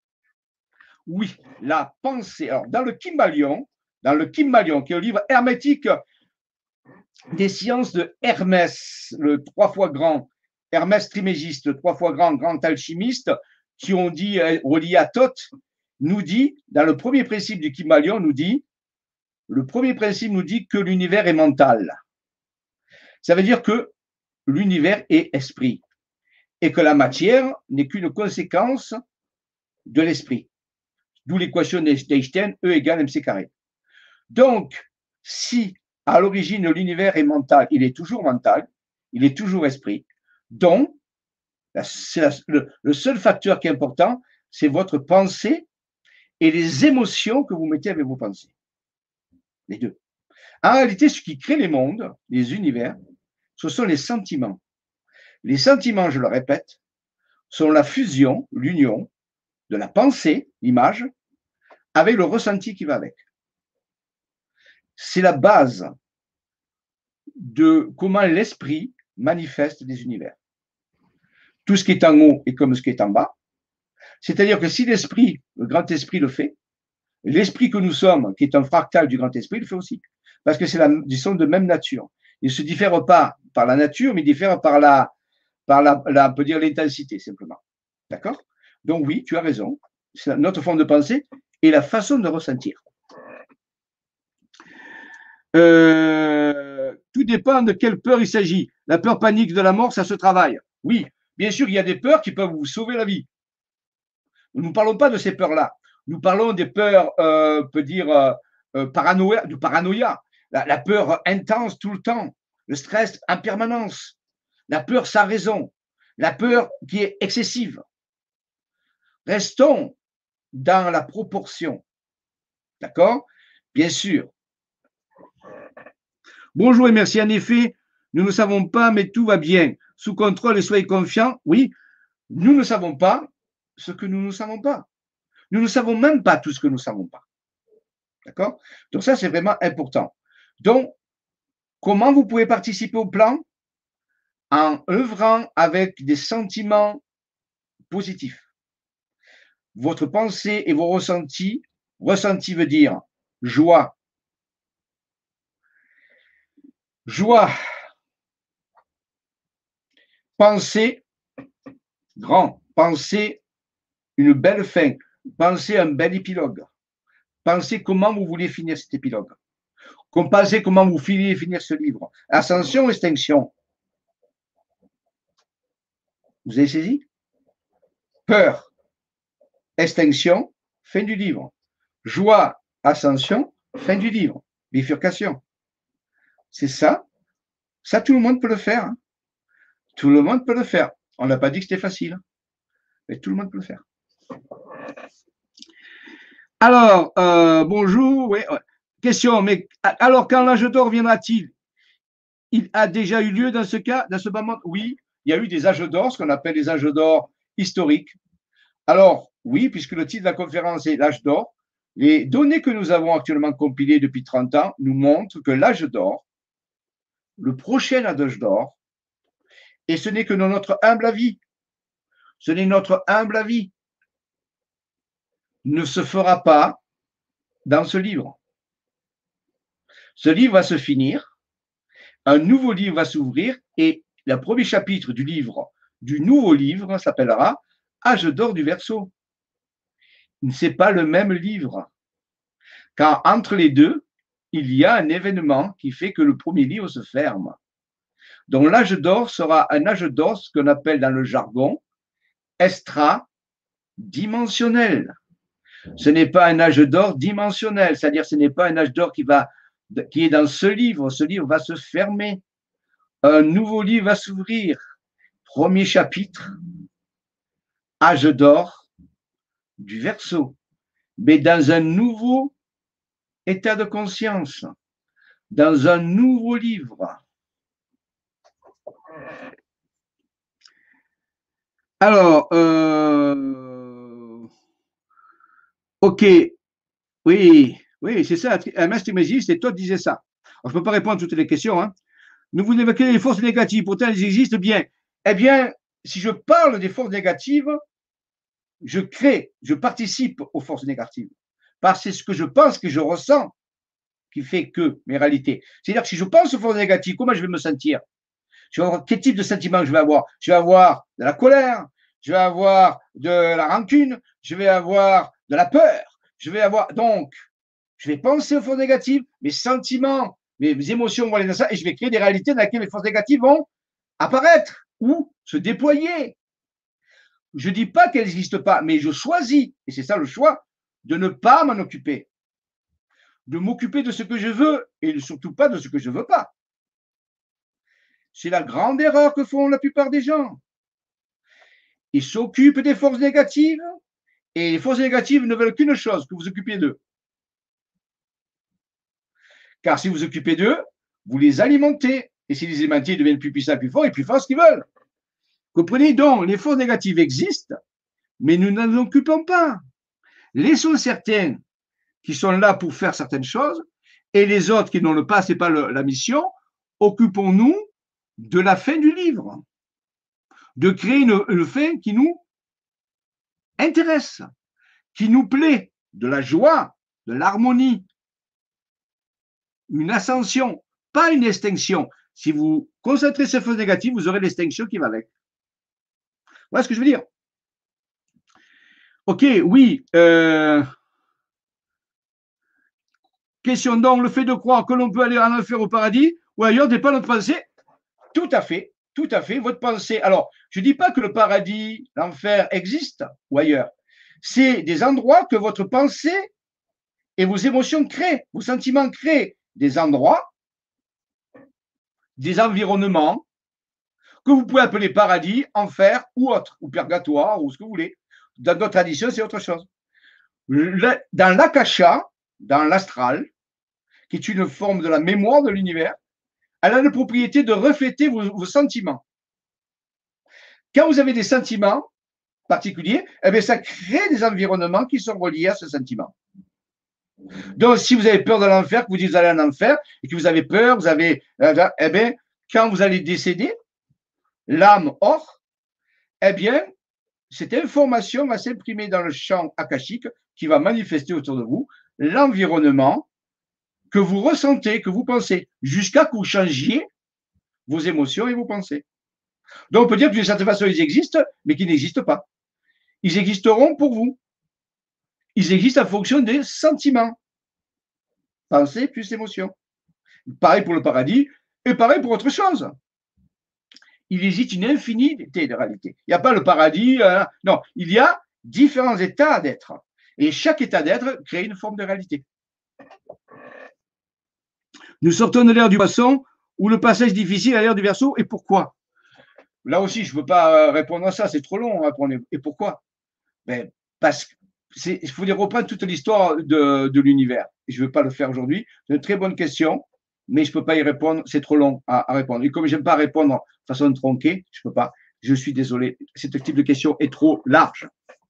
Oui, la pensée. Alors, dans le Kybalion, dans le Kybalion, qui est le livre hermétique des sciences de Hermès, le trois fois grand, Hermès Trismégiste, le trois fois grand, grand alchimiste, qui ont dit, relié à Thoth, nous dit, dans le premier principe du Kybalion, nous dit, le premier principe nous dit que l'univers est mental. Ça veut dire que l'univers est esprit et que la matière n'est qu'une conséquence de l'esprit. D'où l'équation d'Einstein, E égale mc carré. Donc, si à l'origine l'univers est mental, il est toujours mental, il est toujours esprit. Donc, la, la, le, le seul facteur qui est important, c'est votre pensée et les émotions que vous mettez avec vos pensées. Les deux. En réalité, ce qui crée les mondes, les univers, ce sont les sentiments. Les sentiments, je le répète, sont la fusion, l'union de la pensée, l'image, avec le ressenti qui va avec. C'est la base de comment l'esprit manifeste des univers. Tout ce qui est en haut est comme ce qui est en bas. C'est-à-dire que si l'esprit, le grand esprit le fait, l'esprit que nous sommes, qui est un fractal du grand esprit, le fait aussi. Parce que c'est la, ils sont de même nature. Ils ne se diffèrent pas par la nature, mais ils diffèrent par la, par la, la on peut dire l'intensité, simplement. D'accord? Donc oui, tu as raison. C'est notre forme de pensée et la façon de ressentir. Euh, tout dépend de quelle peur il s'agit. La peur panique de la mort, ça se travaille. Oui, bien sûr, il y a des peurs qui peuvent vous sauver la vie. Nous ne parlons pas de ces peurs-là. Nous parlons des peurs, euh, on peut dire, euh, euh, paranoïa, du paranoïa, la, la peur intense tout le temps, le stress en permanence, la peur sans raison, la peur qui est excessive. Restons dans la proportion. D'accord? Bien sûr. Bonjour et merci. En effet, nous ne savons pas, mais tout va bien. Sous contrôle et soyez confiants. Oui, nous ne savons pas ce que nous ne savons pas. Nous ne savons même pas tout ce que nous ne savons pas. D'accord? Donc ça, c'est vraiment important. Donc, comment vous pouvez participer au plan? En œuvrant avec des sentiments positifs. Votre pensée et vos ressentis, ressenti veut dire joie. Joie. Pensez grand. Pensez une belle fin. Pensez un bel épilogue. Pensez comment vous voulez finir cet épilogue. Pensez comment vous voulez finir ce livre. Ascension, extinction. Vous avez saisi? Peur, extinction, fin du livre. Joie, ascension, fin du livre. Bifurcation. C'est ça. Ça, tout le monde peut le faire. Hein. Tout le monde peut le faire. On n'a pas dit que c'était facile. Hein. Mais tout le monde peut le faire. Alors, euh, bonjour. Oui, ouais. Question, mais alors quand l'âge d'or viendra-t-il? Il a déjà eu lieu dans ce cas, dans ce moment? Oui, il y a eu des âges d'or, ce qu'on appelle les âges d'or historiques. Alors, oui, puisque le titre de la conférence est l'âge d'or, les données que nous avons actuellement compilées depuis trente ans nous montrent que l'âge d'or, le prochain âge d'or, et ce n'est que dans notre humble avis, ce n'est notre humble avis, ne se fera pas dans ce livre. Ce livre va se finir, un nouveau livre va s'ouvrir et le premier chapitre du livre, du nouveau livre, s'appellera Âge d'or du Verseau. Ce n'est pas le même livre, car entre les deux, il y a un événement qui fait que le premier livre se ferme. Donc l'âge d'or sera un âge d'or, ce qu'on appelle dans le jargon, extra-dimensionnel. Ce n'est pas un âge d'or dimensionnel, c'est-à-dire ce n'est pas un âge d'or qui, va, qui est dans ce livre. Ce livre va se fermer. Un nouveau livre va s'ouvrir. Premier chapitre, âge d'or du Verseau, mais dans un nouveau état de conscience, dans un nouveau livre. Alors, euh, ok, oui, oui, c'est ça. Hermès Trismégisте, c'est toi qui disais ça. Alors, je ne peux pas répondre à toutes les questions. Hein. Nous vous évoquez les forces négatives, pourtant elles existent bien. Eh bien, si je parle des forces négatives, je crée, je participe aux forces négatives. Parce que c'est ce que je pense, que je ressens, qui fait que mes réalités. C'est-à-dire que si je pense aux forces négatives, comment je vais me sentir? Je vais avoir quel type de sentiment je vais avoir? Je vais avoir de la colère, je vais avoir de la rancune, je vais avoir de la peur, je vais avoir. Donc, je vais penser aux forces négatives, mes sentiments, mes émotions vont aller dans ça, et je vais créer des réalités dans lesquelles les forces négatives vont apparaître ou se déployer. Je ne dis pas qu'elles n'existent pas, mais je choisis, et c'est ça le choix, de ne pas m'en occuper, de m'occuper de ce que je veux et surtout pas de ce que je ne veux pas. C'est la grande erreur que font la plupart des gens. Ils s'occupent des forces négatives et les forces négatives ne veulent qu'une chose, que vous occupiez d'eux. Car si vous occupez d'eux, vous les alimentez. Et si les alimentez, ils deviennent plus puissants, plus forts et plus forts ce qu'ils veulent. Comprenez donc, les forces négatives existent, mais nous n'en occupons pas. Laissons certains qui sont là pour faire certaines choses et les autres qui n'ont le pas, ce n'est pas le, la mission, occupons-nous de la fin du livre, de créer une, une fin qui nous intéresse, qui nous plaît, de la joie, de l'harmonie, une ascension, pas une extinction. Si vous concentrez sur ces forces négatives, vous aurez l'extinction qui va avec. Voilà ce que je veux dire. Ok, oui. Euh... Question donc, le fait de croire que l'on peut aller en enfer au paradis, ou ailleurs dépend notre pensée. Tout à fait, tout à fait. Votre pensée. Alors, je ne dis pas que le paradis, l'enfer existe ou ailleurs. C'est des endroits que votre pensée et vos émotions créent, vos sentiments créent des endroits, des environnements que vous pouvez appeler paradis, enfer ou autre, ou purgatoire, ou ce que vous voulez. Dans d'autres traditions, c'est autre chose. Dans l'akasha, dans l'astral, qui est une forme de la mémoire de l'univers, elle a la propriété de refléter vos, vos sentiments. Quand vous avez des sentiments particuliers, eh bien, ça crée des environnements qui sont reliés à ce sentiment. Donc, si vous avez peur de l'enfer, que vous dites que vous allez en enfer, et que vous avez peur, vous avez, eh bien, quand vous allez décéder, l'âme hors, eh bien, cette information va s'imprimer dans le champ akashique qui va manifester autour de vous l'environnement que vous ressentez, que vous pensez, jusqu'à que vous changiez vos émotions et vos pensées. Donc, on peut dire que d'une certaine façon, ils existent, mais qu'ils n'existent pas. Ils existeront pour vous. Ils existent en fonction des sentiments. Pensée plus émotion. Pareil pour le paradis et pareil pour autre chose. Il existe une infinité de réalités. Il n'y a pas le paradis. Euh, non, il y a différents états d'être. Et chaque état d'être crée une forme de réalité. Nous sortons de l'ère du poisson où le passage difficile à l'ère du Verseau. Et pourquoi? Là aussi, je ne peux pas répondre à ça. C'est trop long à répondre. Et pourquoi? Ben, parce qu'il faut reprendre toute l'histoire de, de l'univers. Et je ne veux pas le faire aujourd'hui. C'est une très bonne question, mais je ne peux pas y répondre. C'est trop long à, à répondre. Et comme je n'aime pas répondre de façon tronquée, je ne peux pas. Je suis désolé. Ce type de question est trop large.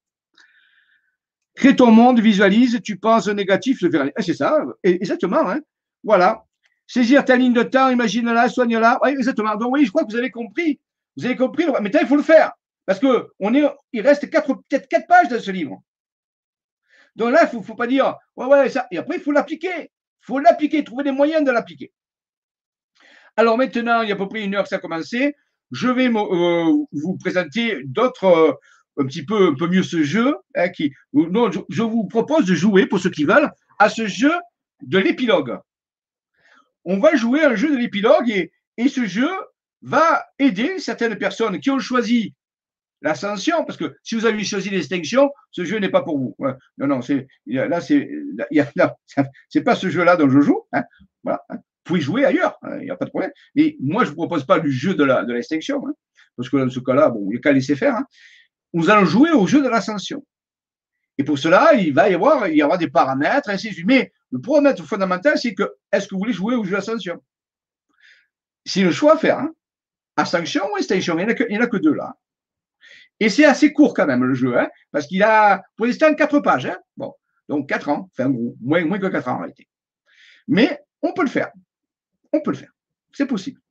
Crée ton monde, visualise, tu penses au négatif, le verras. C'est ça, exactement. Hein. Voilà. Saisir ta ligne de temps, imagine-la, soigne-la. Oui, exactement. Donc oui, je crois que vous avez compris. Vous avez compris. Mais il faut le faire. Parce que on est, il reste quatre, peut-être quatre pages dans ce livre. Donc là, il ne faut, faut pas dire, ouais, ouais, ça. Et après, il faut l'appliquer. Il faut l'appliquer, trouver des moyens de l'appliquer. Alors maintenant, il y a à peu près une heure que ça a commencé. Je vais euh, vous présenter d'autres, euh, un petit peu, un peu mieux ce jeu. Hein, qui, non, je, je vous propose de jouer, pour ceux qui veulent, à ce jeu de l'épilogue. On va jouer à un jeu de l'épilogue et, et ce jeu va aider certaines personnes qui ont choisi l'ascension, parce que si vous avez choisi l'extinction, ce jeu n'est pas pour vous. Ouais. Non, non, c'est là, c'est c'est pas ce jeu-là dont je joue. Hein. Voilà. Hein. Vous pouvez jouer ailleurs, il hein, n'y a pas de problème. Mais moi, je ne vous propose pas du jeu de la de l'extinction, hein, parce que dans ce cas-là, bon, il n'y a qu'à laisser faire. Hein. Nous allons jouer au jeu de l'ascension. Et pour cela, il va y avoir, il y aura des paramètres, ainsi de suite. Mais le paramètre fondamental, c'est que est-ce que vous voulez jouer au jeu d'ascension? C'est le choix à faire. Hein. Ascension ou extinction, il n'y en, en a que deux là. Et c'est assez court quand même le jeu, hein, parce qu'il a pour l'instant quatre pages. Hein. Bon, donc quatre ans, enfin moins, moins que quatre ans en réalité. Mais on peut le faire. On peut le faire. C'est possible.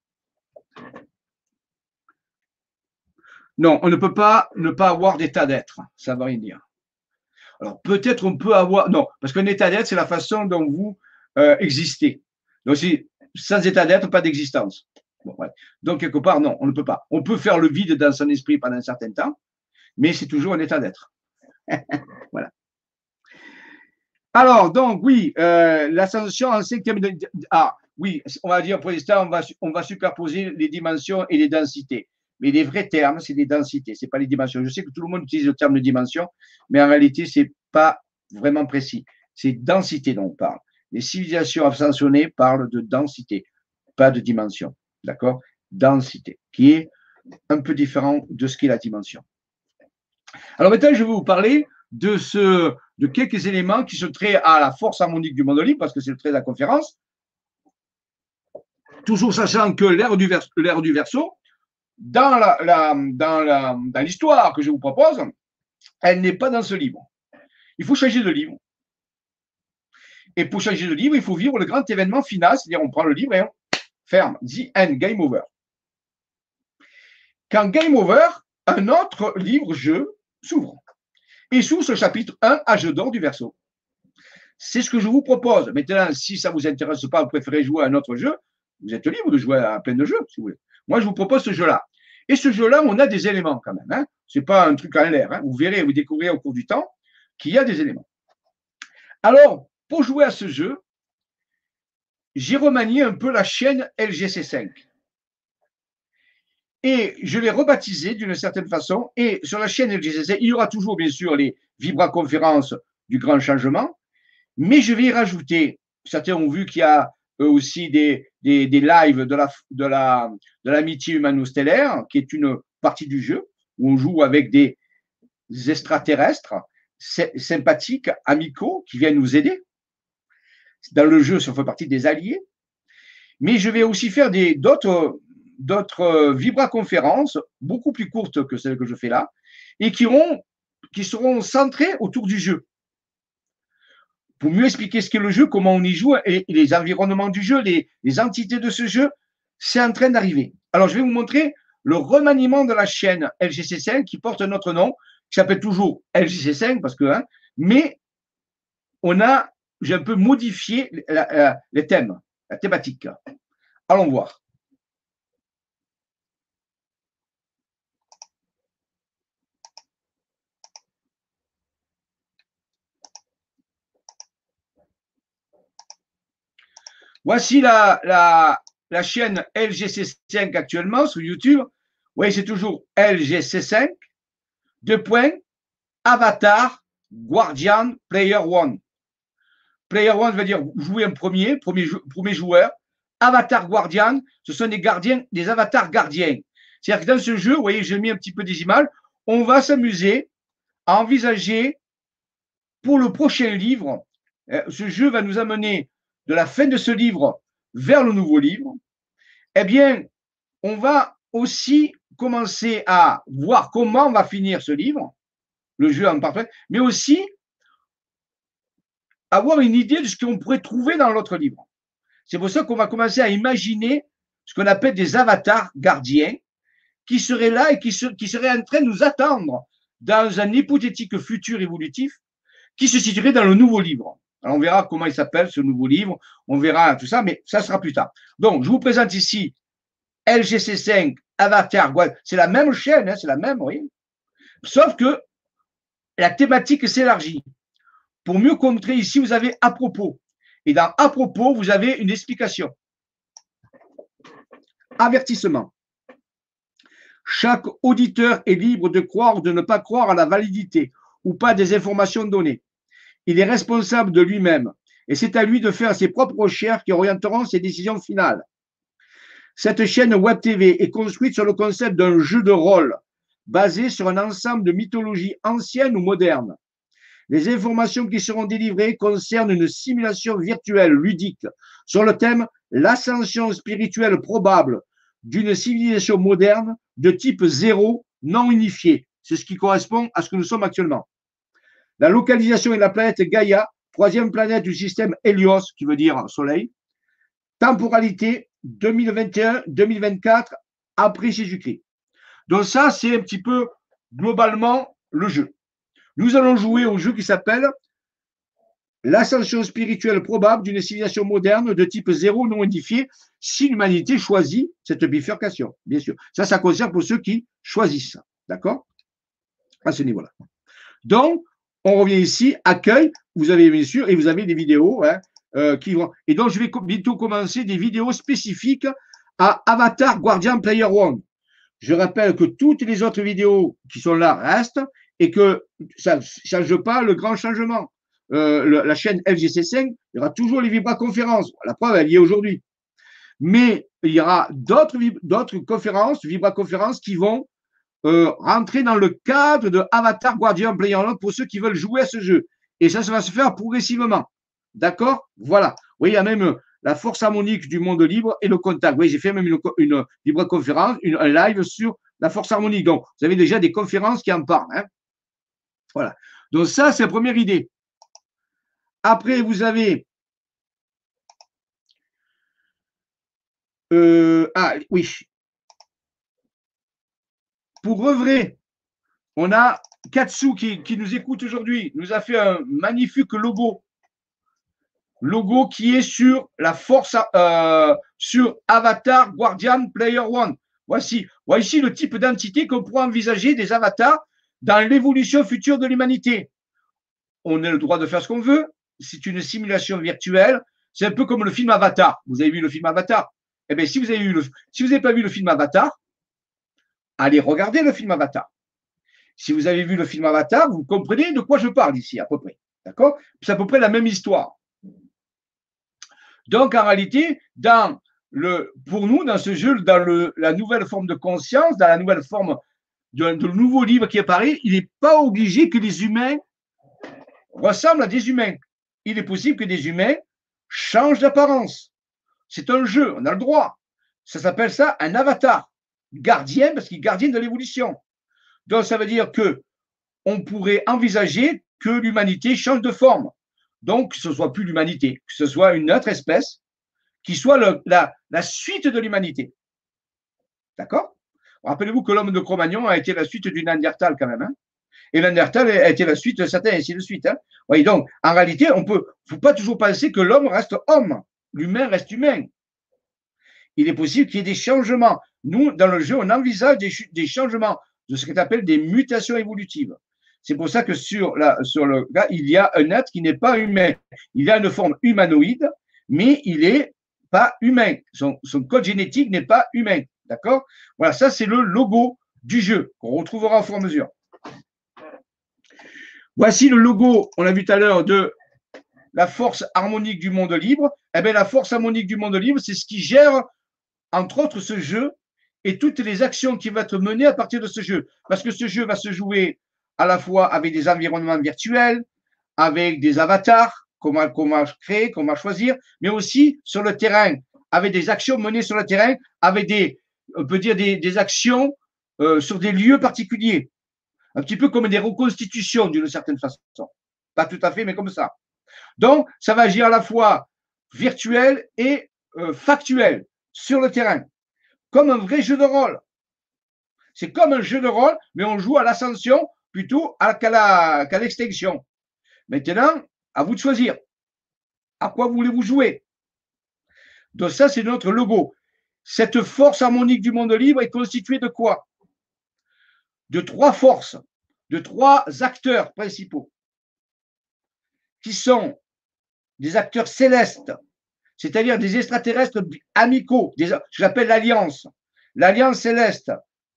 Non, on ne peut pas ne pas avoir d'état d'être. Ça ne veut rien dire. Alors peut-être on peut avoir. Non, parce qu'un état d'être, c'est la façon dont vous euh, existez. Donc c'est sans état d'être, pas d'existence. Bon, ouais. Donc, quelque part, non, on ne peut pas. On peut faire le vide dans son esprit pendant un certain temps, mais c'est toujours un état d'être. Voilà. Alors, donc, oui, euh, l'ascension en cinquième. De... Ah, oui, on va dire pour l'instant, on va, on va superposer les dimensions et les densités. Mais les vrais termes, c'est les densités, ce n'est pas les dimensions. Je sais que tout le monde utilise le terme de dimension, mais en réalité, ce n'est pas vraiment précis. C'est densité dont on parle. Les civilisations ascensionnées parlent de densité, pas de dimension. D'accord? Densité, qui est un peu différent de ce qu'est la dimension. Alors maintenant, je vais vous parler de, ce, de quelques éléments qui sont traits à la force harmonique du monde libre, parce que c'est le trait de la conférence. Toujours sachant que l'ère du, vers, l'ère du Verseau, dans, la, la, dans, la, dans l'histoire que je vous propose, elle n'est pas dans ce livre. Il faut changer de livre. Et pour changer de livre, il faut vivre le grand événement final, c'est-à-dire on prend le livre et on ferme, the end, game over. Quand game over, un autre livre-jeu s'ouvre. Et s'ouvre ce chapitre un, Âge d'or du Verseau. C'est ce que je vous propose. Maintenant, si ça ne vous intéresse pas, vous préférez jouer à un autre jeu, vous êtes libre de jouer à plein de jeux, si vous voulez. Moi, je vous propose ce jeu-là. Et ce jeu-là, on a des éléments quand même. Hein. Ce n'est pas un truc en l'air. Hein. Vous verrez, vous découvrirez au cours du temps qu'il y a des éléments. Alors, pour jouer à ce jeu, j'ai remanié un peu la chaîne L G C cinq. Et je l'ai rebaptisée d'une certaine façon. Et sur la chaîne L G C cinq, il y aura toujours, bien sûr, les vibraconférences du grand changement. Mais je vais y rajouter, certains ont vu qu'il y a euh, aussi des, des, des lives de la, de la, de l'amitié humano-stellaire, qui est une partie du jeu, où on joue avec des extraterrestres sympathiques, amicaux, qui viennent nous aider. Dans le jeu, ça fait partie des alliés. Mais je vais aussi faire des, d'autres, d'autres vibraconférences, beaucoup plus courtes que celles que je fais là, et qui, auront, qui seront centrées autour du jeu. Pour mieux expliquer ce qu'est le jeu, comment on y joue et les environnements du jeu, les, les entités de ce jeu, c'est en train d'arriver. Alors, je vais vous montrer le remaniement de la chaîne L G C cinq qui porte notre nom, qui s'appelle toujours L G C cinq, parce que, hein, mais on a, j'ai un peu modifié la, la, les thèmes, la thématique. Allons voir. Voici la, la, la chaîne L G C cinq actuellement sur YouTube. Vous voyez, c'est toujours L G C cinq, deux points, Avatar, Guardian, Player One. Player One veut dire jouer un premier, premier, premier joueur. Avatar Guardian, ce sont des gardiens, des avatars gardiens. C'est-à-dire que dans ce jeu, vous voyez, j'ai mis un petit peu des images, on va s'amuser à envisager pour le prochain livre. Ce jeu va nous amener de la fin de ce livre vers le nouveau livre. Eh bien, on va aussi commencer à voir comment on va finir ce livre, le jeu en parfait, mais aussi avoir une idée de ce qu'on pourrait trouver dans l'autre livre. C'est pour ça qu'on va commencer à imaginer ce qu'on appelle des avatars gardiens qui seraient là et qui, se, qui seraient en train de nous attendre dans un hypothétique futur évolutif qui se situerait dans le nouveau livre. Alors on verra comment il s'appelle ce nouveau livre, on verra tout ça, mais ça sera plus tard. Donc, je vous présente ici L G C cinq, Avatar, c'est la même chaîne, hein, c'est la même, oui. Sauf que la thématique s'élargit. Pour mieux contrer, ici, vous avez à propos. Et dans à propos, vous avez une explication. Avertissement. Chaque auditeur est libre de croire ou de ne pas croire à la validité ou pas des informations données. Il est responsable de lui-même et c'est à lui de faire ses propres recherches qui orienteront ses décisions finales. Cette chaîne Web T V est construite sur le concept d'un jeu de rôle basé sur un ensemble de mythologies anciennes ou modernes. Les informations qui seront délivrées concernent une simulation virtuelle ludique sur le thème « L'ascension spirituelle probable d'une civilisation moderne de type zéro non unifié ». C'est ce qui correspond à ce que nous sommes actuellement. La localisation est la planète Gaïa, troisième planète du système Hélios, qui veut dire Soleil. Temporalité deux mille vingt et un deux mille vingt-quatre, après Jésus-Christ. Donc ça, c'est un petit peu globalement le jeu. Nous allons jouer au jeu qui s'appelle l'ascension spirituelle probable d'une civilisation moderne de type zéro non unifié si l'humanité choisit cette bifurcation, bien sûr. Ça, ça concerne pour ceux qui choisissent. D'accord? À ce niveau-là. Donc, on revient ici, accueil, vous avez bien sûr, et vous avez des vidéos hein, euh, qui vont. Et donc, je vais bientôt commencer des vidéos spécifiques à Avatar Guardian Player One. Je rappelle que toutes les autres vidéos qui sont là restent et que ça ne change pas le grand changement. Euh, le, la chaîne L G C cinq, il y aura toujours les vibraconférences. La preuve, elle y est aujourd'hui. Mais il y aura d'autres d'autres conférences, vibraconférences qui vont euh, rentrer dans le cadre de Avatar Guardian Player One pour ceux qui veulent jouer à ce jeu. Et ça, ça va se faire progressivement. D'accord? Voilà. Oui, il y a même la force harmonique du monde libre et le contact. Oui, j'ai fait même une, une vibra-conférence, une, un live sur la force harmonique. Donc, vous avez déjà des conférences qui en parlent. Hein. Voilà. Donc, ça, c'est la première idée. Après, vous avez… Euh, ah, oui. Pour œuvrer, on a Katsu qui, qui nous écoute aujourd'hui, nous a fait un magnifique logo. Logo qui est sur la force, euh, sur Avatar Guardian Player One. Voici, voici le type d'entité qu'on pourra envisager des avatars dans l'évolution future de l'humanité. On a le droit de faire ce qu'on veut. C'est une simulation virtuelle. C'est un peu comme le film Avatar. Vous avez vu le film Avatar? Eh bien, si vous avez eu le, si vous n'avez pas vu le film Avatar, allez regarder le film Avatar. Si vous avez vu le film Avatar, vous comprenez de quoi je parle ici, à peu près. D'accord? C'est à peu près la même histoire. Donc, en réalité, dans le, pour nous, dans ce jeu, dans le, la nouvelle forme de conscience, dans la nouvelle forme de, de nouveau livre qui apparaît, il n'est pas obligé que les humains ressemblent à des humains. Il est possible que des humains changent d'apparence. C'est un jeu, on a le droit. Ça s'appelle ça un avatar. Gardien, parce qu'il est gardien de l'évolution. Donc, ça veut dire que on pourrait envisager que l'humanité change de forme. Donc, que ce ne soit plus l'humanité, que ce soit une autre espèce qui soit le, la, la suite de l'humanité. D'accord? Rappelez-vous que l'homme de Cro-Magnon a été la suite du Néandertal quand même. Hein, et le Néandertal a été la suite de Satan, et ainsi de suite. Hein. Oui, donc, en réalité, on peut, faut pas toujours penser que l'homme reste homme. L'humain reste humain. Il est possible qu'il y ait des changements. Nous, dans le jeu, on envisage des, des changements de ce qu'on appelle des mutations évolutives. C'est pour ça que sur, la, sur le cas, il y a un être qui n'est pas humain. Il a une forme humanoïde, mais il n'est pas humain. Son, son code génétique n'est pas humain. D'accord? Voilà, ça, c'est le logo du jeu qu'on retrouvera au fur et à mesure. Voici le logo, on l'a vu tout à l'heure, de la force harmonique du monde libre. Eh bien, la force harmonique du monde libre, c'est ce qui gère, entre autres, ce jeu et toutes les actions qui vont être menées à partir de ce jeu. Parce que ce jeu va se jouer à la fois avec des environnements virtuels, avec des avatars qu'on va, qu'on va créer, qu'on va choisir, mais aussi sur le terrain, avec des actions menées sur le terrain, avec des, on peut dire des, des actions euh, sur des lieux particuliers. Un petit peu comme des reconstitutions d'une certaine façon. Pas tout à fait, mais comme ça. Donc, ça va agir à la fois virtuel et euh, factuel sur le terrain, comme un vrai jeu de rôle. C'est comme un jeu de rôle, mais on joue à l'ascension plutôt qu'à la, qu'à l'extinction. Maintenant, à vous de choisir. À quoi voulez-vous jouer? Donc ça, c'est notre logo. Cette force harmonique du monde libre est constituée de quoi? De trois forces, de trois acteurs principaux, qui sont des acteurs célestes, c'est-à-dire des extraterrestres amicaux, des, ce que j'appelle l'Alliance. L'Alliance céleste,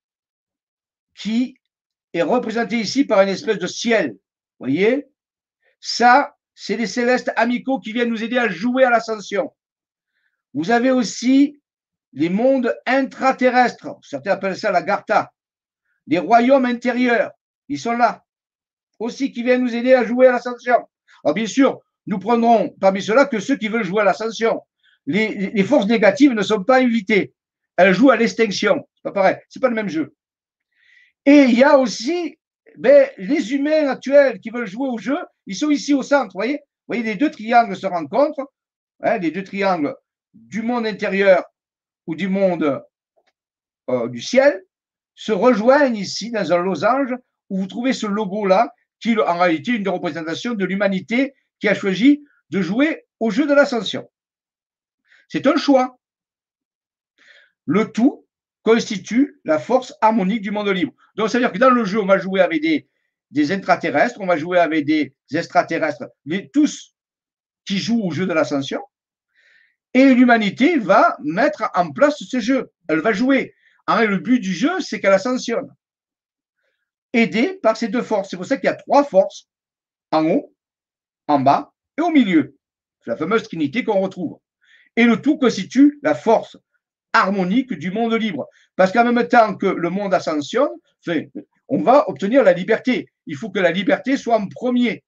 qui est représentée ici par une espèce de ciel. Vous voyez? Ça, c'est les célestes amicaux qui viennent nous aider à jouer à l'ascension. Vous avez aussi les mondes intraterrestres, certains appellent ça la Gartha, les royaumes intérieurs, ils sont là, aussi qui viennent nous aider à jouer à l'ascension. Alors bien sûr, nous prendrons parmi ceux-là que ceux qui veulent jouer à l'ascension. Les, les forces négatives ne sont pas invitées, elles jouent à l'extinction, c'est pas pareil, c'est pas le même jeu. Et il y a aussi ben, les humains actuels qui veulent jouer au jeu, ils sont ici au centre, vous voyez, vous voyez les deux triangles se rencontrent, hein, les deux triangles du monde intérieur ou du monde euh, du ciel se rejoignent ici dans un losange où vous trouvez ce logo-là qui est en réalité une représentation de l'humanité qui a choisi de jouer au jeu de l'ascension. C'est un choix. Le tout constitue la force harmonique du monde libre. Donc, ça veut dire que dans le jeu, on va jouer avec des, des intraterrestres, on va jouer avec des extraterrestres, mais tous qui jouent au jeu de l'ascension. Et l'humanité va mettre en place ce jeu. Elle va jouer. En fait, le but du jeu, c'est qu'elle ascensionne. Aidée par ces deux forces. C'est pour ça qu'il y a trois forces, en haut, en bas et au milieu. C'est la fameuse trinité qu'on retrouve. Et le tout constitue la force harmonique du monde libre. Parce qu'en même temps que le monde ascensionne, on va obtenir la liberté. Il faut que la liberté soit en premier.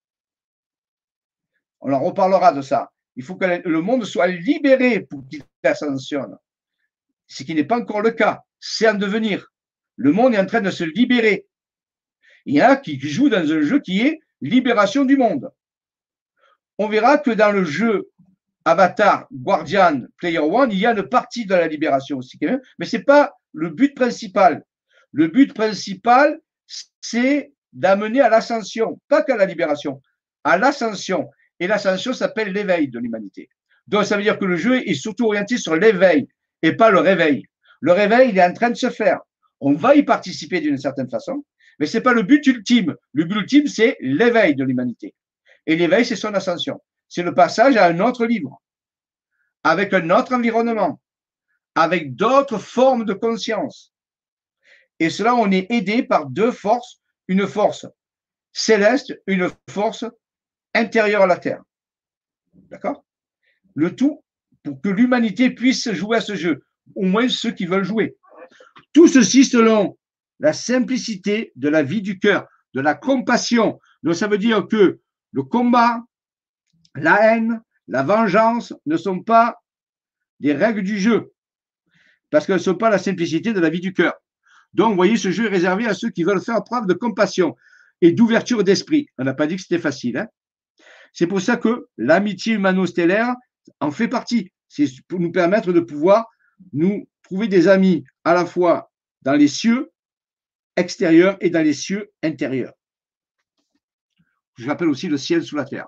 On en reparlera de ça. Il faut que le monde soit libéré pour qu'il ascensionne. Ce qui n'est pas encore le cas. C'est en devenir. Le monde est en train de se libérer. Il y en a qui jouent dans un jeu qui est libération du monde. On verra que dans le jeu Avatar, Guardian, Player One, il y a une partie de la libération aussi, mais ce n'est pas le but principal. Le but principal, c'est d'amener à l'ascension, pas qu'à la libération, à l'ascension. Et l'ascension s'appelle l'éveil de l'humanité. Donc, ça veut dire que le jeu est surtout orienté sur l'éveil et pas le réveil. Le réveil, il est en train de se faire. On va y participer d'une certaine façon, mais ce n'est pas le but ultime. Le but ultime, c'est l'éveil de l'humanité. Et l'éveil, c'est son ascension. c'est le passage à un autre livre, avec un autre environnement, avec d'autres formes de conscience. Et cela, on est aidé par deux forces, une force céleste, une force intérieure à la Terre. D'accord? Le tout pour que l'humanité puisse jouer à ce jeu, au moins ceux qui veulent jouer. Tout ceci selon la simplicité de la vie du cœur, de la compassion. Donc ça veut dire que le combat, la haine, la vengeance ne sont pas des règles du jeu, parce qu'elles ne sont pas la simplicité de la vie du cœur. Donc, vous voyez, ce jeu est réservé à ceux qui veulent faire preuve de compassion et d'ouverture d'esprit. On n'a pas dit que c'était facile. Hein. C'est pour ça que l'amitié humano-stellaire en fait partie. C'est pour nous permettre de pouvoir nous trouver des amis à la fois dans les cieux extérieurs et dans les cieux intérieurs. Je l'appelle aussi le ciel sous la terre.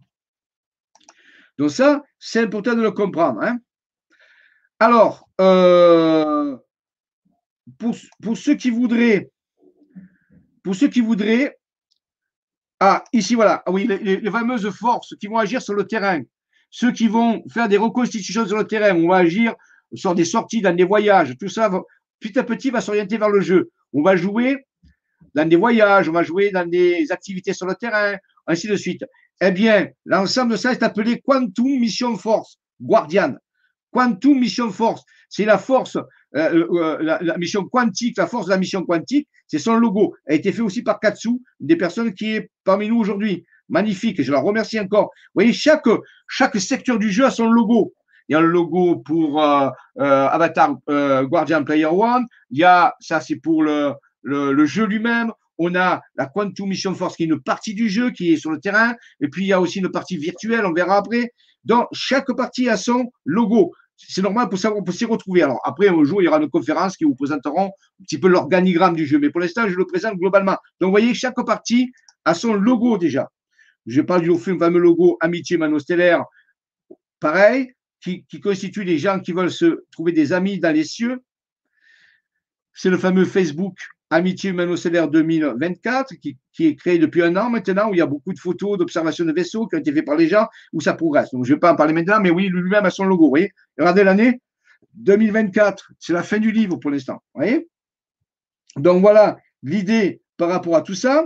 Donc ça, c'est important de le comprendre. Hein. Alors, euh, pour, pour ceux qui voudraient, pour ceux qui voudraient, ah, ici, voilà, ah oui, les, les fameuses forces qui vont agir sur le terrain, ceux qui vont faire des reconstitutions sur le terrain, on va agir sur des sorties, dans des voyages, tout ça, va, petit à petit, va s'orienter vers le jeu. On va jouer dans des voyages, on va jouer dans des activités sur le terrain, ainsi de suite. Eh bien, l'ensemble de ça est appelé Quantum Mission Force, Guardian. Quantum Mission Force, c'est la force, euh, euh, la, la mission quantique, la force de la mission quantique, c'est son logo. Elle a été fait aussi par Katsu, une des personnes qui est parmi nous aujourd'hui. Magnifique, je la remercie encore. Vous voyez, chaque, chaque secteur du jeu a son logo. Il y a le logo pour euh, euh, Avatar euh, Guardian Player One. Il y a, ça c'est pour le, le, le jeu lui-même. On a la Quantum Mission Force qui est une partie du jeu qui est sur le terrain. Et puis il y a aussi une partie virtuelle, on verra après. Donc chaque partie a son logo. C'est normal pour savoir, pour s'y retrouver. Alors après, un jour, il y aura une conférence qui vous présenteront un petit peu l'organigramme du jeu. Mais pour l'instant, je le présente globalement. Donc vous voyez, chaque partie a son logo déjà. Je parle du fameux logo Amitié Humano-Stellaire, pareil, qui, qui constitue les gens qui veulent se trouver des amis dans les cieux. C'est le fameux Facebook Amitié Humano-Stellaire deux mille vingt-quatre, qui, qui est créé depuis un an maintenant, où il y a beaucoup de photos d'observation de vaisseaux qui ont été faites par les gens, où ça progresse. Donc, je ne vais pas en parler maintenant, mais oui, lui-même a son logo. Vous voyez, regardez l'année deux mille vingt-quatre, c'est la fin du livre pour l'instant. Vous voyez? Donc, voilà l'idée par rapport à tout ça.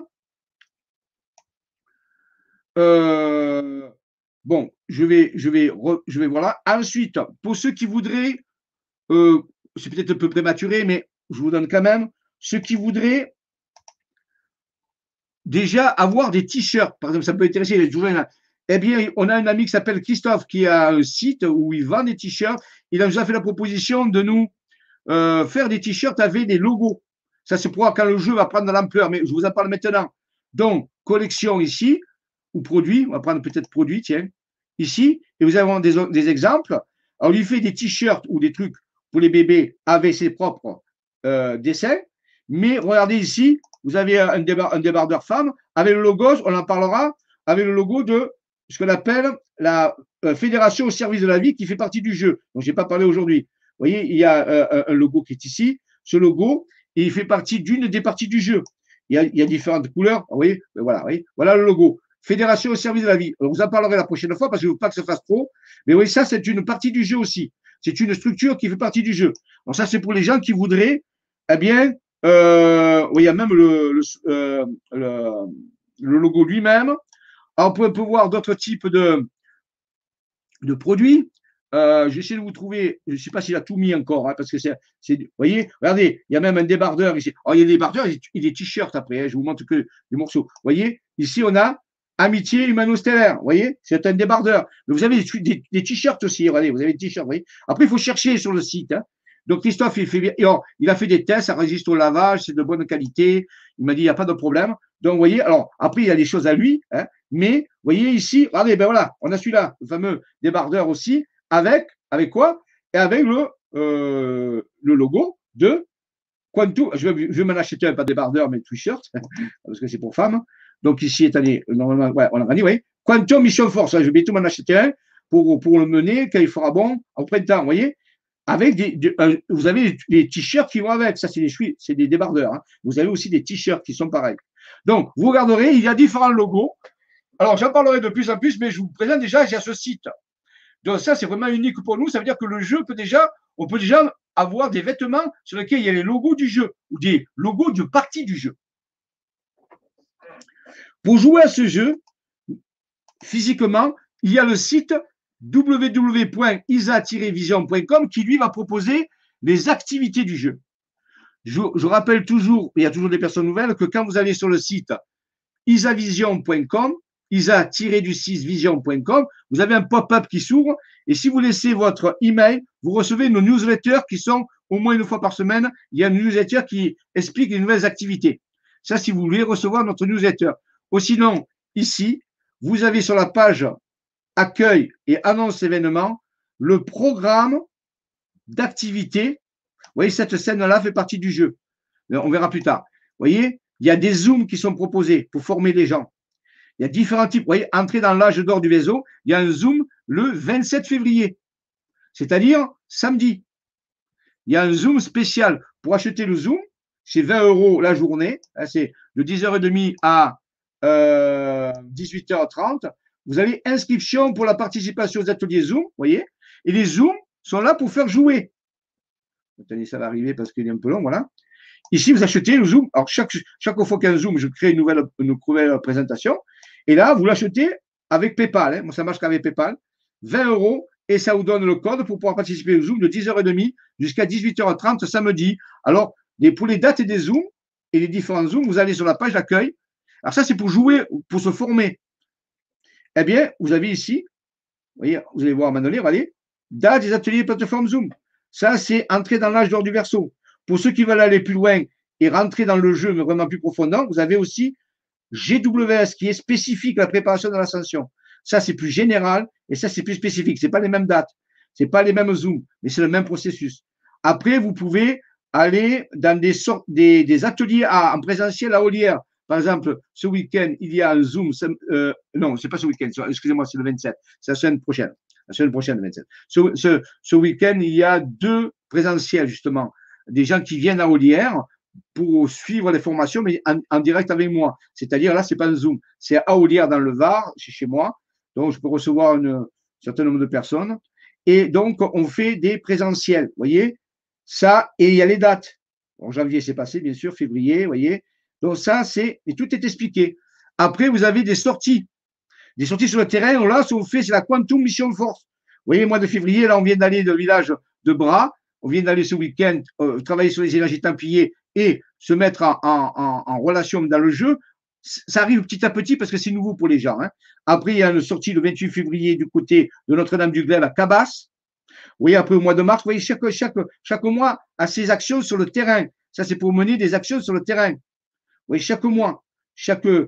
Euh, bon, je vais, je vais, je vais, voilà. Ensuite, pour ceux qui voudraient, euh, c'est peut-être un peu prématuré, mais je vous donne quand même, ceux qui voudraient déjà avoir des t-shirts, par exemple, ça peut intéresser les journalistes. Eh bien, on a un ami qui s'appelle Christophe qui a un site où il vend des t-shirts. Il nous a fait la proposition de nous euh, faire des t-shirts avec des logos. Ça, c'est pour quand le jeu va prendre de l'ampleur, mais je vous en parle maintenant. Donc, collection ici, ou produit, on va prendre peut-être produit, tiens, ici, et vous avez des, des exemples. Alors, on lui fait des t-shirts ou des trucs pour les bébés avec ses propres euh, dessins. Mais regardez ici, vous avez un, débar un débardeur femme avec le logo, on en parlera, avec le logo de ce qu'on appelle la euh, Fédération au service de la vie qui fait partie du jeu. Donc, je n'ai pas parlé aujourd'hui. Vous voyez, il y a euh, un logo qui est ici. Ce logo, et il fait partie d'une des parties du jeu. Il y a, il y a différentes couleurs. Vous voyez, voilà, vous voyez, voilà le logo. Fédération au service de la vie. On vous en parlerai la prochaine fois parce que je ne veux pas que ça fasse trop. Mais oui, ça, c'est une partie du jeu aussi. C'est une structure qui fait partie du jeu. Donc, ça, c'est pour les gens qui voudraient, eh bien, euh, oui, il y a même le, le, euh, le, le logo lui-même. On peut, peut voir d'autres types de, de produits. Euh, J'essaie de vous trouver, je ne sais pas s'il a tout mis encore, hein, parce que c'est, vous voyez, regardez, il y a même un débardeur ici. Oh, il y a des débardeurs et des t-shirts après, hein, je vous montre que des morceaux. Vous voyez, ici, on a Amitié Humano-Stellaire, vous voyez, c'est un débardeur. Mais vous avez des, des t-shirts aussi, regardez, vous avez des t-shirts, vous voyez. Après, il faut chercher sur le site. Hein. Donc, Christophe, il, fait bien, oh, il a fait des tests, ça résiste au lavage, c'est de bonne qualité. Il m'a dit, il n'y a pas de problème. Donc, vous voyez, alors, après, il y a des choses à lui, hein, mais, vous voyez ici, regardez, ben voilà, on a celui-là, le fameux débardeur aussi, avec, avec quoi? Et avec le, euh, le logo de Quantum. Je vais, je vais m'en acheter un, pas débardeur, mais t-shirt, parce que c'est pour femmes. Donc, ici, est allé, normalement, ouais, on a dit, oui, Quantum Mission Force, je vais bientôt m'en acheter un pour, pour le mener, quand il fera bon, au printemps, vous voyez? Avec des, des euh, vous avez les t-shirts qui vont avec, ça c'est des, c'est des débardeurs. Hein. Vous avez aussi des t-shirts qui sont pareils. Donc, vous regarderez, il y a différents logos. Alors, j'en parlerai de plus en plus, mais je vous présente déjà, j'ai ce site. Donc, ça, c'est vraiment unique pour nous. Ça veut dire que le jeu peut déjà, on peut déjà avoir des vêtements sur lesquels il y a les logos du jeu ou des logos de partie du jeu. Pour jouer à ce jeu, physiquement, il y a le site w w w point isa tiret vision point com qui, lui, va proposer les activités du jeu. Je, je rappelle toujours, il y a toujours des personnes nouvelles, que quand vous allez sur le site isa vision point com, isa du six vision point com, vous avez un pop-up qui s'ouvre et si vous laissez votre email, vous recevez nos newsletters qui sont au moins une fois par semaine. Il y a une newsletter qui explique les nouvelles activités. Ça, si vous voulez recevoir notre newsletter. Ou sinon, ici, vous avez sur la page accueil et annonce événements le programme d'activités. Vous voyez, cette scène-là fait partie du jeu. On verra plus tard. Vous voyez, il y a des zooms qui sont proposés pour former les gens. Il y a différents types. Vous voyez, entrer dans l'âge d'or du vaisseau, il y a un zoom le vingt-sept février, c'est-à-dire samedi. Il y a un zoom spécial. Pour acheter le zoom, c'est vingt euros la journée. C'est de dix heures trente à euh, dix-huit heures trente. Vous avez inscription pour la participation aux ateliers Zoom, vous voyez. Et les Zooms sont là pour faire jouer. Attendez, ça va arriver parce qu'il est un peu long, voilà. Ici, vous achetez le Zoom. Alors, chaque, chaque fois qu'il y a un Zoom, je crée une nouvelle, une nouvelle présentation. Et là, vous l'achetez avec PayPal. Hein. Moi, ça marche qu'avec PayPal. vingt euros et ça vous donne le code pour pouvoir participer au Zoom de dix heures trente jusqu'à dix-huit heures trente samedi. Alors, pour les dates des Zooms et les différents Zooms, vous allez sur la page d'accueil. Alors, ça, c'est pour jouer, pour se former. Eh bien, vous avez ici, vous voyez, vous allez voir à un moment donné, allez, date des ateliers plateforme Zoom. Ça, c'est entrer dans l'âge d'or du Verseau. Pour ceux qui veulent aller plus loin et rentrer dans le jeu, mais vraiment plus profondément, vous avez aussi G W S qui est spécifique à la préparation de l'ascension. Ça, c'est plus général et ça, c'est plus spécifique. Ce n'est pas les mêmes dates, ce n'est pas les mêmes Zooms, mais c'est le même processus. Après, vous pouvez aller dans des, sortes, des, des ateliers à, en présentiel à Olière. Par exemple, ce week-end, il y a un Zoom. Euh, non, ce n'est pas ce week-end, excusez-moi, c'est le vingt-sept. C'est la semaine prochaine. La semaine prochaine, le vingt-sept. Ce, ce, ce week-end, il y a deux présentiels, justement. Des gens qui viennent à Olière pour suivre les formations, mais en, en direct avec moi. C'est-à-dire, là, ce n'est pas un Zoom. C'est à Olière, dans le Var, c'est chez moi. Donc, je peux recevoir une, un certain nombre de personnes. Et donc, on fait des présentiels. Vous voyez, ça, et il y a les dates. En janvier, c'est passé, bien sûr, février, vous voyez. Donc ça, c'est, et tout est expliqué. Après, vous avez des sorties. Des sorties sur le terrain, là, ce qu'on fait, c'est la Quantum Mission Force. Vous voyez, mois de février, là, on vient d'aller au village de Bras, on vient d'aller ce week-end euh, travailler sur les énergies templiers et se mettre en, en, en relation dans le jeu. Ça arrive petit à petit parce que c'est nouveau pour les gens. Hein. Après, il y a une sortie le vingt-huit février du côté de Notre-Dame-du-Glaive à Cabas. Vous voyez, après au mois de mars, vous voyez, chaque, chaque, chaque mois a ses actions sur le terrain. Ça, c'est pour mener des actions sur le terrain. Vous voyez, chaque mois, chaque au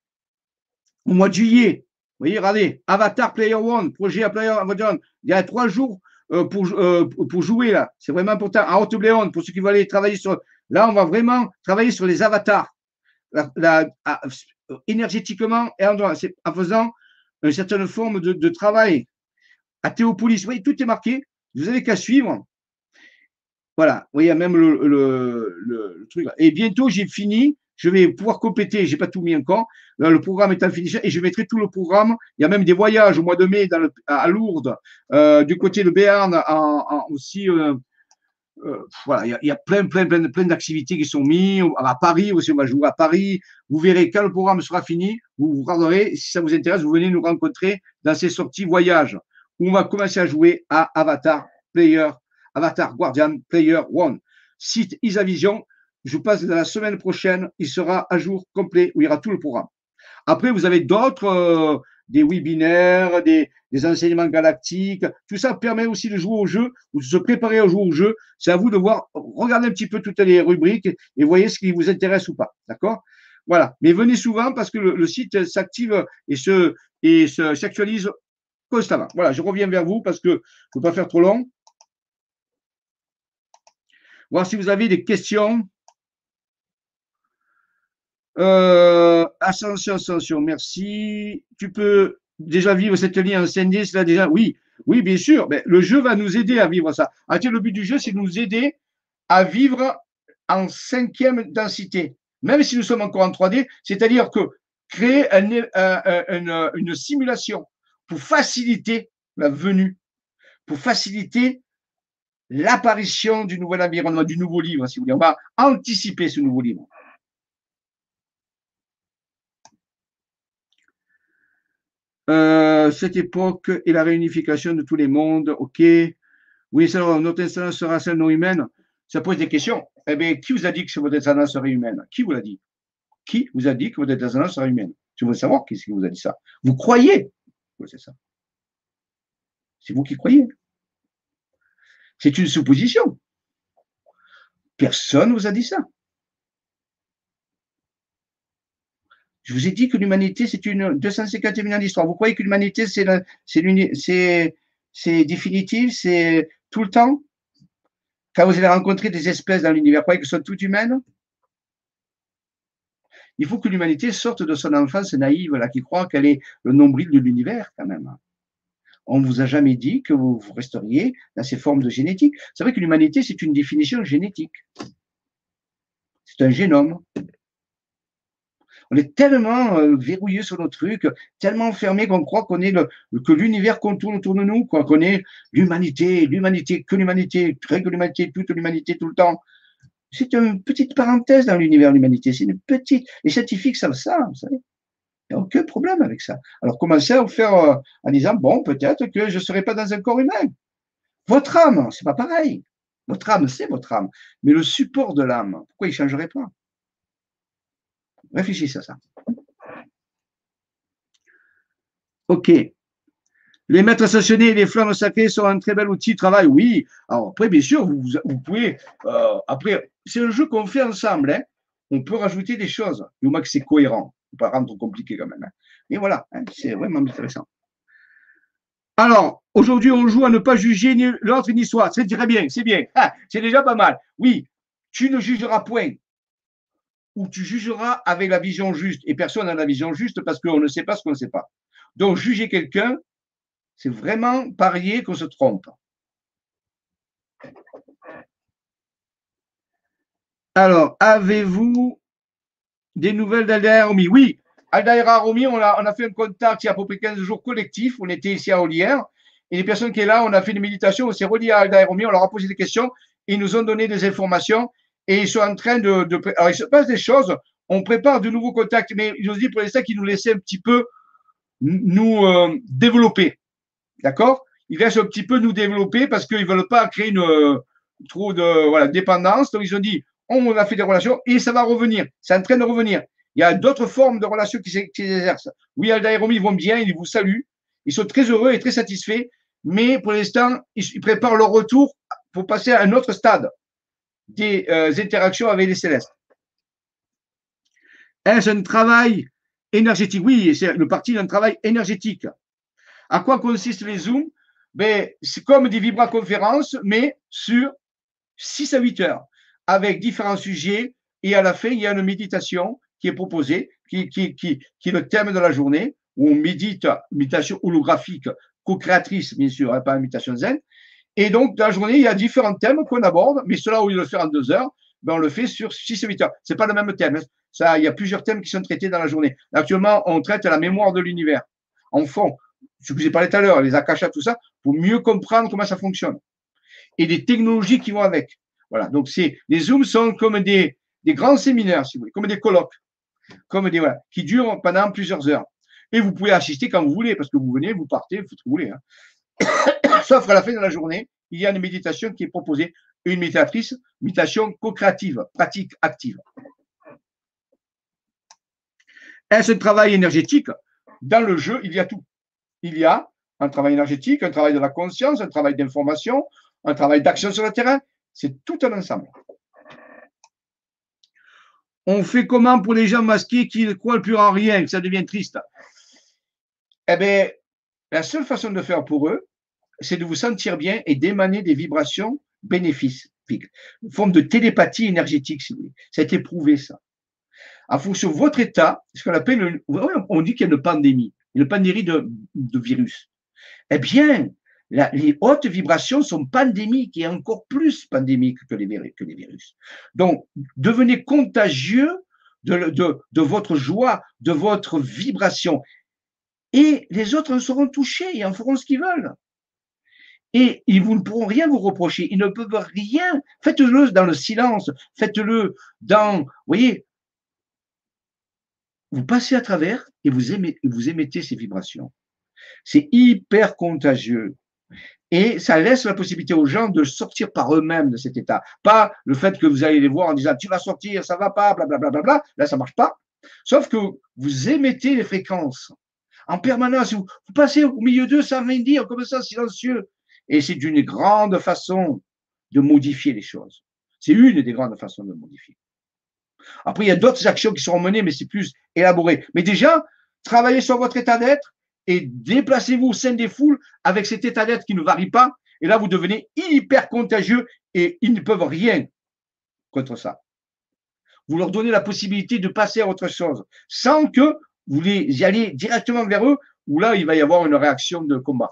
mois de juillet, vous voyez, regardez, Avatar Player One, projet à Player One, il y a trois jours euh, pour, euh, pour jouer là. C'est vraiment important. À Haute-Bléone, pour ceux qui veulent aller travailler sur. Là, on va vraiment travailler sur les avatars. La, la, à, énergétiquement et en, en faisant une certaine forme de, de travail. À Théopolis, vous voyez, tout est marqué. Vous n'avez qu'à suivre. Voilà, vous voyez, même le, le, le, le truc. Et bientôt, j'ai fini. Je vais pouvoir compléter, je n'ai pas tout mis encore. Là, le programme est en finition et je mettrai tout le programme. Il y a même des voyages au mois de mai dans le, à Lourdes, euh, du côté de Béarn, en, en aussi. Euh, euh, voilà, il y, a, il y a plein, plein, plein, plein d'activités qui sont mises. À Paris aussi, on va jouer à Paris. Vous verrez, quand le programme sera fini, vous vous regarderez. Si ça vous intéresse, vous venez nous rencontrer dans ces sorties voyages où on va commencer à jouer à Avatar Player, Avatar Guardian Player One. Site Isavision. Je passe dans la semaine prochaine, il sera à jour complet où il y aura tout le programme. Après, vous avez d'autres, euh, des webinaires, des, des enseignements galactiques. Tout ça permet aussi de jouer au jeu ou de se préparer à jouer au jeu. C'est à vous de voir, regardez un petit peu toutes les rubriques et voyez ce qui vous intéresse ou pas. D'accord? Voilà. Mais venez souvent parce que le, le site s'active et se, et se, s'actualise constamment. Voilà. Je reviens vers vous parce que je ne veux pas faire trop long. Voir si vous avez des questions. Euh, ascension, ascension, merci. Tu peux déjà vivre cette ligne en cinq D, cela déjà, oui, oui, bien sûr. Mais le jeu va nous aider à vivre ça. En fait, le but du jeu, c'est de nous aider à vivre en cinquième densité, même si nous sommes encore en trois D. C'est-à-dire que créer un, un, un, une simulation pour faciliter la venue, pour faciliter l'apparition du nouvel environnement, du nouveau livre, si vous voulez. On va anticiper ce nouveau livre. Euh, cette époque et la réunification de tous les mondes, ok. Oui, alors, notre instance sera celle non humaine. Ça pose des questions. Eh bien, qui vous a dit que votre descendance serait humaine? Qui vous l'a dit? Qui vous a dit que votre descendance serait humaine? Je veux savoir qui vous a dit ça. Vous croyez que c'est ça. C'est vous qui croyez. C'est une supposition. Personne ne vous a dit ça. Je vous ai dit que l'humanité, c'est une deux cent cinquante mille ans d'histoire. Vous croyez que l'humanité, c'est c'est définitif, c'est tout le temps? Quand vous allez rencontrer des espèces dans l'univers, vous croyez qu'elles sont toutes humaines? Il faut que l'humanité sorte de son enfance naïve, là, qui croit qu'elle est le nombril de l'univers, quand même. On ne vous a jamais dit que vous resteriez dans ces formes de génétique. C'est vrai que l'humanité, c'est une définition génétique. C'est un génome. On est tellement euh, verrouillé sur nos trucs, tellement fermé qu'on croit qu'on est le, que l'univers contourne autour de nous, qu'on est l'humanité, l'humanité, que l'humanité, que l'humanité, toute l'humanité, tout le temps. C'est une petite parenthèse dans l'univers, l'humanité. C'est une petite. Les scientifiques savent ça, vous savez. Il n'y a aucun problème avec ça. Alors, commencez à vous faire euh, en disant, bon, peut-être que je ne serai pas dans un corps humain. Votre âme, c'est pas pareil. Votre âme, c'est votre âme. Mais le support de l'âme, pourquoi il ne changerait pas? Réfléchissez à ça. OK. Les maîtres ascensionnés et les flammes sacrées sont un très bel outil de travail. Oui. Alors après, bien sûr, vous, vous pouvez. Euh, après, c'est un jeu qu'on fait ensemble. Hein. On peut rajouter des choses, du moins que c'est cohérent. Il ne faut pas rendre compliqué quand même. Hein. Mais voilà, hein, c'est vraiment intéressant. Alors, aujourd'hui, on joue à ne pas juger ni l'autre ni soi. C'est très bien, c'est bien. Ah, c'est déjà pas mal. Oui, tu ne jugeras point. Ou tu jugeras avec la vision juste. Et personne n'a la vision juste parce qu'on ne sait pas ce qu'on ne sait pas. Donc, juger quelqu'un, c'est vraiment parier qu'on se trompe. Alors, avez-vous des nouvelles d'Aldaïr Rumi? Oui, Aldaïr Rumi, on a, on a fait un contact il y a à peu près quinze jours collectif. On était ici à Olière. Et les personnes qui sont là, on a fait une méditation, on s'est relié à Aldaïr Rumi, on leur a posé des questions. Ils nous ont donné des informations. Et ils sont en train de, de. Alors, il se passe des choses. On prépare de nouveaux contacts. Mais ils nous ont dit pour l'instant qu'ils nous laissaient un petit peu nous euh, développer. D'accord? Ils laissent un petit peu nous développer parce qu'ils ne veulent pas créer une, euh, trop de voilà, dépendance. Donc, ils ont dit, on a fait des relations et ça va revenir. C'est en train de revenir. Il y a d'autres formes de relations qui s'exercent. Oui, Alda et Romy, ils vont bien, ils vous saluent. Ils sont très heureux et très satisfaits. Mais pour l'instant, ils préparent leur retour pour passer à un autre stade des euh, interactions avec les célestes. Est-ce un travail énergétique? Oui, c'est le parti d'un travail énergétique. À quoi consistent les Zooms? Ben, c'est comme des vibra-conférences, mais sur six à huit heures, avec différents sujets. Et à la fin, il y a une méditation qui est proposée, qui, qui, qui, qui est le thème de la journée, où on médite, méditation holographique, co-créatrice, bien sûr, hein, pas une méditation zen. Et donc, dans la journée, il y a différents thèmes qu'on aborde, mais cela, au lieu de le faire en deux heures, ben, on le fait sur six à huit heures. Ce n'est pas le même thème. Ça, il y a plusieurs thèmes qui sont traités dans la journée. Actuellement, on traite la mémoire de l'univers. En fond, je vous ai parlé tout à l'heure, les akashas, tout ça, pour mieux comprendre comment ça fonctionne. Et des technologies qui vont avec. Voilà. Donc, c'est, les Zooms sont comme des, des grands séminaires, si vous voulez, comme des colloques, comme des, voilà, qui durent pendant plusieurs heures. Et vous pouvez assister quand vous voulez, parce que vous venez, vous partez, vous faites ce que vous voulez. Hein. Sauf qu'à la fin de la journée, il y a une méditation qui est proposée, une méditatrice, méditation co-créative, pratique active. Est-ce un travail énergétique? Dans le jeu, il y a tout. Il y a un travail énergétique, un travail de la conscience, un travail d'information, un travail d'action sur le terrain. C'est tout un ensemble. On fait comment pour les gens masqués qui ne croient plus en rien, que ça devient triste? Eh bien, la seule façon de faire pour eux, c'est de vous sentir bien et d'émaner des vibrations bénéfiques, une forme de télépathie énergétique, si vous voulez. Ça a été prouvé, ça. En fonction de votre état, ce qu'on appelle, on dit qu'il y a une pandémie, une pandémie de, de virus. Eh bien, la, les hautes vibrations sont pandémiques et encore plus pandémiques que les, que les virus. Donc, devenez contagieux de, de, de votre joie, de votre vibration. Et les autres en seront touchés et en feront ce qu'ils veulent. Et ils vous ne pourront rien vous reprocher. Ils ne peuvent rien. Faites-le dans le silence. Faites-le dans, vous voyez, vous passez à travers et vous, émettez, vous émettez ces vibrations. C'est hyper contagieux. Et ça laisse la possibilité aux gens de sortir par eux-mêmes de cet état. Pas le fait que vous allez les voir en disant tu vas sortir, ça va pas, blablabla. Bla, bla, bla. Là, ça marche pas. Sauf que vous émettez les fréquences en permanence. Vous, vous passez au milieu d'eux sans rien dire, comme ça, silencieux. Et c'est une grande façon de modifier les choses. C'est une des grandes façons de modifier. Après, il y a d'autres actions qui seront menées, mais c'est plus élaboré. Mais déjà, travaillez sur votre état d'être et déplacez-vous au sein des foules avec cet état d'être qui ne varie pas. Et là, vous devenez hyper contagieux et ils ne peuvent rien contre ça. Vous leur donnez la possibilité de passer à autre chose sans que vous les y allez directement vers eux, où là, il va y avoir une réaction de combat.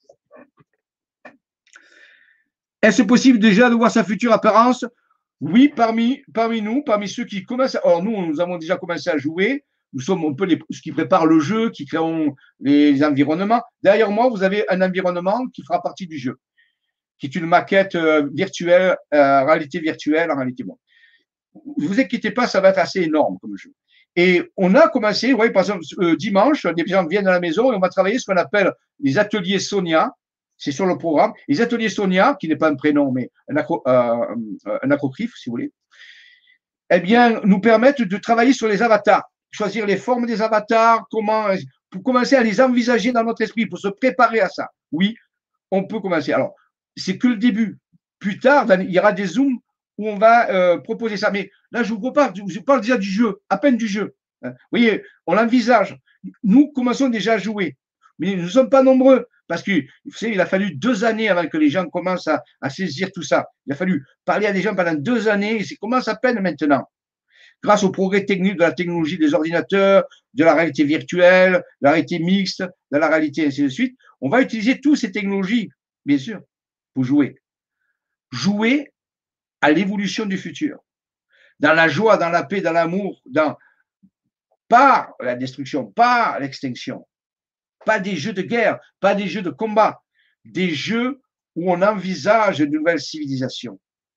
Est-ce possible déjà de voir sa future apparence? Oui, parmi, parmi nous, parmi ceux qui commencent. Alors, nous, nous avons déjà commencé à jouer. Nous sommes un peu les, ceux qui préparent le jeu, qui créeront les environnements. Derrière moi, vous avez un environnement qui fera partie du jeu, qui est une maquette euh, virtuelle, euh, réalité virtuelle, en réalité. Bon. Ne vous inquiétez pas, ça va être assez énorme comme jeu. Et on a commencé, vous voyez, par exemple, euh, dimanche, des gens viennent à la maison et on va travailler ce qu'on appelle les ateliers Sonia. C'est sur le programme. Les ateliers Sonia, qui n'est pas un prénom, mais un, acro, euh, un acrographe, si vous voulez, eh bien, nous permettent de travailler sur les avatars, choisir les formes des avatars, comment, pour commencer à les envisager dans notre esprit, pour se préparer à ça. Oui, on peut commencer. Alors, c'est que le début. Plus tard, il y aura des zooms où on va euh, proposer ça. Mais là, je vous parle, je vous parle déjà du jeu, à peine du jeu. Vous voyez, on l'envisage. Nous commençons déjà à jouer, mais nous ne sommes pas nombreux. Parce que, vous savez, il a fallu deux années avant que les gens commencent à, à saisir tout ça. Il a fallu parler à des gens pendant deux années et c'est commence à peine maintenant. Grâce au progrès technique de la technologie des ordinateurs, de la réalité virtuelle, de la réalité mixte, de la réalité ainsi de suite, on va utiliser toutes ces technologies, bien sûr, pour jouer. Jouer à l'évolution du futur. Dans la joie, dans la paix, dans l'amour, dans pas la destruction, pas l'extinction. Pas des jeux de guerre, pas des jeux de combat, des jeux où on envisage une nouvelle civilisation.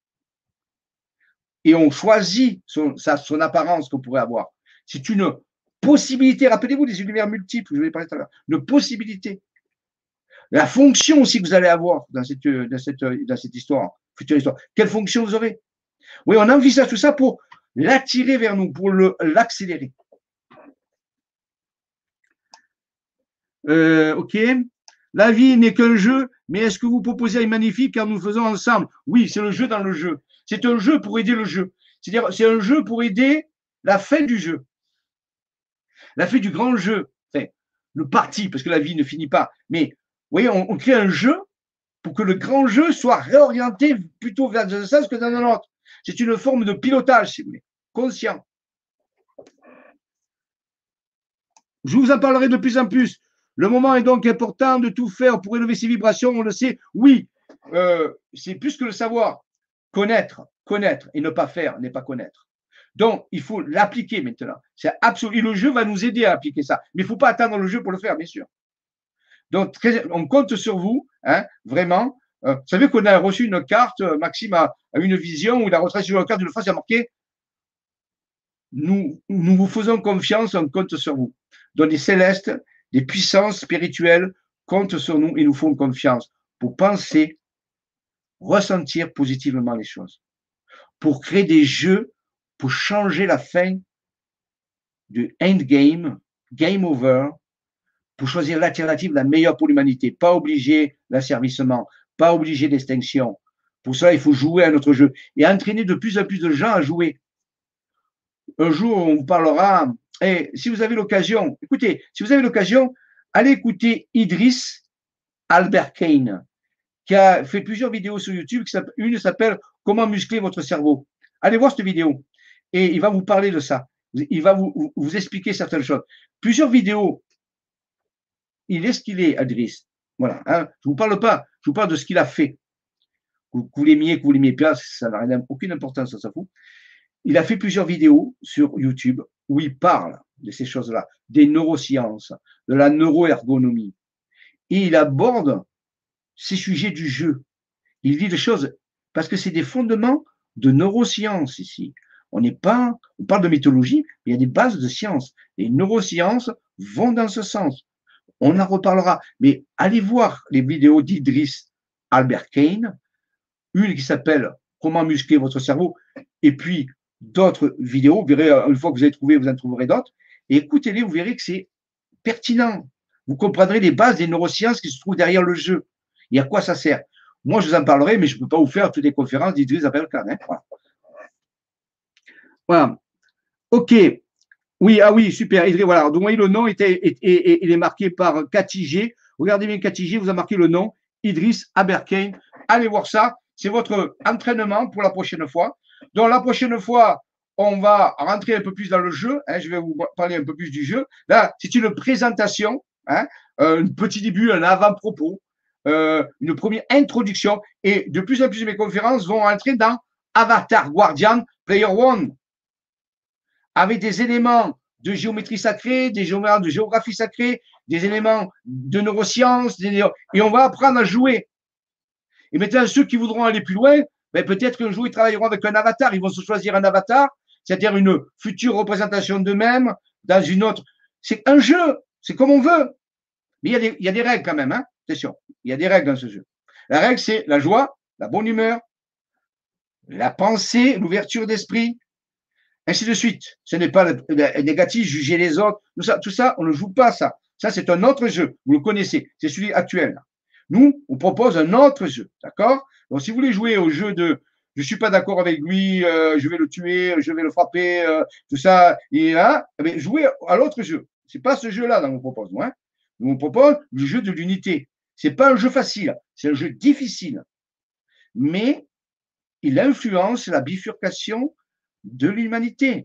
Et on choisit son, sa, son apparence qu'on pourrait avoir. C'est une possibilité. Rappelez-vous des univers multiples, je vous ai parlé tout à l'heure. Une possibilité. La fonction aussi que vous allez avoir dans cette, dans cette, dans cette histoire, future histoire. Quelle fonction vous aurez? Oui, on envisage tout ça pour l'attirer vers nous, pour l'accélérer. Euh, ok. La vie n'est qu'un jeu, mais est-ce que vous proposez un magnifique car nous le faisons ensemble? Oui, c'est le jeu dans le jeu. C'est un jeu pour aider le jeu. C'est-à-dire, c'est un jeu pour aider la fin du jeu. La fin du grand jeu. Enfin, le parti, parce que la vie ne finit pas. Mais, vous voyez, on, on crée un jeu pour que le grand jeu soit réorienté plutôt vers un sens que dans un autre. C'est une forme de pilotage, si vous voulez, conscient. Je vous en parlerai de plus en plus. Le moment est donc important de tout faire pour élever ses vibrations, on le sait. Oui, euh, c'est plus que le savoir. Connaître, connaître et ne pas faire n'est pas connaître. Donc, il faut l'appliquer maintenant. C'est absolu. Et le jeu va nous aider à appliquer ça. Mais il ne faut pas attendre le jeu pour le faire, bien sûr. Donc, très, on compte sur vous, hein, vraiment. Euh, vous savez qu'on a reçu une carte, Maxime a, a une vision où il a retracé sur la carte, une phrase, il a marqué nous, nous vous faisons confiance, on compte sur vous. Donc, les célestes, les puissances spirituelles comptent sur nous et nous font confiance pour penser, ressentir positivement les choses, pour créer des jeux, pour changer la fin du endgame, game over, pour choisir l'alternative la meilleure pour l'humanité, pas obliger l'asservissement, pas obliger l'extinction. Pour cela, il faut jouer à notre jeu et entraîner de plus en plus de gens à jouer. Un jour, on vous parlera, et si vous avez l'occasion, écoutez, si vous avez l'occasion, allez écouter Idriss Albert Kane, qui a fait plusieurs vidéos sur YouTube. Une s'appelle « Comment muscler votre cerveau ». Allez voir cette vidéo et il va vous parler de ça. Il va vous, vous expliquer certaines choses. Plusieurs vidéos. Il est ce qu'il est, Idriss. Voilà. Hein. Je ne vous parle pas, je vous parle de ce qu'il a fait. Que vous l'aimiez, que vous l'aimiez pas, ça n'a rien, aucune importance, ça s'en fout. il a fait plusieurs vidéos sur YouTube où il parle de ces choses-là, des neurosciences, de la neuroergonomie. Et il aborde ces sujets du jeu. Il dit des choses, parce que c'est des fondements de neurosciences ici. On n'est pas, on parle de mythologie, mais il y a des bases de science. Les neurosciences vont dans ce sens. On en reparlera. Mais allez voir les vidéos d'Idriss Albert Kane, une qui s'appelle Comment muscler votre cerveau, et puis d'autres vidéos. Vous verrez, une fois que vous avez trouvé, vous en trouverez d'autres. Et écoutez-les, vous verrez que c'est pertinent. Vous comprendrez les bases des neurosciences qui se trouvent derrière le jeu. Et à quoi ça sert? Moi, je vous en parlerai, mais je ne peux pas vous faire toutes les conférences d'Idriss Albert Kane. Hein. Voilà. Voilà. OK. Oui, ah oui, super. Idriss, voilà. Donc, vous voyez, le nom était, est, est, est, il est marqué par Cathy G. Regardez bien Cathy G, vous a marqué le nom, Idriss Albert Kane. Allez voir ça. C'est votre entraînement pour la prochaine fois. Donc, la prochaine fois, on va rentrer un peu plus dans le jeu. Hein, je vais vous parler un peu plus du jeu. Là, c'est une présentation, hein, un petit début, un avant-propos, euh, une première introduction. Et de plus en plus de mes conférences vont entrer dans Avatar Guardian Player One, avec des éléments de géométrie sacrée, des éléments de géographie sacrée, des éléments de neurosciences, des... et on va apprendre à jouer. Et maintenant, ceux qui voudront aller plus loin, ben peut-être qu'un jour, ils travailleront avec un avatar. Ils vont se choisir un avatar, c'est-à-dire une future représentation d'eux-mêmes dans une autre. C'est un jeu, c'est comme on veut. Mais il y a des, il y a des règles quand même, hein. Attention, il y a des règles dans ce jeu. La règle, c'est la joie, la bonne humeur, la pensée, l'ouverture d'esprit, ainsi de suite. Ce n'est pas le, le négatif, juger les autres. Tout ça, tout ça, on ne joue pas ça. Ça, c'est un autre jeu. Vous le connaissez. C'est celui actuel. Nous, on propose un autre jeu. D'accord? Donc, si vous voulez jouer au jeu de je ne suis pas d'accord avec lui, euh, je vais le tuer, je vais le frapper, euh, tout ça, et hein, eh jouez à l'autre jeu. Ce n'est pas ce jeu-là dont on propose. Hein. Nous, on propose le jeu de l'unité. Ce n'est pas un jeu facile, c'est un jeu difficile. Mais il influence la bifurcation de l'humanité.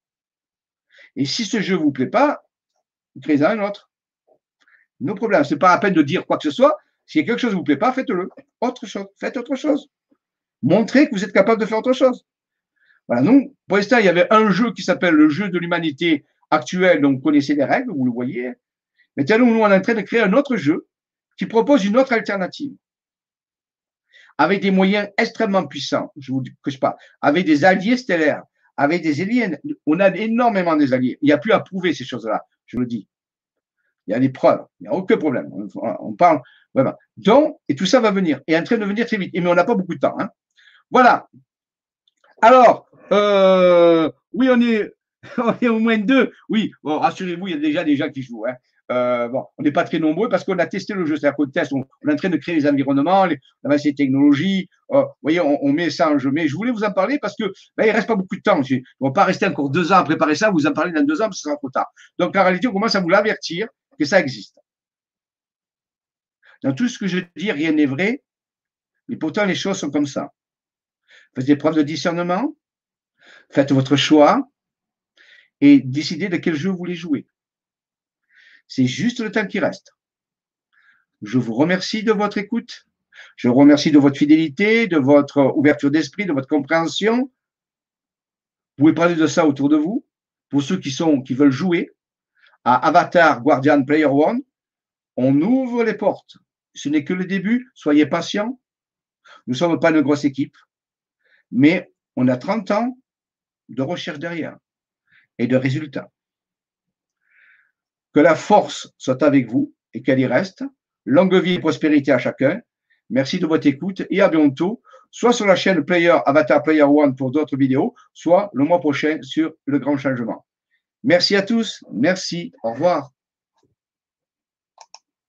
Et si ce jeu ne vous plaît pas, créez-en un autre. No problème. Ce n'est pas la peine de dire quoi que ce soit. Si quelque chose ne vous plaît pas, faites-le. Autre chose. Faites autre chose. Montrez que vous êtes capable de faire autre chose. Voilà. Donc, pour l'instant, il y avait un jeu qui s'appelle le jeu de l'humanité actuel. Donc, vous connaissez les règles, vous le voyez. Maintenant, nous, on est en train de créer un autre jeu qui propose une autre alternative. Avec des moyens extrêmement puissants. Je ne vous cache pas. Avec des alliés stellaires. Avec des aliens. On a énormément des alliés. Il n'y a plus à prouver ces choses-là. Je le dis. Il y a des preuves. Il n'y a aucun problème. On, on parle vraiment. Donc, et tout ça va venir. Et en train de venir très vite. Et, mais on n'a pas beaucoup de temps. Hein. Voilà. Alors, euh, oui, on est, on est au moins deux. Oui, bon, rassurez-vous, il y a déjà des gens qui jouent. Hein. Euh, bon, on n'est pas très nombreux parce qu'on a testé le jeu. C'est-à-dire qu'on teste, on, on est en train de créer les environnements, les avancées technologies. Euh, vous voyez, on, on met ça en jeu. Mais je voulais vous en parler parce que ben, il ne reste pas beaucoup de temps. On ne va pas rester encore deux ans à préparer ça. Vous en parlez dans deux ans, parce que ce sera trop tard. Donc, en réalité, on commence à vous l'avertir que ça existe. Dans tout ce que je dis, rien n'est vrai, mais pourtant les choses sont comme ça. Faites des preuves de discernement, faites votre choix et décidez de quel jeu vous voulez jouer. C'est juste le temps qui reste. Je vous remercie de votre écoute. Je vous remercie de votre fidélité, de votre ouverture d'esprit, de votre compréhension. Vous pouvez parler de ça autour de vous. Pour ceux qui sont, qui veulent jouer à Avatar Guardian Player One, on ouvre les portes. Ce n'est que le début. Soyez patients. Nous ne sommes pas une grosse équipe, mais on a trente ans de recherche derrière et de résultats. Que la force soit avec vous et qu'elle y reste. Longue vie et prospérité à chacun. Merci de votre écoute et à bientôt, soit sur la chaîne Player Avatar Player One pour d'autres vidéos, soit le mois prochain sur le grand changement. Merci à tous. Merci. Au revoir.